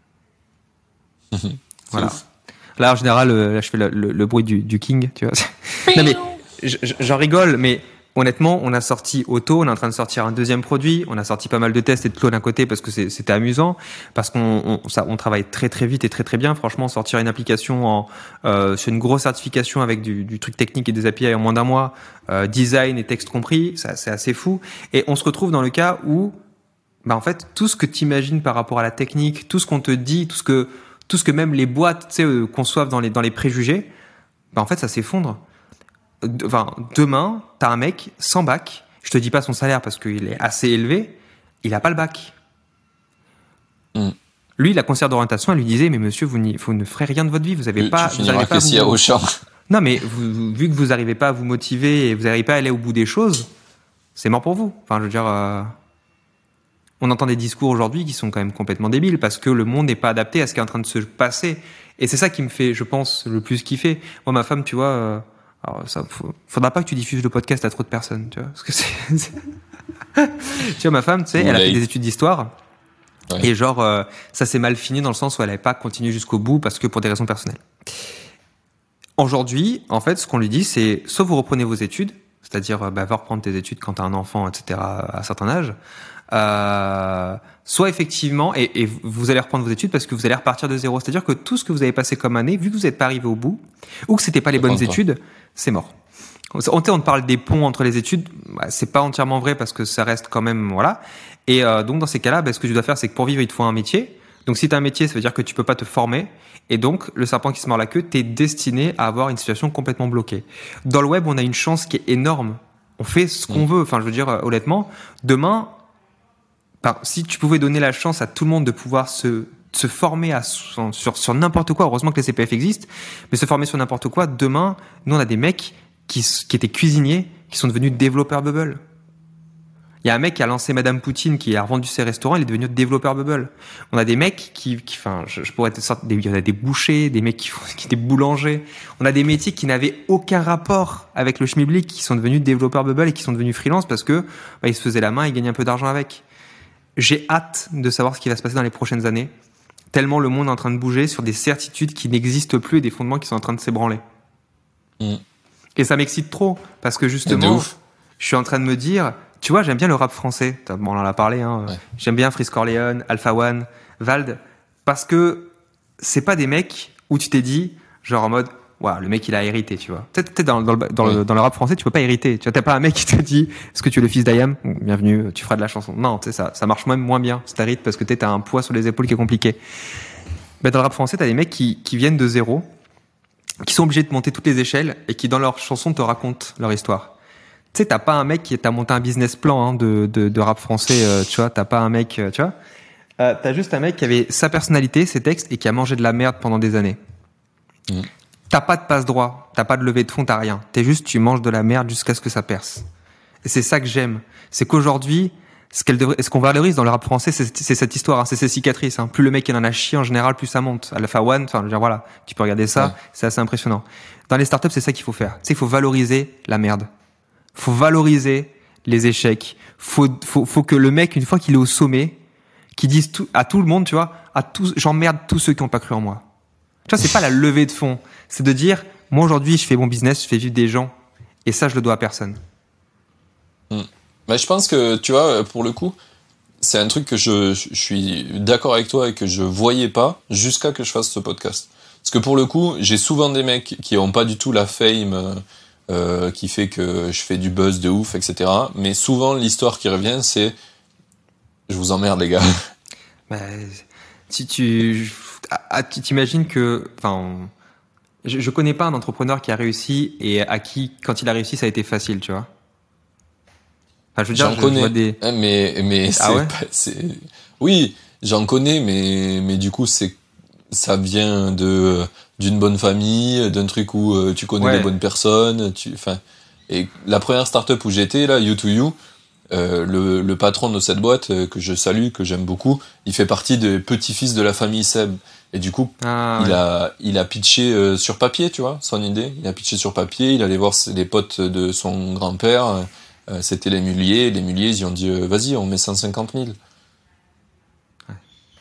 Voilà. ouf. Là, en général, euh, là, je fais le, le- le bruit du, du king, tu vois. Non, mais j- j- j'en rigole, mais honnêtement, on a sorti Auto, on est en train de sortir un deuxième produit, on a sorti pas mal de tests et de clones à côté parce que c'est- c'était amusant, parce qu'on on, ça, on travaille très très vite et très très bien. Franchement, sortir une application en, euh, sur une grosse certification avec du, du truc technique et des A P I en moins d'un mois, euh, design et texte compris, ça, c'est assez fou. Et on se retrouve dans le cas où, bah en fait, tout ce que tu imagines par rapport à la technique, tout ce qu'on te dit, tout ce que, tout ce que même les boîtes, tu sais, euh, conçoivent dans les, dans les préjugés, bah en fait, ça s'effondre. De- Enfin, demain, t'as un mec sans bac, je te dis pas son salaire parce qu'il est assez élevé, il a pas le bac. Mm. Lui, la conseillère d'orientation, elle lui disait, mais monsieur, vous, n'y- vous ne ferez rien de votre vie, vous avez Tu, pas, tu vous finiras arrivez pas à caissière vous- au champ. Non, mais vous- vous- vu que vous n'arrivez pas à vous motiver et vous n'arrivez pas à aller au bout des choses, c'est mort pour vous. Enfin, je veux dire, euh, on entend des discours aujourd'hui qui sont quand même complètement débiles parce que le monde n'est pas adapté à ce qui est en train de se passer. Et c'est ça qui me fait, je pense, le plus kiffer. Moi, ma femme, tu vois, euh, alors ça, faut- faudra pas que tu diffuses le podcast à trop de personnes, tu vois, parce que c'est, c'est- tu vois, ma femme, tu sais, elle a fait Oulay. des études d'histoire. Ouais. Et genre, euh, ça s'est mal fini dans le sens où elle n'avait pas continué jusqu'au bout parce que pour des raisons personnelles. Aujourd'hui, en fait, ce qu'on lui dit, c'est soit vous reprenez vos études, c'est-à-dire euh, bah, va reprendre tes études quand tu as un enfant, et cetera, à un certain âge, euh, soit effectivement, et, et vous allez reprendre vos études parce que vous allez repartir de zéro. C'est-à-dire que tout ce que vous avez passé comme année, vu que vous n'êtes pas arrivé au bout, ou que c'était pas les Ça bonnes compte pas. études, c'est mort. On, on on te parle des ponts entre les études, bah, c'est pas entièrement vrai parce que ça reste quand même, voilà. Et euh, donc dans ces cas-là, bah, ce que tu dois faire, c'est que pour vivre, il te faut un métier. Donc si tu as un métier, ça veut dire que tu peux pas te former. Et donc, le serpent qui se mord la queue, tu es destiné à avoir une situation complètement bloquée. Dans le web, on a une chance qui est énorme. On fait ce qu'on veut. Enfin, je veux dire, euh, honnêtement, demain, par- si tu pouvais donner la chance à tout le monde de pouvoir se, se former à, sur, sur, sur n'importe quoi, heureusement que les C P F existent, mais se former sur n'importe quoi, demain, nous, on a des mecs qui, s- qui étaient cuisiniers, qui sont devenus développeurs Bubble. Il y a un mec qui a lancé Madame Poutine, qui a revendu ses restaurants, il est devenu développeur Bubble. On a des mecs qui, qui enfin, je, je pourrais te sortir des, il y en a des bouchers, des mecs qui font, qui étaient boulangers. On a des métiers qui n'avaient aucun rapport avec le schmilblick, qui sont devenus développeurs Bubble et qui sont devenus freelance parce que, bah, ils se faisaient la main et gagnaient un peu d'argent avec. J'ai hâte de savoir ce qui va se passer dans les prochaines années. Tellement le monde est en train de bouger sur des certitudes qui n'existent plus et des fondements qui sont en train de s'ébranler. Mmh. Et ça m'excite trop parce que justement, je suis en train de me dire, tu vois, j'aime bien le rap français. Bon, on en a parlé, hein. Ouais. J'aime bien Freeze Corleone, Alpha One, Vald, parce que c'est pas des mecs où tu t'es dit, genre en mode, waouh, le mec il a hérité, tu vois. Peut-être, peut-être dans, dans, le, dans, ouais. le, dans le rap français, tu peux pas hériter. Tu vois, t'as pas un mec qui te dit, est-ce que tu es le fils d'Ayam ? Bienvenue, tu feras de la chanson. Non, tu sais, ça, ça marche même moins bien, si t'hérites, parce que t'as un poids sur les épaules qui est compliqué. Mais dans le rap français, t'as des mecs qui, qui viennent de zéro, qui sont obligés de monter toutes les échelles et qui, dans leurs chansons, te racontent leur histoire. Tu sais, t'as pas un mec qui t'a monté un business plan hein, de, de, de rap français, euh, tu vois, t'as pas un mec, euh, tu vois. Euh, t'as juste un mec qui avait sa personnalité, ses textes, et qui a mangé de la merde pendant des années. Mmh. T'as pas de passe-droit, t'as pas de levée de fonds, t'as rien. T'es juste, tu manges de la merde jusqu'à ce que ça perce. Et c'est ça que j'aime. C'est qu'aujourd'hui, ce, qu'elle devrait, ce qu'on valorise dans le rap français, c'est, c'est cette histoire, hein, c'est ses cicatrices. Hein. Plus le mec il en a chié, en général, plus ça monte. Alpha One, enfin, je veux dire, voilà, tu peux regarder ça, ouais. C'est assez impressionnant. Dans les startups, c'est ça qu'il faut faire. Tu sais, il faut valoriser la merde. Faut valoriser les échecs. Faut, faut, faut que le mec, une fois qu'il est au sommet, qu'il dise tout, à tout le monde, tu vois, à tous, j'emmerde tous ceux qui n'ont pas cru en moi. Tu vois, c'est pas la levée de fonds. C'est de dire, moi aujourd'hui, je fais mon business, je fais vivre des gens. Et ça, je le dois à personne. Mmh. Mais je pense que, tu vois, pour le coup, c'est un truc que je, je suis d'accord avec toi et que je voyais pas jusqu'à que je fasse ce podcast. Parce que pour le coup, j'ai souvent des mecs qui ont pas du tout la fame, euh, qui fait que je fais du buzz de ouf, et cetera. Mais souvent, l'histoire qui revient, c'est je vous emmerde, les gars. Bah, si tu, ah, tu t'imagines que, enfin, je, je connais pas un entrepreneur qui a réussi et à qui, quand il a réussi, ça a été facile, tu vois. Enfin, je veux dire, j'en je, connais, je vois des... mais mais ah c'est, ouais pas, c'est, oui, j'en connais, mais mais du coup, c'est ça vient de d'une bonne famille, d'un truc où euh, tu connais ouais. les bonnes personnes, tu, enfin, et la première startup où j'étais là, You to You. Euh, le, le patron de cette boîte euh, que je salue, que j'aime beaucoup, il fait partie des petits-fils de la famille Seb. Et du coup, ah, il ouais. a il a pitché euh, sur papier, tu vois, son idée. Il a pitché sur papier. Il allait voir les potes de son grand-père. Euh, c'était les Mulliers. Les Mulliers, ils ont dit euh, vas-y, on met cent cinquante mille. Ouais.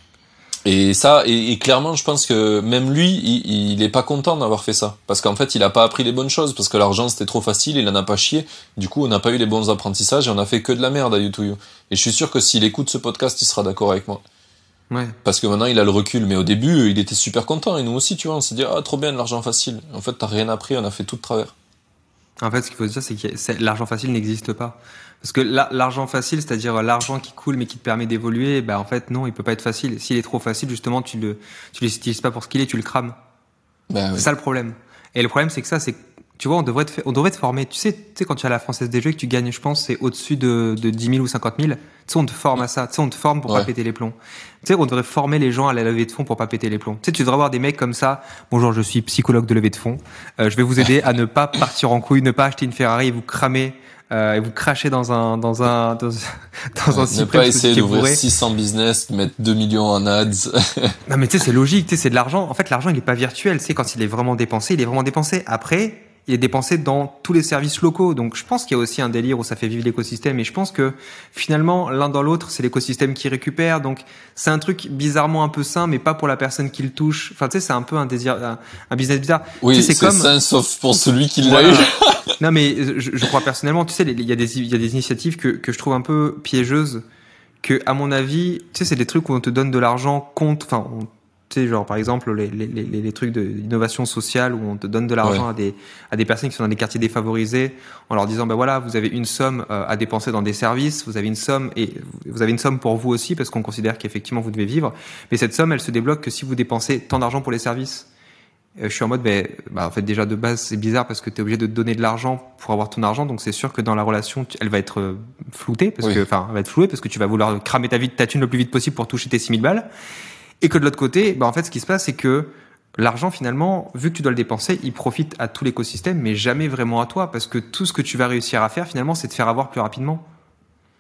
Et ça, et, et clairement, je pense que même lui, il, il est pas content d'avoir fait ça, parce qu'en fait, il a pas appris les bonnes choses, parce que l'argent c'était trop facile, il en a pas chié. Du coup, on n'a pas eu les bons apprentissages et on a fait que de la merde à You to You. Et je suis sûr que s'il écoute ce podcast, il sera d'accord avec moi. Ouais. Parce que maintenant, il a le recul. Mais au début, il était super content. Et nous aussi, tu vois, on s'est dit ah trop bien de l'argent facile. En fait, t'as rien appris, on a fait tout de travers. En fait, ce qu'il faut se dire, c'est que c'est, l'argent facile n'existe pas. Parce que la, l'argent facile, c'est-à-dire l'argent qui coule mais qui te permet d'évoluer, bah en fait non, il peut pas être facile. S'il est trop facile, justement, tu le, tu l'utilises pas pour ce qu'il est, tu le crames. Bah, c'est oui. ça le problème. Et le problème, c'est que ça, c'est, tu vois, on devrait te, on devrait te former. Tu sais, tu sais, quand tu es à la Française des Jeux et que tu gagnes, je pense, c'est au-dessus de, de dix mille ou cinquante mille. Tu sais, on te forme à ça. Tu sais, on te forme pour ouais. pas péter les plombs. Tu sais, on devrait former les gens à la levée de fonds pour pas péter les plombs. Tu sais, tu devrais avoir des mecs comme ça. Bonjour, je suis psychologue de levée de fonds. Euh, je vais vous aider à ne pas partir en couille, ne pas acheter une Ferrari et vous cramer. Euh, et vous crachez dans un dans un dans, dans un ne pas essayer d'ouvrir six cents business, mettre deux millions en ads. Non mais tu sais c'est logique, tu sais c'est de l'argent. En fait l'argent il est pas virtuel, tu sais quand il est vraiment dépensé, il est vraiment dépensé. Après il est dépensé dans tous les services locaux. Donc je pense qu'il y a aussi un délire où ça fait vivre l'écosystème. Et je pense que finalement l'un dans l'autre c'est l'écosystème qui récupère. Donc c'est un truc bizarrement un peu sain, mais pas pour la personne qui le touche. Enfin tu sais c'est un peu un désir, un, un business bizarre. Oui tu sais, c'est, c'est comme... sain sauf pour celui qui voilà. l'a eu. Non mais je, je crois personnellement, tu sais, il y a des il y a des initiatives que que je trouve un peu piégeuses, que à mon avis, tu sais, c'est des trucs où on te donne de l'argent contre, enfin, on, tu sais, genre par exemple les les les, les trucs de d'innovation sociale où on te donne de l'argent ouais. à des à des personnes qui sont dans des quartiers défavorisés en leur disant ben voilà, vous avez une somme euh, à dépenser dans des services, vous avez une somme et vous avez une somme pour vous aussi parce qu'on considère qu'effectivement vous devez vivre, mais cette somme elle se débloque que si vous dépensez tant d'argent pour les services. Je suis en mode, ben, bah, en fait, déjà de base, c'est bizarre parce que t'es obligé de te donner de l'argent pour avoir ton argent, donc c'est sûr que dans la relation, elle va être floutée, parce oui. que, enfin, elle va être flouée parce que tu vas vouloir cramer ta vie, ta thune le plus vite possible pour toucher tes six mille balles. Et que de l'autre côté, bah, en fait, ce qui se passe, c'est que l'argent, finalement, vu que tu dois le dépenser, il profite à tout l'écosystème, mais jamais vraiment à toi, parce que tout ce que tu vas réussir à faire, finalement, c'est de faire avoir plus rapidement.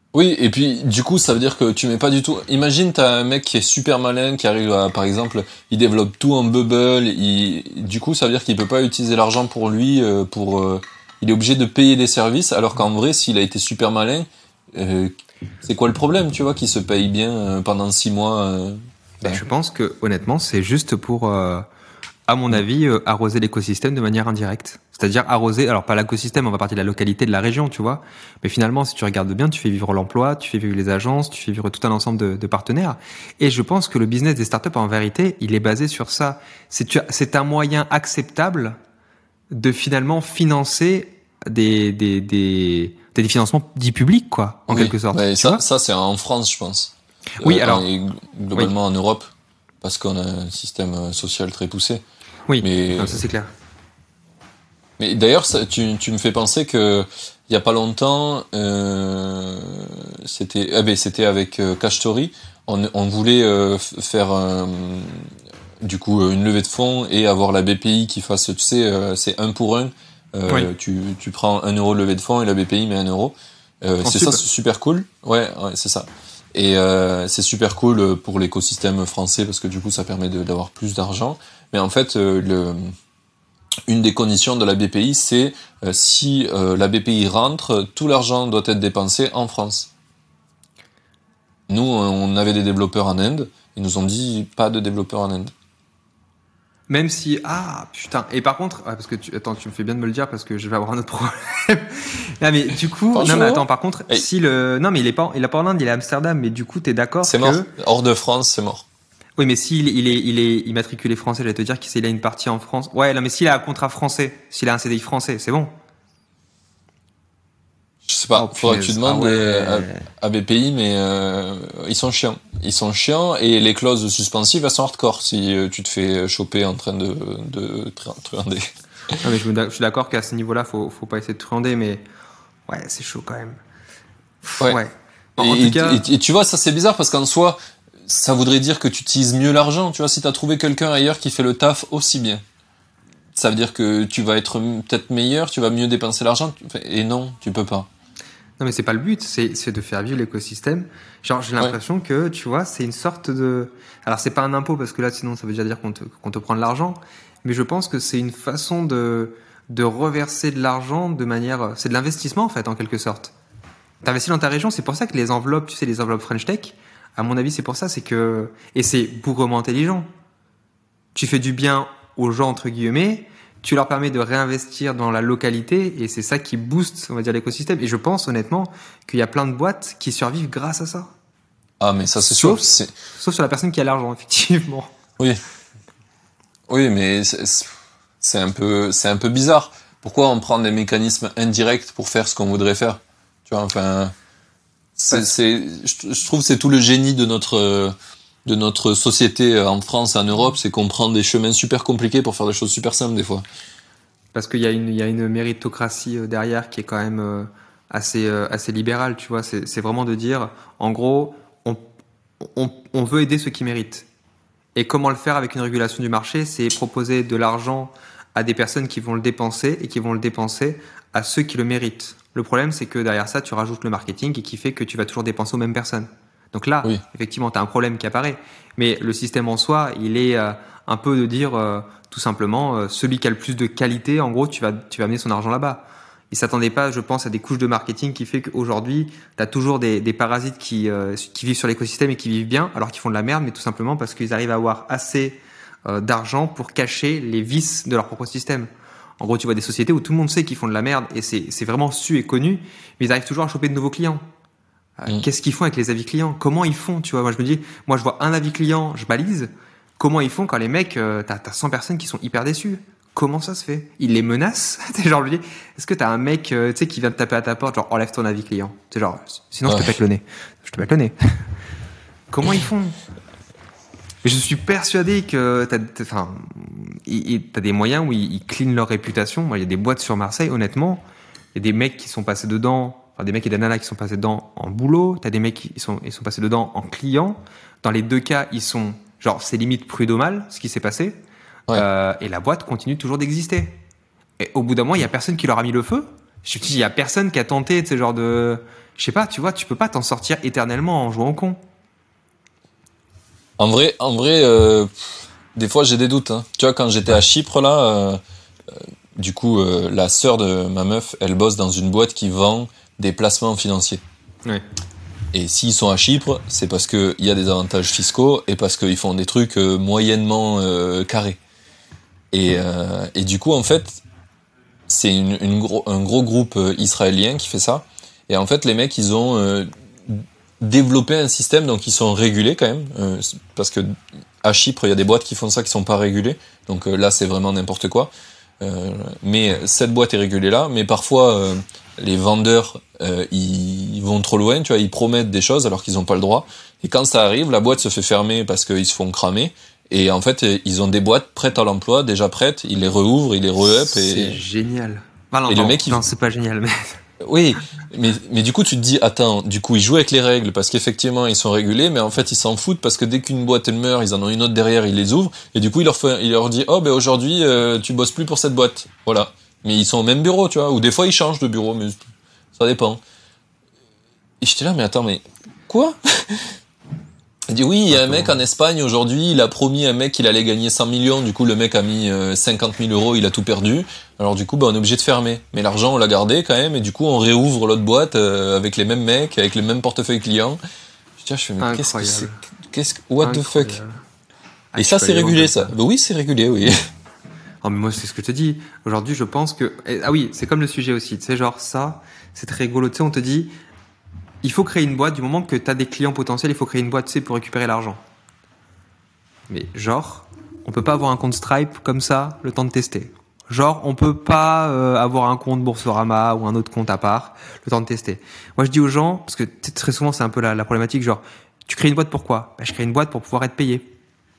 Oui, et puis du coup, ça veut dire que tu mets pas du tout. Imagine, t'as un mec qui est super malin, qui arrive à, par exemple, il développe tout en bubble. Il... Du coup, ça veut dire qu'il peut pas utiliser l'argent pour lui, euh, pour. Euh... Il est obligé de payer des services, alors qu'en vrai, s'il a été super malin, euh, c'est quoi le problème, tu vois, qu'il se paye bien euh, pendant six mois euh... Ben, je pense que honnêtement, c'est juste pour, euh, à mon avis, euh, arroser l'écosystème de manière indirecte. C'est-à-dire arroser, alors pas l'écosystème, on va partir de la localité, de la région, tu vois. Mais finalement, si tu regardes bien, tu fais vivre l'emploi, tu fais vivre les agences, tu fais vivre tout un ensemble de, de partenaires. Et je pense que le business des startups, en vérité, il est basé sur ça. C'est, tu, c'est un moyen acceptable de finalement financer des, des, des, des financements dits publics, quoi, en oui, quelque sorte. Ouais, ça, ça, c'est en France, je pense. Oui, euh, alors. Et globalement oui. en Europe, parce qu'on a un système social très poussé. Oui, mais non, ça c'est clair. Mais d'ailleurs, ça, tu, tu me fais penser que il y a pas longtemps, euh, c'était, ah ben, c'était avec euh, Cash Story, on, on voulait euh, faire euh, du coup une levée de fonds et avoir la B P I qui fasse, tu sais, euh, c'est un pour un. Euh, Oui. tu, tu prends un euro de levée de fonds et la B P I met un euro. Euh, c'est sub. ça, c'est super cool. Ouais, ouais, c'est ça. Et euh, c'est super cool pour l'écosystème français parce que du coup, ça permet de, d'avoir plus d'argent. Mais en fait, euh, le une des conditions de la B P I, c'est euh, si euh, la B P I rentre, tout l'argent doit être dépensé en France. Nous, on avait des développeurs en Inde, ils nous ont dit pas de développeurs en Inde. Même si, ah, putain. Et par contre, ah, parce que tu, attends, tu me fais bien de me le dire parce que je vais avoir un autre problème. Non, mais du coup, Bonjour. non, mais attends, par contre, hey. si le, non, mais il est pas, il est pas en Inde, il est à Amsterdam, mais du coup, t'es d'accord c'est que. mort. Hors de France, c'est mort. Oui, mais s'il il est, il est immatriculé français, j'allais te dire qu'il a une partie en France. Ouais, non, mais s'il a un contrat français, s'il a un C D I français, c'est bon. Je sais pas, Oh, faudra que tu demandes ah ouais. à, à B P I, mais euh, ils sont chiants. Ils sont chiants et les clauses suspensives, elles sont hardcore si euh, tu te fais choper en train de, de truander. Non, mais je, me, je suis d'accord qu'à ce niveau-là, faut, faut pas essayer de truander, mais ouais, c'est chaud quand même. Ouais. ouais. Bon, et, en tout cas... et, et tu vois, ça c'est bizarre parce qu'en soi, ça voudrait dire que tu utilises mieux l'argent. Tu vois, si t'as trouvé quelqu'un ailleurs qui fait le taf aussi bien, ça veut dire que tu vas être peut-être meilleur, tu vas mieux dépenser l'argent. Et non, tu peux pas. Non, mais c'est pas le but, c'est, c'est de faire vivre l'écosystème. Genre, j'ai l'impression ouais. que, tu vois, c'est une sorte de... Alors, c'est pas un impôt, parce que là, sinon, ça veut déjà dire qu'on te, qu'on te prend de l'argent. Mais je pense que c'est une façon de, de reverser de l'argent de manière... C'est de l'investissement, en fait, en quelque sorte. T'investis dans ta région, c'est pour ça que les enveloppes, tu sais, les enveloppes French Tech, à mon avis, c'est pour ça, c'est que... Et c'est bougrement intelligent. Tu fais du bien aux gens, entre guillemets, tu leur permets de réinvestir dans la localité et c'est ça qui booste, on va dire, l'écosystème. Et je pense honnêtement qu'il y a plein de boîtes qui survivent grâce à ça. Ah, mais ça c'est sauf, sûr. C'est... Sauf sur la personne qui a l'argent, effectivement. Oui. Oui, mais c'est, c'est un peu, c'est un peu bizarre. Pourquoi on prend des mécanismes indirects pour faire ce qu'on voudrait faire? Tu vois, enfin, c'est, ouais. c'est, je, je trouve que c'est tout le génie de notre, de notre société en France, en Europe, c'est qu'on prend des chemins super compliqués pour faire des choses super simples des fois. Parce qu'il y a une, il y a une méritocratie derrière qui est quand même assez, assez libérale, tu vois. C'est, c'est vraiment de dire, en gros, on, on, on veut aider ceux qui méritent. Et comment le faire avec une régulation du marché? C'est proposer de l'argent à des personnes qui vont le dépenser et qui vont le dépenser à ceux qui le méritent. Le problème, c'est que derrière ça, tu rajoutes le marketing et qui fait que tu vas toujours dépenser aux mêmes personnes. Donc là, oui. effectivement, tu as un problème qui apparaît. Mais le système en soi, il est euh, un peu de dire, euh, tout simplement, euh, celui qui a le plus de qualité, en gros, tu vas, tu vas amener son argent là-bas. Ils ne s'attendaient pas, je pense, à des couches de marketing qui fait qu'aujourd'hui, tu as toujours des, des parasites qui, euh, qui vivent sur l'écosystème et qui vivent bien, alors qu'ils font de la merde, mais tout simplement parce qu'ils arrivent à avoir assez euh, d'argent pour cacher les vices de leur propre système. En gros, tu vois des sociétés où tout le monde sait qu'ils font de la merde et c'est, c'est vraiment su et connu, mais ils arrivent toujours à choper de nouveaux clients. Mmh. Qu'est-ce qu'ils font avec les avis clients? Comment ils font? Tu vois, moi je me dis, moi je vois un avis client, je balise. Comment ils font quand les mecs, euh, t'as, t'as cent personnes qui sont hyper déçues? Comment ça se fait? Ils les menacent? Tu sais, genre, je me dis, est-ce que t'as un mec, euh, tu sais, qui vient te taper à ta porte, genre, enlève ton avis client? Tu sais, genre, sinon ouais. je te pète le nez. Je te pète le nez. Comment ils font? Et je suis persuadé que t'as, enfin, t'as des moyens où ils, ils cleanent leur réputation. Moi, il y a des boîtes sur Marseille, honnêtement. Il y a des mecs qui sont passés dedans. Enfin, des mecs et des nanas qui sont passés dedans en boulot, t'as des mecs qui sont, ils sont passés dedans en client. Dans les deux cas, ils sont, genre, c'est limite prud'homal, ce qui s'est passé. Ouais. Euh, et la boîte continue toujours d'exister. Et au bout d'un moment, il y a personne qui leur a mis le feu. Je me dis, il y a personne qui a tenté, tu sais, genre de, je sais pas, tu vois, tu peux pas t'en sortir éternellement en jouant au con. En vrai, en vrai, euh, des fois j'ai des doutes. Hein. Tu vois, quand j'étais à Chypre là, euh, euh, du coup, euh, la sœur de ma meuf, elle bosse dans une boîte qui vend des placements financiers. Ouais. Et s'ils sont à Chypre, c'est parce que il y a des avantages fiscaux et parce qu'ils font des trucs euh, moyennement euh, carrés. Et, euh, et du coup, en fait, c'est une, une gros, un gros groupe euh, israélien qui fait ça. Et en fait, les mecs, ils ont euh, développé un système, donc ils sont régulés quand même, euh, parce que à Chypre, il y a des boîtes qui font ça qui sont pas régulées. Donc euh, là, c'est vraiment n'importe quoi. Euh, mais cette boîte est régulée là. Mais parfois, euh, les vendeurs, euh, ils vont trop loin. Tu vois, ils promettent des choses alors qu'ils n'ont pas le droit. Et quand ça arrive, la boîte se fait fermer parce qu'ils se font cramer. Et en fait, ils ont des boîtes prêtes à l'emploi, déjà prêtes. Ils les rouvrent, ils les re-up. Et... C'est génial. Ah non, et non, le mec, il... non, c'est pas génial, mais... Oui, mais, mais du coup, tu te dis, attends, du coup, ils jouent avec les règles parce qu'effectivement, ils sont régulés, mais en fait, ils s'en foutent parce que dès qu'une boîte, elle meurt, ils en ont une autre derrière, ils les ouvrent, et du coup, il leur, fait, il leur dit, oh, ben aujourd'hui, euh, tu bosses plus pour cette boîte. Voilà. Mais ils sont au même bureau, tu vois, ou des fois, ils changent de bureau, mais ça dépend. Et j'étais là, mais attends, mais quoi? Il dit oui, il y a un mec en Espagne aujourd'hui, il a promis à un mec qu'il allait gagner cent millions, du coup le mec a mis euh, cinquante mille euros, il a tout perdu, alors du coup bah, on est obligé de fermer. Mais l'argent on l'a gardé quand même, et du coup on réouvre l'autre boîte euh, avec les mêmes mecs, avec les mêmes portefeuilles clients. Je dis, ah, je fais, mais qu'est-ce que c'est, qu'est-ce que, what the fuck? Ah, et ça c'est régulé ça? Bah oui c'est régulé, oui. Oh, mais moi c'est ce que je te dis, aujourd'hui je pense que, ah oui c'est comme le sujet aussi, tu sais genre ça, c'est très rigolo, tu sais on te dit, il faut créer une boîte, du moment que tu as des clients potentiels, il faut créer une boîte, tu sais, pour récupérer l'argent. Mais genre, on peut pas avoir un compte Stripe comme ça, le temps de tester. Genre, on peut pas euh, avoir un compte Boursorama ou un autre compte à part, le temps de tester. Moi, je dis aux gens, parce que très souvent, c'est un peu la, la problématique, genre, tu crées une boîte pourquoi ? Bah, je crée une boîte pour pouvoir être payé.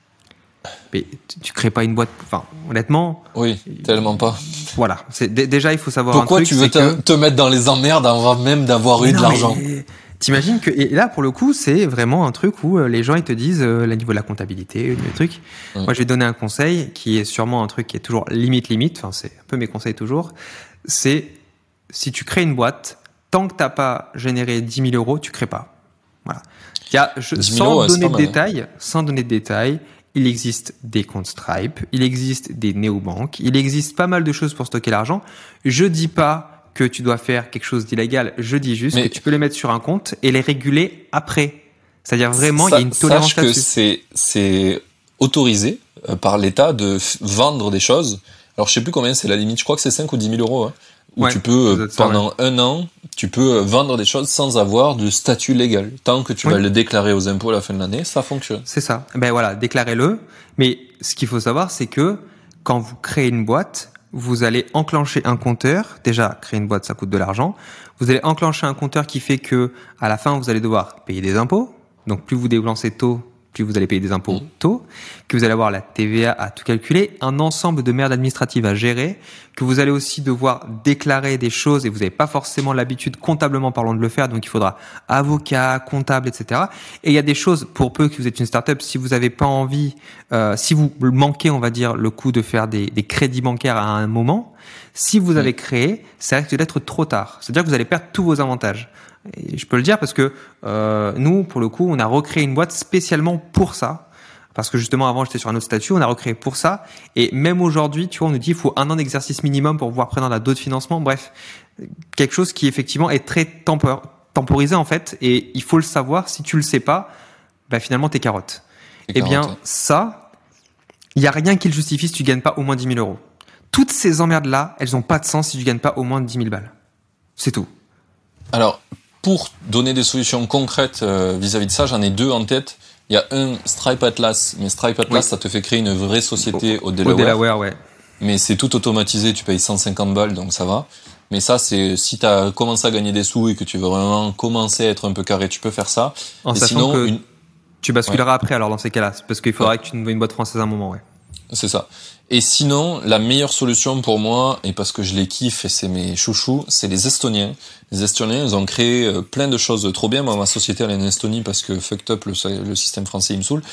Mais tu, tu crées pas une boîte, enfin, honnêtement. Oui, tellement pas. Voilà. C'est, d- déjà, il faut savoir Pourquoi un truc. Pourquoi tu veux te, que... te mettre dans les emmerdes avant même d'avoir eu de l'argent ? Mais... T'imagines que, et là, pour le coup, c'est vraiment un truc où les gens, ils te disent, euh, au niveau de la comptabilité, le truc. Mmh. Moi, je vais donner un conseil qui est sûrement un truc qui est toujours limite, limite. Enfin, c'est un peu mes conseils toujours. C'est, si tu crées une boîte, tant que t'as pas généré dix mille euros, tu crées pas. Voilà. Il y a, je, sans euros, donner de mal, détails, hein. sans donner de détails, il existe des comptes Stripe, il existe des néobanques, il existe pas mal de choses pour stocker l'argent. Je dis pas que tu dois faire quelque chose d'illégal, je dis juste mais que tu peux les mettre sur un compte et les réguler après. C'est-à-dire vraiment, il y a une tolérance sache que là-dessus. c'est, c'est autorisé euh, par l'État de f- vendre des choses. Alors je sais plus combien c'est la limite, je crois que c'est cinq ou dix mille euros. Hein, où ouais, tu peux, euh, ça, pendant ouais. un an, tu peux vendre des choses sans avoir de statut légal. Tant que tu oui. vas le déclarer aux impôts à la fin de l'année, ça fonctionne. C'est ça. Ben voilà, déclarez-le. Mais ce qu'il faut savoir, c'est que quand vous créez une boîte, vous allez enclencher un compteur. Déjà, créer une boîte, ça coûte de l'argent. Vous allez enclencher un compteur qui fait que, à la fin, vous allez devoir payer des impôts. Donc, plus vous débalancez tôt, plus vous allez payer des impôts mmh. tôt. Que vous allez avoir la T V A à tout calculer, un ensemble de merdes administratives à gérer. Que vous allez aussi devoir déclarer des choses et vous n'avez pas forcément l'habitude, comptablement parlant, de le faire. Donc, il faudra avocat, comptable, et cetera. Et il y a des choses, pour peu que vous êtes une start-up, si vous n'avez pas envie, euh, si vous manquez, on va dire, le coup de faire des, des crédits bancaires à un moment, si vous avez créé, ça risque d'être trop tard. C'est-à-dire que vous allez perdre tous vos avantages. Et je peux le dire parce que euh, nous, pour le coup, on a recréé une boîte spécialement pour ça. Parce que justement, avant, j'étais sur un autre statut, on a recréé pour ça. Et même aujourd'hui, tu vois, on nous dit qu'il faut un an d'exercice minimum pour pouvoir prendre à d'autres financements. Bref, quelque chose qui effectivement est très tempor- temporisé en fait. Et il faut le savoir. Si tu le sais pas, bah finalement, t'es carotte. Eh bien, ça, il y a rien qui le justifie si tu gagnes pas au moins dix mille euros. Toutes ces emmerdes-là, elles ont pas de sens si tu gagnes pas au moins dix mille balles. C'est tout. Alors, pour donner des solutions concrètes euh, vis-à-vis de ça, j'en ai deux en tête. Il y a un Stripe Atlas, mais Stripe Atlas, oui. ça te fait créer une vraie société au, au Delaware. Au Delaware, ouais. Mais c'est tout automatisé, tu payes cent cinquante balles, donc ça va. Mais ça, c'est si tu as commencé à gagner des sous et que tu veux vraiment commencer à être un peu carré, tu peux faire ça. En et sachant sinon, que une... tu basculeras ouais. après, alors dans ces cas-là, parce qu'il faudra ouais. que tu trouves une boîte française à un moment, ouais. C'est ça. Et sinon, la meilleure solution pour moi, et parce que je les kiffe et c'est mes chouchous, c'est les Estoniens. Les Estoniens, ils ont créé plein de choses trop bien. Moi, ma société, elle est en Estonie parce que fucked up, le, le système français, il me saoule.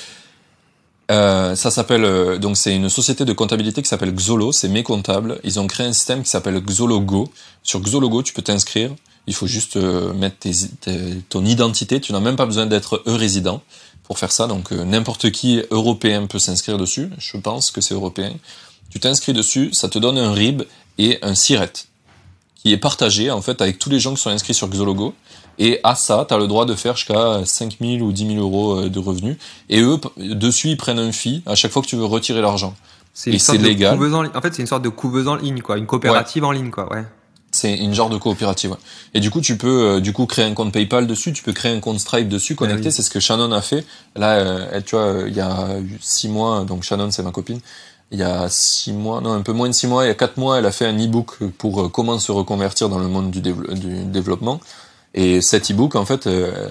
Euh, ça s'appelle, euh, donc c'est une société de comptabilité qui s'appelle Xolo, c'est mes comptables. Ils ont créé un système qui s'appelle Xolo Go. Sur Xolo Go, tu peux t'inscrire. Il faut juste euh, mettre tes, tes, ton identité. Tu n'as même pas besoin d'être e-résident pour faire ça. Donc euh, n'importe qui européen peut s'inscrire dessus. Je pense que c'est européen. Tu t'inscris dessus, ça te donne un R I B et un SIRET qui est partagé en fait avec tous les gens qui sont inscrits sur Xologo. Et à ça, tu as le droit de faire jusqu'à cinq mille ou dix mille euros de revenus. Et eux, dessus, ils prennent un fee à chaque fois que tu veux retirer l'argent. C'est et c'est légal. En, en fait, c'est une sorte de couveuse en ligne, quoi. Une coopérative ouais. en ligne, quoi. Ouais. C'est une genre de coopérative. Ouais. Et du coup, tu peux euh, du coup créer un compte PayPal dessus, tu peux créer un compte Stripe dessus, connecté. Ah oui. C'est ce que Shannon a fait. Là, euh, tu vois, il y a six mois, donc Shannon, c'est ma copine. Il y a six mois, non, un peu moins de six mois, il y a quatre mois, elle a fait un e-book pour euh, comment se reconvertir dans le monde du, dév- du développement. Et cet e-book, en fait, euh,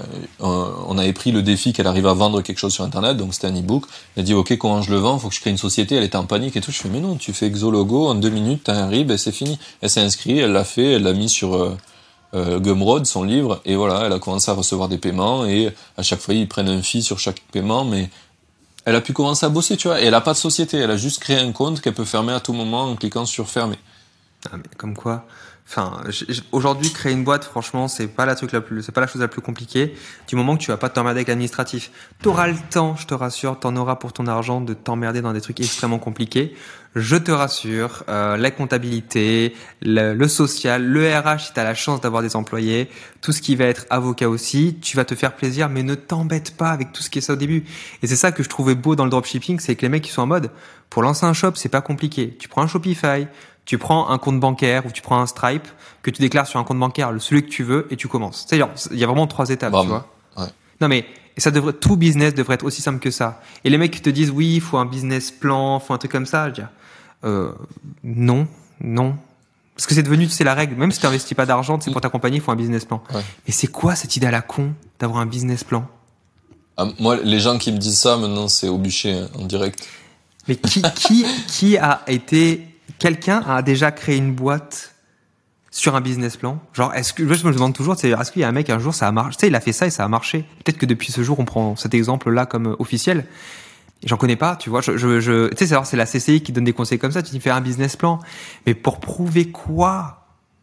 on avait pris le défi qu'elle arrive à vendre quelque chose sur Internet, donc c'était un e-book. Elle a dit, ok, comment je le vends? Faut que je crée une société. Elle était en panique et tout. Je fais, mais non, tu fais Xologo, en deux minutes, t'as un R I B et c'est fini. Elle s'est inscrite, elle l'a fait, elle l'a mis sur euh, euh, Gumroad, son livre, et voilà, elle a commencé à recevoir des paiements, et à chaque fois, ils prennent un fee sur chaque paiement, mais elle a pu commencer à bosser, tu vois, et elle a pas de société, elle a juste créé un compte qu'elle peut fermer à tout moment en cliquant sur fermer. Ah, mais comme quoi... Enfin, aujourd'hui, créer une boîte, franchement, c'est pas la truc la plus, c'est pas la chose la plus compliquée. Du moment que tu vas pas t'emmerder avec l'administratif, t'auras le temps, je te rassure, t'en auras pour ton argent de t'emmerder dans des trucs extrêmement compliqués. Je te rassure, euh, la comptabilité, le, le social, le R H si t'as la chance d'avoir des employés, tout ce qui va être avocat aussi, tu vas te faire plaisir, mais ne t'embête pas avec tout ce qui est ça au début. Et c'est ça que je trouvais beau dans le dropshipping, c'est que les mecs, ils sont en mode, pour lancer un shop, c'est pas compliqué. Tu prends un Shopify, tu prends un compte bancaire ou tu prends un Stripe que tu déclares sur un compte bancaire, celui que tu veux, et tu commences. C'est-à-dire, il y a vraiment trois étapes, bah, tu vois. Ouais. Non mais et ça devrait, tout business devrait être aussi simple que ça. Et les mecs qui te disent oui, il faut un business plan, faut un truc comme ça, je dis euh, non, non. Parce que c'est devenu, c'est la règle. Même si tu n'investis pas d'argent, c'est pour ta compagnie, il faut un business plan. Ouais. Mais c'est quoi cette idée à la con d'avoir un business plan? Ah, moi, les gens qui me disent ça, maintenant, c'est au bûcher, hein, en direct. Mais qui, qui, qui a été Quelqu'un a déjà créé une boîte sur un business plan? Genre, est-ce que, je me demande toujours, est-ce qu'il y a un mec un jour ça a marché? Tu sais, il a fait ça et ça a marché. Peut-être que depuis ce jour, on prend cet exemple-là comme officiel. J'en connais pas, tu vois. Je, je, je tu sais, c'est, c'est la C C I qui donne des conseils comme ça. Tu dis fais un business plan, mais pour prouver quoi?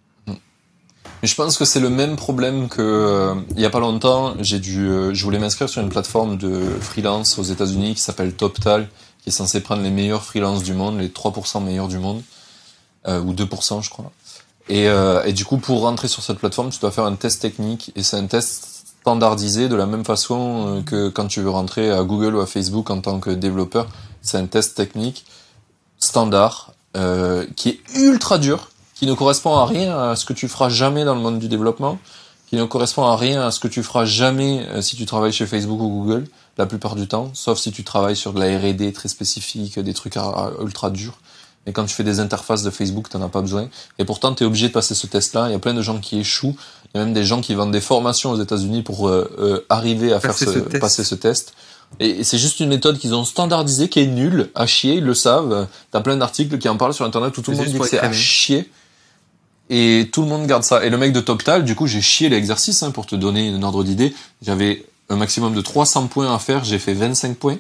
Mais je pense que c'est le même problème que euh, il y a pas longtemps, j'ai dû, euh, je voulais m'inscrire sur une plateforme de freelance aux États-Unis qui s'appelle TopTal, qui est censé prendre les meilleurs freelances du monde, les trois pour cent meilleurs du monde, euh, ou deux pour cent je crois. Et, euh, et du coup, pour rentrer sur cette plateforme, tu dois faire un test technique, et c'est un test standardisé de la même façon que quand tu veux rentrer à Google ou à Facebook en tant que développeur. C'est un test technique standard euh, qui est ultra dur, qui ne correspond à rien à ce que tu feras jamais dans le monde du développement, qui ne correspond à rien à ce que tu feras jamais euh, si tu travailles chez Facebook ou Google, la plupart du temps, sauf si tu travailles sur de la R et D très spécifique, des trucs à, à, ultra durs. Et quand tu fais des interfaces de Facebook, t'en as pas besoin. Et pourtant, t'es obligé de passer ce test-là. Il y a plein de gens qui échouent. Il y a même des gens qui vendent des formations aux États-Unis pour euh, euh, arriver à passer faire ce, ce passer ce test. Et c'est juste une méthode qu'ils ont standardisée, qui est nulle, à chier, ils le savent. T'as plein d'articles qui en parlent sur Internet où tout le monde dit que c'est à chier. Et tout le monde garde ça. Et le mec de TopTal, du coup, j'ai chié l'exercice, hein, pour te donner un ordre d'idée. J'avais un maximum de trois cents points à faire, j'ai fait vingt-cinq points.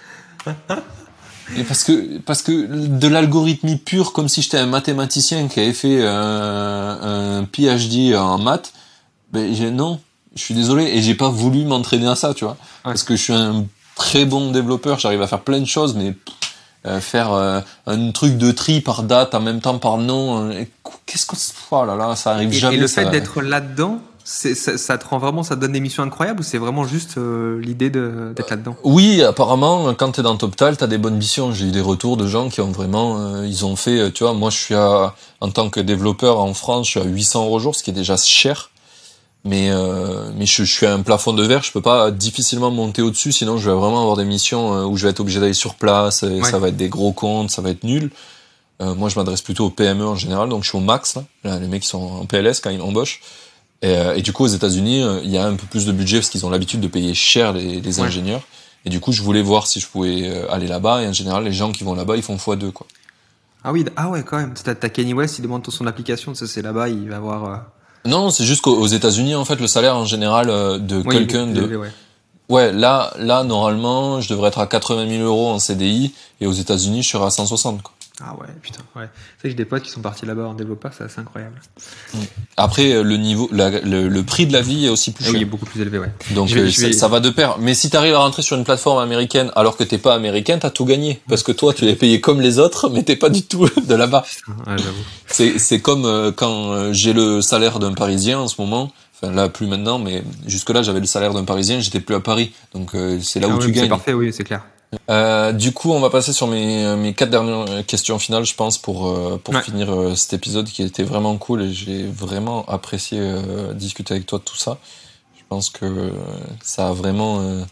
Et parce que, parce que de l'algorithmie pure, comme si j'étais un mathématicien qui avait fait un, un P H D en maths, ben, j'ai, non, je suis désolé, et j'ai pas voulu m'entraîner à ça, tu vois. Ouais. Parce que je suis un très bon développeur, j'arrive à faire plein de choses, mais euh, faire euh, un truc de tri par date, en même temps par nom, euh, qu'est-ce que, oh là là, ça arrive et, jamais. Et le ça, fait d'être là-dedans, C'est, ça, ça te rend vraiment, ça te donne des missions incroyables, ou c'est vraiment juste euh, l'idée de, d'être là-dedans? Oui, apparemment, quand t'es dans TopTal, t'as des bonnes missions. J'ai eu des retours de gens qui ont vraiment, euh, ils ont fait, tu vois, moi je suis à, en tant que développeur en France, je suis à huit cents euros jour, ce qui est déjà cher. Mais euh, mais je, je suis à un plafond de verre, je peux pas difficilement monter au-dessus, sinon je vais vraiment avoir des missions où je vais être obligé d'aller sur place, et ouais. Ça va être des gros comptes, ça va être nul. Euh, moi je m'adresse plutôt aux P M E en général, donc je suis au max, là. Là, les mecs qui sont en P L S quand ils embauchent. Et, euh, et du coup aux États-Unis, euh, il y a un peu plus de budget parce qu'ils ont l'habitude de payer cher les, les ouais. ingénieurs. Et du coup je voulais voir si je pouvais euh, aller là-bas, et en général les gens qui vont là-bas ils font fois deux, quoi. Ah oui, ah ouais quand même. T'as, t'as Kanye West, il demande son application, ça c'est là-bas, il va avoir... Euh... Non, c'est juste qu'aux États-Unis, en fait, le salaire en général euh, de oui, quelqu'un de, élevé, ouais. ouais, là, là, normalement, je devrais être à quatre-vingt mille euros en C D I, et aux États-Unis, je serai à cent soixante, quoi. Ah ouais, putain, ouais. C'est que j'ai des potes qui sont partis là-bas en développeur, c'est assez incroyable. Après, le niveau, la, le, le prix de la vie est aussi plus Ah cher. oui, il est beaucoup plus élevé, ouais. Donc Je vais- euh, je ça, vais- ça va de pair. Mais si t'arrives à rentrer sur une plateforme américaine alors que t'es pas américain, t'as tout gagné. Parce que toi, tu es payé comme les autres, mais t'es pas du tout de là-bas. Ouais, j'avoue. C'est, c'est comme euh, quand euh, j'ai le salaire d'un Parisien en ce moment. Enfin là, plus maintenant, mais jusque-là, j'avais le salaire d'un Parisien, j'étais plus à Paris. Donc euh, c'est là Ah où ouais, tu mais c'est gagnes. parfait, oui, c'est clair. Euh, du coup, on va passer sur mes, mes quatre dernières questions finales, je pense, pour, euh, pour Ouais. finir euh, cet épisode qui était vraiment cool et j'ai vraiment apprécié euh, discuter avec toi de tout ça. Je pense que euh, ça a vraiment... euh,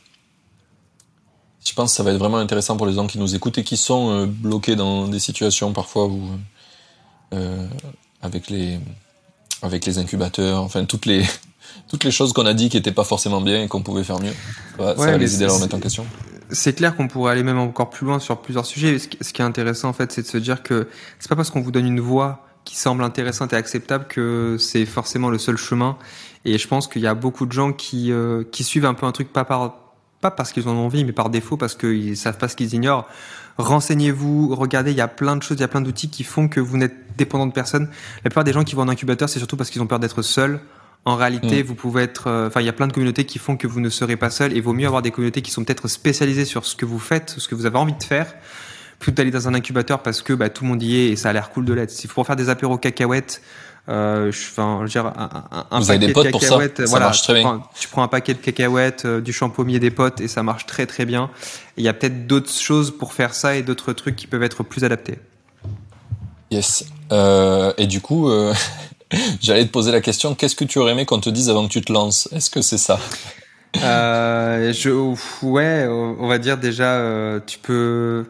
je pense que ça va être vraiment intéressant pour les gens qui nous écoutent et qui sont euh, bloqués dans des situations parfois où... Euh, avec les avec les incubateurs, enfin toutes les toutes les choses qu'on a dit qui étaient pas forcément bien et qu'on pouvait faire mieux. Ça va, ça Ouais, va mais les aider à leur c'est- remettre en question. C'est clair qu'on pourrait aller même encore plus loin sur plusieurs sujets. Ce qui ce qui est intéressant, en fait, c'est de se dire que c'est pas parce qu'on vous donne une voie qui semble intéressante et acceptable que c'est forcément le seul chemin. Et je pense qu'il y a beaucoup de gens qui, euh, qui suivent un peu un truc pas par, pas parce qu'ils en ont envie, mais par défaut, parce qu'ils savent pas ce qu'ils ignorent. Renseignez-vous, regardez, il y a plein de choses, il y a plein d'outils qui font que vous n'êtes dépendant de personne. La plupart des gens qui vont en incubateur, c'est surtout parce qu'ils ont peur d'être seuls. En réalité, Mm. vous pouvez être, euh, enfin, il y a plein de communautés qui font que vous ne serez pas seul, et vaut mieux avoir des communautés qui sont peut-être spécialisées sur ce que vous faites, ce que vous avez envie de faire, plutôt d'aller dans un incubateur parce que bah, tout le monde y est et ça a l'air cool de l'être. S'il faut faire des apéros cacahuètes, euh, je, enfin, je veux dire, un, un, un Vous avez paquet des potes de pour ça, cacahuètes, ça voilà, marche très tu bien. prends, tu prends un paquet de cacahuètes, euh, du champomier des potes et ça marche très très bien. Et il y a peut-être d'autres choses pour faire ça et d'autres trucs qui peuvent être plus adaptés. Yes. Euh, et du coup, euh, j'allais te poser la question, qu'est-ce que tu aurais aimé qu'on te dise avant que tu te lances? Est-ce que c'est ça? Euh, je, ouais, on va dire déjà, euh, tu peux.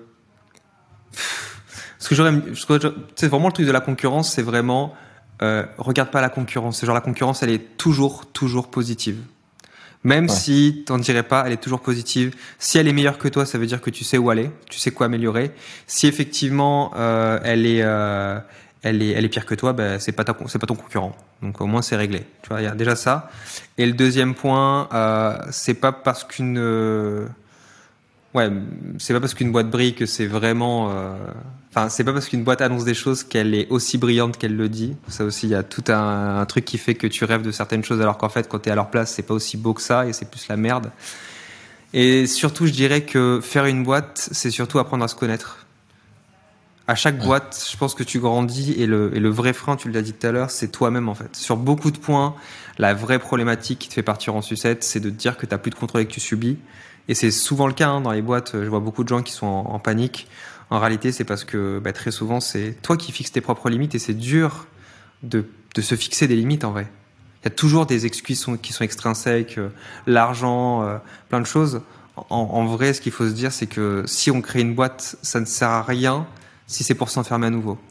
Ce que j'aurais, ce que je- c'est vraiment le truc de la concurrence, c'est vraiment, euh, regarde pas la concurrence. C'est genre la concurrence, elle est toujours, toujours positive. Même Ouais. si t'en dirais pas, elle est toujours positive. Si elle est meilleure que toi, ça veut dire que tu sais où aller, tu sais quoi améliorer. Si effectivement euh, elle est, euh, elle est, elle est pire que toi, ben c'est pas ta, c'est pas ton concurrent. Donc au moins c'est réglé. Tu vois, il y a déjà ça. Et le deuxième point, euh, c'est pas parce qu'une, euh, ouais, c'est pas parce qu'une boîte brille que c'est vraiment, euh, enfin c'est pas parce qu'une boîte annonce des choses qu'elle est aussi brillante qu'elle le dit. Ça aussi, il y a tout un, un truc qui fait que tu rêves de certaines choses alors qu'en fait quand t'es à leur place, c'est pas aussi beau que ça et c'est plus la merde. Et surtout, je dirais que faire une boîte, c'est surtout apprendre à se connaître. À chaque Ouais. boîte, je pense que tu grandis et le, et le vrai frein, tu l'as dit tout à l'heure, c'est toi-même en fait. Sur beaucoup de points, la vraie problématique qui te fait partir en sucette, c'est de te dire que tu n'as plus de contrôle et que tu subis. Et c'est souvent le cas hein, dans les boîtes. Je vois beaucoup de gens qui sont en, en panique. En réalité, c'est parce que bah, très souvent, c'est toi qui fixes tes propres limites et c'est dur de, de se fixer des limites en vrai. Il y a toujours des excuses sont- qui sont extrinsèques, euh, l'argent, euh, plein de choses. En, en vrai, ce qu'il faut se dire, c'est que si on crée une boîte, ça ne sert à rien si c'est pour s'enfermer à nouveau.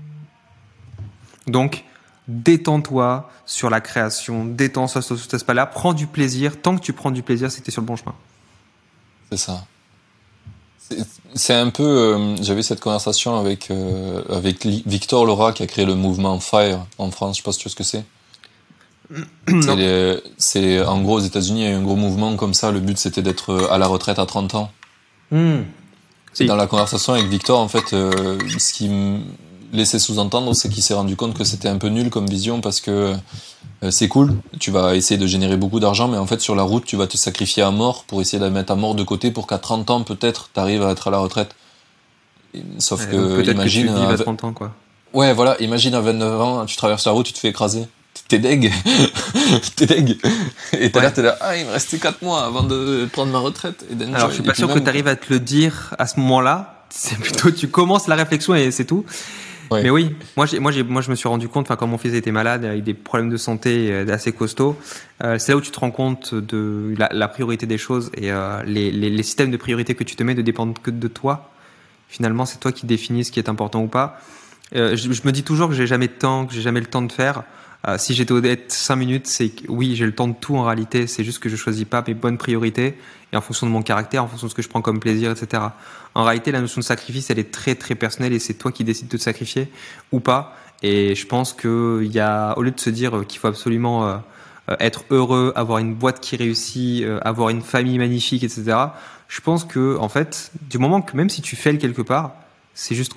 Donc, détends-toi sur la création, détends-toi sur cet aspect-là, prends du plaisir. Tant que tu prends du plaisir, c'est que t'es sur le bon chemin. C'est ça. C'est- C'est un peu... euh, j'avais cette conversation avec, euh, avec Li- Victor Laura qui a créé le mouvement Fire en France, je sais pas si tu vois ce que c'est. C'est, les- c'est en gros aux États-Unis, il y a eu un gros mouvement comme ça. Le but c'était d'être à la retraite à trente ans. Mmh. Et dans la conversation avec Victor, en fait, euh, ce qui me laissait sous-entendre, c'est qu'il s'est rendu compte que c'était un peu nul comme vision parce que euh, c'est cool, tu vas essayer de générer beaucoup d'argent, mais en fait sur la route, tu vas te sacrifier à mort pour essayer de la mettre à mort de côté pour qu'à trente ans peut-être t'arrives à être à la retraite. Et- Sauf Ouais, donc que peut-être imagine, que tu vives à- à trente ans, quoi. ouais voilà, imagine à vingt-neuf ans, tu traverses la route, tu te fais écraser. T'es deg, t'es deg. Et t'es Ouais. là, t'es là, ah, il me restait quatre mois avant de prendre ma retraite. Et d'enjoy. Alors, je suis Et pas puis sûr que même- tu arrives à te le dire à ce moment-là. C'est plutôt, tu commences la réflexion et c'est tout. Ouais. Mais oui, moi, j'ai, moi, j'ai, moi, je me suis rendu compte, enfin, quand mon fils était malade, avec des problèmes de santé euh, assez costauds, euh, c'est là où tu te rends compte de la, la priorité des choses et euh, les, les, les systèmes de priorité que tu te mets ne dépendent que de toi. Finalement, c'est toi qui définis ce qui est important ou pas. Euh, je, je me dis toujours que j'ai jamais de temps, que j'ai jamais le temps de faire. Euh, si j'étais honnête cinq minutes, c'est que oui, j'ai le temps de tout en réalité. C'est juste que je choisis pas mes bonnes priorités et en fonction de mon caractère, en fonction de ce que je prends comme plaisir, et cetera. En réalité, la notion de sacrifice, elle est très très personnelle et c'est toi qui décides de te sacrifier ou pas. Et je pense que il y a, au lieu de se dire qu'il faut absolument euh, euh, être heureux, avoir une boîte qui réussit, euh, avoir une famille magnifique, et cetera. Je pense que en fait, du moment que même si tu fails quelque part, c'est juste cool.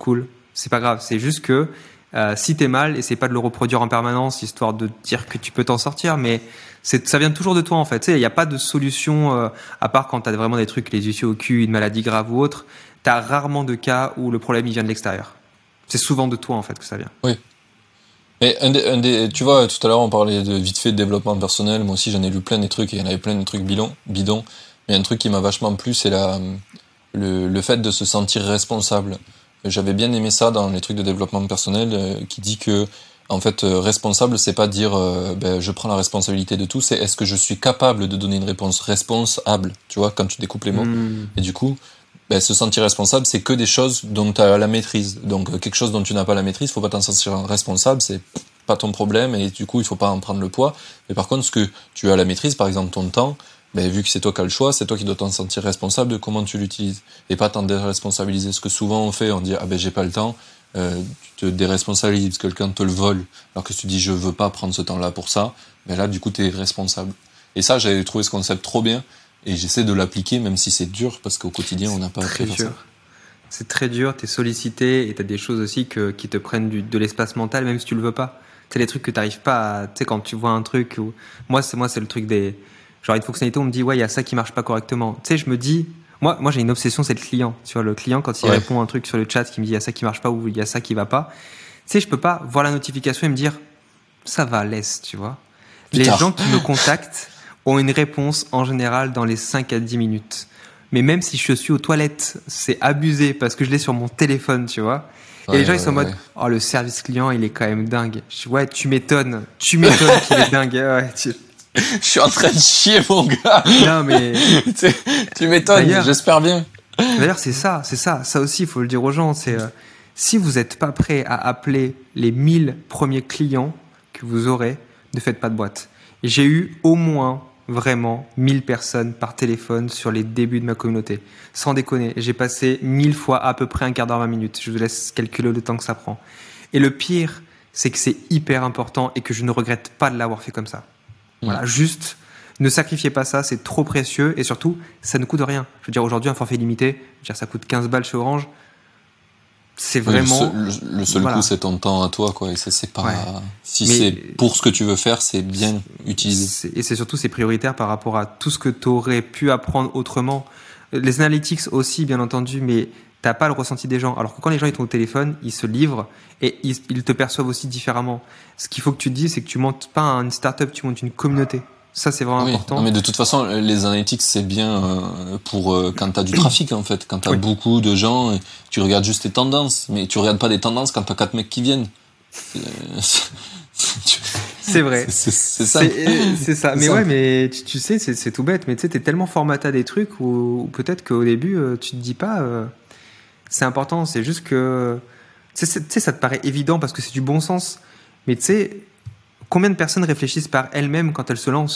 C'est pas grave. C'est juste que euh, si t'es mal, essaie pas de le reproduire en permanence, histoire de dire que tu peux t'en sortir, mais c'est, ça vient toujours de toi en fait. Tu sais, il n'y a pas de solution, euh, à part quand t'as vraiment des trucs, les yeux au cul, une maladie grave ou autre. T'as rarement de cas où le problème il vient de l'extérieur. C'est souvent de toi en fait que ça vient. Oui. Mais un des, un des, tu vois, tout à l'heure on parlait de vite fait de développement personnel. Moi aussi j'en ai lu plein des trucs et il y en avait plein de trucs bidons. bidons. Mais un truc qui m'a vachement plu, c'est la, le, le fait de se sentir responsable. J'avais bien aimé ça dans les trucs de développement personnel, euh, qui dit que en fait euh, responsable, c'est pas dire euh, ben, je prends la responsabilité de tout, c'est est-ce que je suis capable de donner une réponse responsable. Tu vois, quand tu découpes les mots. Mmh. Et du coup. Ben, se sentir responsable, c'est que des choses dont tu as la maîtrise. Donc, quelque chose dont tu n'as pas la maîtrise, faut pas t'en sentir responsable, c'est pas ton problème, et du coup, il faut pas en prendre le poids. Mais par contre, ce que tu as la maîtrise, par exemple ton temps, ben, vu que c'est toi qui as le choix, c'est toi qui dois t'en sentir responsable de comment tu l'utilises. Et pas t'en déresponsabiliser. Ce que souvent on fait, on dit, ah ben, j'ai pas le temps, euh, tu te déresponsabilises parce que quelqu'un te le vole. Alors que si tu dis, je veux pas prendre ce temps-là pour ça, ben là, du coup, t'es responsable. Et ça, j'avais trouvé ce concept trop bien. Et j'essaie de l'appliquer, même si c'est dur, parce qu'au quotidien, on n'a pas appris à faire ça. C'est très dur, t'es sollicité, et t'as des choses aussi que, qui te prennent du, de l'espace mental, même si tu le veux pas. C'est les trucs que t'arrives pas à, tu sais, quand tu vois un truc où, moi, c'est, moi, c'est le truc des, genre, une fonctionnalité, on me dit, ouais, il y a ça qui marche pas correctement. Tu sais, je me dis, moi, moi, j'ai une obsession, c'est le client. Tu vois, le client, quand il ouais. répond un truc sur le chat qui me dit, il y a ça qui marche pas, ou il y a ça qui va pas. Tu sais, je peux pas voir la notification et me dire, ça va, laisse, tu vois. Les Putain. gens qui me contactent, ont une réponse en général dans les cinq à dix minutes. Mais même si je suis aux toilettes, c'est abusé parce que je l'ai sur mon téléphone, tu vois. Et ouais, les gens, ouais, ils sont en mode, ouais. oh, le service client, il est quand même dingue. Je dis, ouais, tu m'étonnes. Tu m'étonnes qu'il est dingue. Ouais, tu... Je suis en train de chier, mon gars. Non, mais. tu, tu m'étonnes, d'ailleurs, j'espère bien. D'ailleurs, c'est ça, c'est ça. Ça aussi, il faut le dire aux gens. C'est, euh, si vous n'êtes pas prêt à appeler les mille premiers clients que vous aurez, ne faites pas de boîte. Et j'ai eu au moins, vraiment mille personnes par téléphone sur les débuts de ma communauté. Sans déconner, j'ai passé mille fois à peu près un quart d'heure, vingt minutes. Je vous laisse calculer le temps que ça prend. Et le pire, c'est que c'est hyper important et que je ne regrette pas de l'avoir fait comme ça. Mmh. Voilà, juste, ne sacrifiez pas ça, c'est trop précieux et surtout, ça ne coûte rien. Je veux dire, aujourd'hui, un forfait limité, je veux dire, ça coûte quinze balles chez Orange. C'est vraiment. Le seul, le, le seul voilà. coup, c'est ton temps à toi, quoi. Et ça, c'est pas. Ouais. Si mais c'est pour ce que tu veux faire, c'est bien utilisé. C'est, et c'est surtout, c'est prioritaire par rapport à tout ce que tu aurais pu apprendre autrement. Les analytics aussi, bien entendu, mais t'as pas le ressenti des gens. Alors que quand les gens ils sont au téléphone, ils se livrent et ils, ils te perçoivent aussi différemment. Ce qu'il faut que tu te dises, c'est que tu montes pas une start-up, tu montes une communauté. Ça, c'est vraiment oui, important. Non, mais de toute façon, les analytics, c'est bien euh, pour euh, quand t'as du trafic, en fait. Quand t'as oui. beaucoup de gens, et tu regardes juste tes tendances. Mais tu regardes pas des tendances quand t'as quatre mecs qui viennent. C'est, c'est, c'est vrai. C'est, c'est, c'est ça. C'est, c'est ça. C'est mais ça. ouais, mais tu, tu sais, c'est, c'est tout bête. Mais tu sais, t'es tellement formaté à des trucs où, où peut-être qu'au début, euh, tu te dis pas, euh, c'est important. C'est juste que, tu sais, ça te paraît évident parce que c'est du bon sens. Mais tu sais, combien de personnes réfléchissent par elles-mêmes quand elles se lancent ?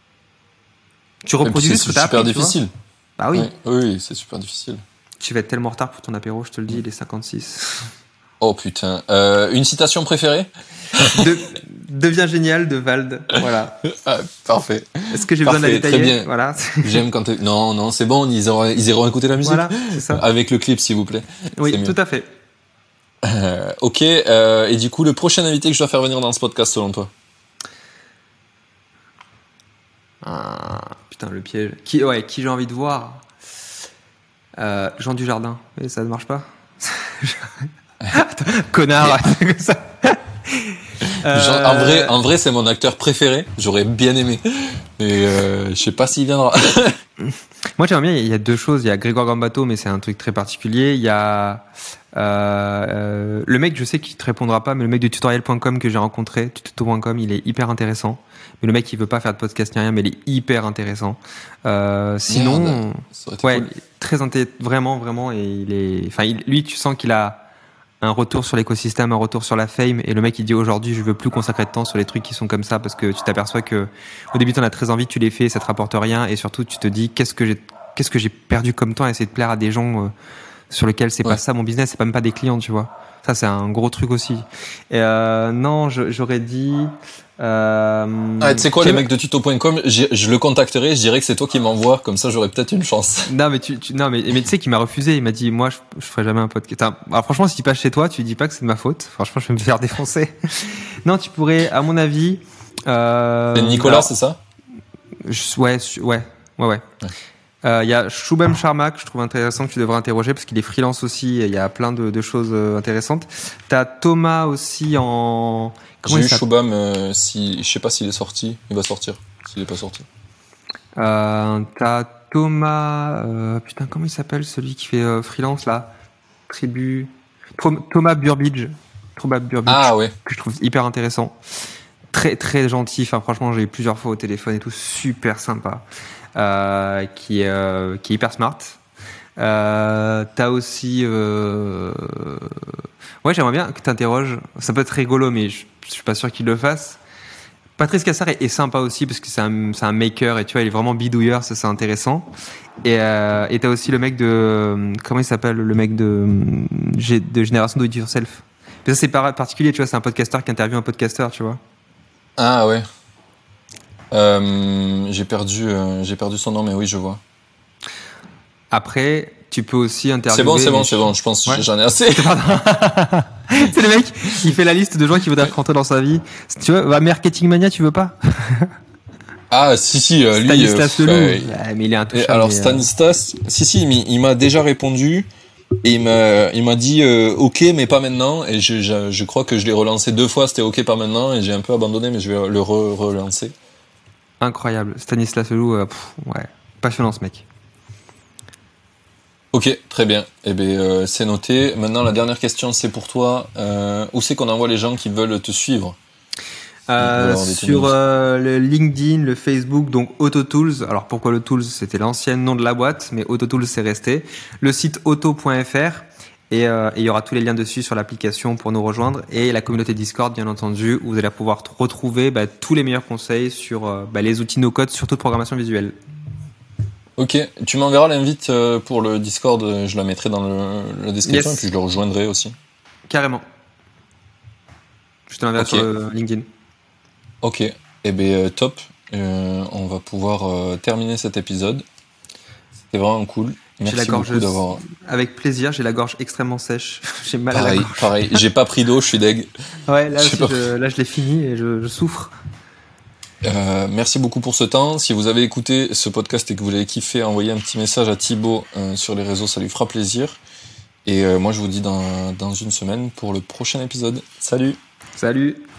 Tu reproduis juste ce que tu as appris. C'est super difficile. Bah oui. Ouais, oui, c'est super difficile. Tu vas être tellement en retard pour ton apéro, je te le dis, il est cinquante-six. Oh putain. Euh, une citation préférée ? de, Deviens génial de Vald. Voilà. Ah, parfait. Est-ce que j'ai parfait, besoin de la détailler ? Très bien. Voilà. J'aime quand t'es... Non, non, c'est bon, ils, auront, ils iront écouter la musique. Voilà, c'est ça. Avec le clip, s'il vous plaît. Oui, tout à fait. Euh, ok, euh, et du coup, le prochain invité que je dois faire venir dans ce podcast, selon toi ? Ah, putain, le piège. Qui, ouais, qui j'ai envie de voir ? euh, Jean Dujardin. Mais ça ne marche pas. Attends, connard. Comme ça. Euh... En vrai, en vrai, c'est mon acteur préféré. J'aurais bien aimé, mais euh, je sais pas s'il viendra. Moi, j'aimerais bien. Il y a deux choses. Il y a Grégoire Gambato, mais c'est un truc très particulier. Il y a euh, euh, le mec, je sais qu'il te répondra pas, mais le mec de tutoriel point com que j'ai rencontré, tuto point com, il est hyper intéressant. Mais le mec, il veut pas faire de podcast ni rien, mais il est hyper intéressant. Euh, sinon, Merde, ouais, cool. très inté- vraiment, vraiment, et il est. Enfin, il, lui, tu sens qu'il a un retour sur l'écosystème, un retour sur la fame, et le mec il dit aujourd'hui je veux plus consacrer de temps sur les trucs qui sont comme ça parce que tu t'aperçois que au début t'en as très envie, tu les fais, ça te rapporte rien et surtout tu te dis qu'est-ce que j'ai, qu'est-ce que j'ai perdu comme temps à essayer de plaire à des gens euh, sur lequel c'est Ouais. pas ça mon business, c'est pas même pas des clients, tu vois. Ça, c'est un gros truc aussi. Et euh, non, je, j'aurais dit. Euh, Ah, tu sais quoi, quel- le mec de tuto point com, j'ai- je le contacterai, je dirais que c'est toi qui m'envoie, comme ça j'aurai peut-être une chance. Non mais tu, tu non mais mais tu sais qu'il m'a refusé, il m'a dit moi je, je ferai jamais un podcast. Enfin, alors franchement si tu passes chez toi, tu dis pas que c'est de ma faute. Franchement je vais me faire défoncer. Non tu pourrais à mon avis. Euh, Et Nicolas, alors, c'est ça? je- ouais su- ouais ouais ouais. Il Ouais. euh, y a Shubham Sharma que je trouve intéressant que tu devrais interroger parce qu'il est freelance aussi. Il y a plein de, de choses euh, intéressantes. T'as Thomas aussi en comment J'ai il eu s'appelle Shubham, euh, si, je sais pas s'il est sorti, il va sortir, s'il est pas sorti. euh, T'as Thomas euh, putain comment il s'appelle celui qui fait euh, freelance là Tribu Thom- Thomas Burbidge Thomas Burbidge Ah ouais. que je trouve hyper intéressant, très très gentil. Enfin franchement j'ai eu plusieurs fois au téléphone et tout, super sympa, euh, qui est euh, qui est hyper smart. Euh, t'as aussi euh... ouais j'aimerais bien que t'interroges, ça peut être rigolo mais je, je suis pas sûr qu'il le fasse. Patrice Cassard est, est sympa aussi parce que c'est un, c'est un maker et tu vois il est vraiment bidouilleur, ça c'est intéressant. Et euh, et t'as aussi le mec de comment il s'appelle le mec de de Génération Do It Yourself. Mais ça c'est par- particulier, tu vois, c'est un podcasteur qui interviewe un podcasteur, tu vois. Ah ouais. Euh, j'ai perdu, euh, j'ai perdu son nom, mais oui, je vois. Après, tu peux aussi interviewer. C'est bon, c'est bon, mais c'est je- bon, je pense que Ouais. j'en ai assez. Pardon. C'est le mec, il fait la liste de gens qu'il voudrait rencontrer dans sa vie. Tu vois, va Marketing Mania, tu veux pas? Ah, si, si, euh, lui. Stanislas euh, Leloup. euh, Ouais, mais il est et intouchable. alors, mais, euh, Stanislas, si, si, mais il m'a déjà répondu. Et il m'a, il m'a dit euh, ok, mais pas maintenant. Et je, je, je crois que je l'ai relancé deux fois, c'était ok, pas maintenant. Et j'ai un peu abandonné, mais je vais le re- relancer. Incroyable. Stanislas Leloup, euh, pff, ouais. Passionnant ce mec. Ok, très bien. Eh bien, euh, c'est noté. Maintenant, la dernière question, c'est pour toi. Euh, où c'est qu'on envoie les gens qui veulent te suivre? Euh, Alors, des sur tendances. euh, le LinkedIn, le Facebook, donc AutoTools. Alors pourquoi le Tools? C'était l'ancien nom de la boîte, mais AutoTools c'est resté. Le site auto point f r et euh, et il y aura tous les liens dessus sur l'application pour nous rejoindre et la communauté Discord bien entendu où vous allez pouvoir t- retrouver bah, tous les meilleurs conseils sur euh, bah, les outils no-code, surtout de programmation visuelle. Ok, tu m'enverras l'invite euh, pour le Discord. euh, Je la mettrai dans le, la description Yes. et puis je le rejoindrai aussi. Carrément. Je te l'enverrai Ok. sur le LinkedIn. Ok, eh bien euh, top. Euh, on va pouvoir euh, terminer cet épisode. C'était vraiment cool. J'ai Merci la gorge beaucoup d'avoir. avec plaisir. J'ai la gorge extrêmement sèche. J'ai mal à la Pareil, gorge. pareil. J'ai pas pris d'eau, je suis deg. Ouais, là, Je sais aussi, pas. je, là je l'ai fini et je, je souffre. Euh, merci beaucoup pour ce temps. Si vous avez écouté ce podcast et que vous l'avez kiffé, envoyez un petit message à Thibaut euh, sur les réseaux, ça lui fera plaisir. Et euh, moi, je vous dis dans, dans une semaine pour le prochain épisode. Salut! Salut.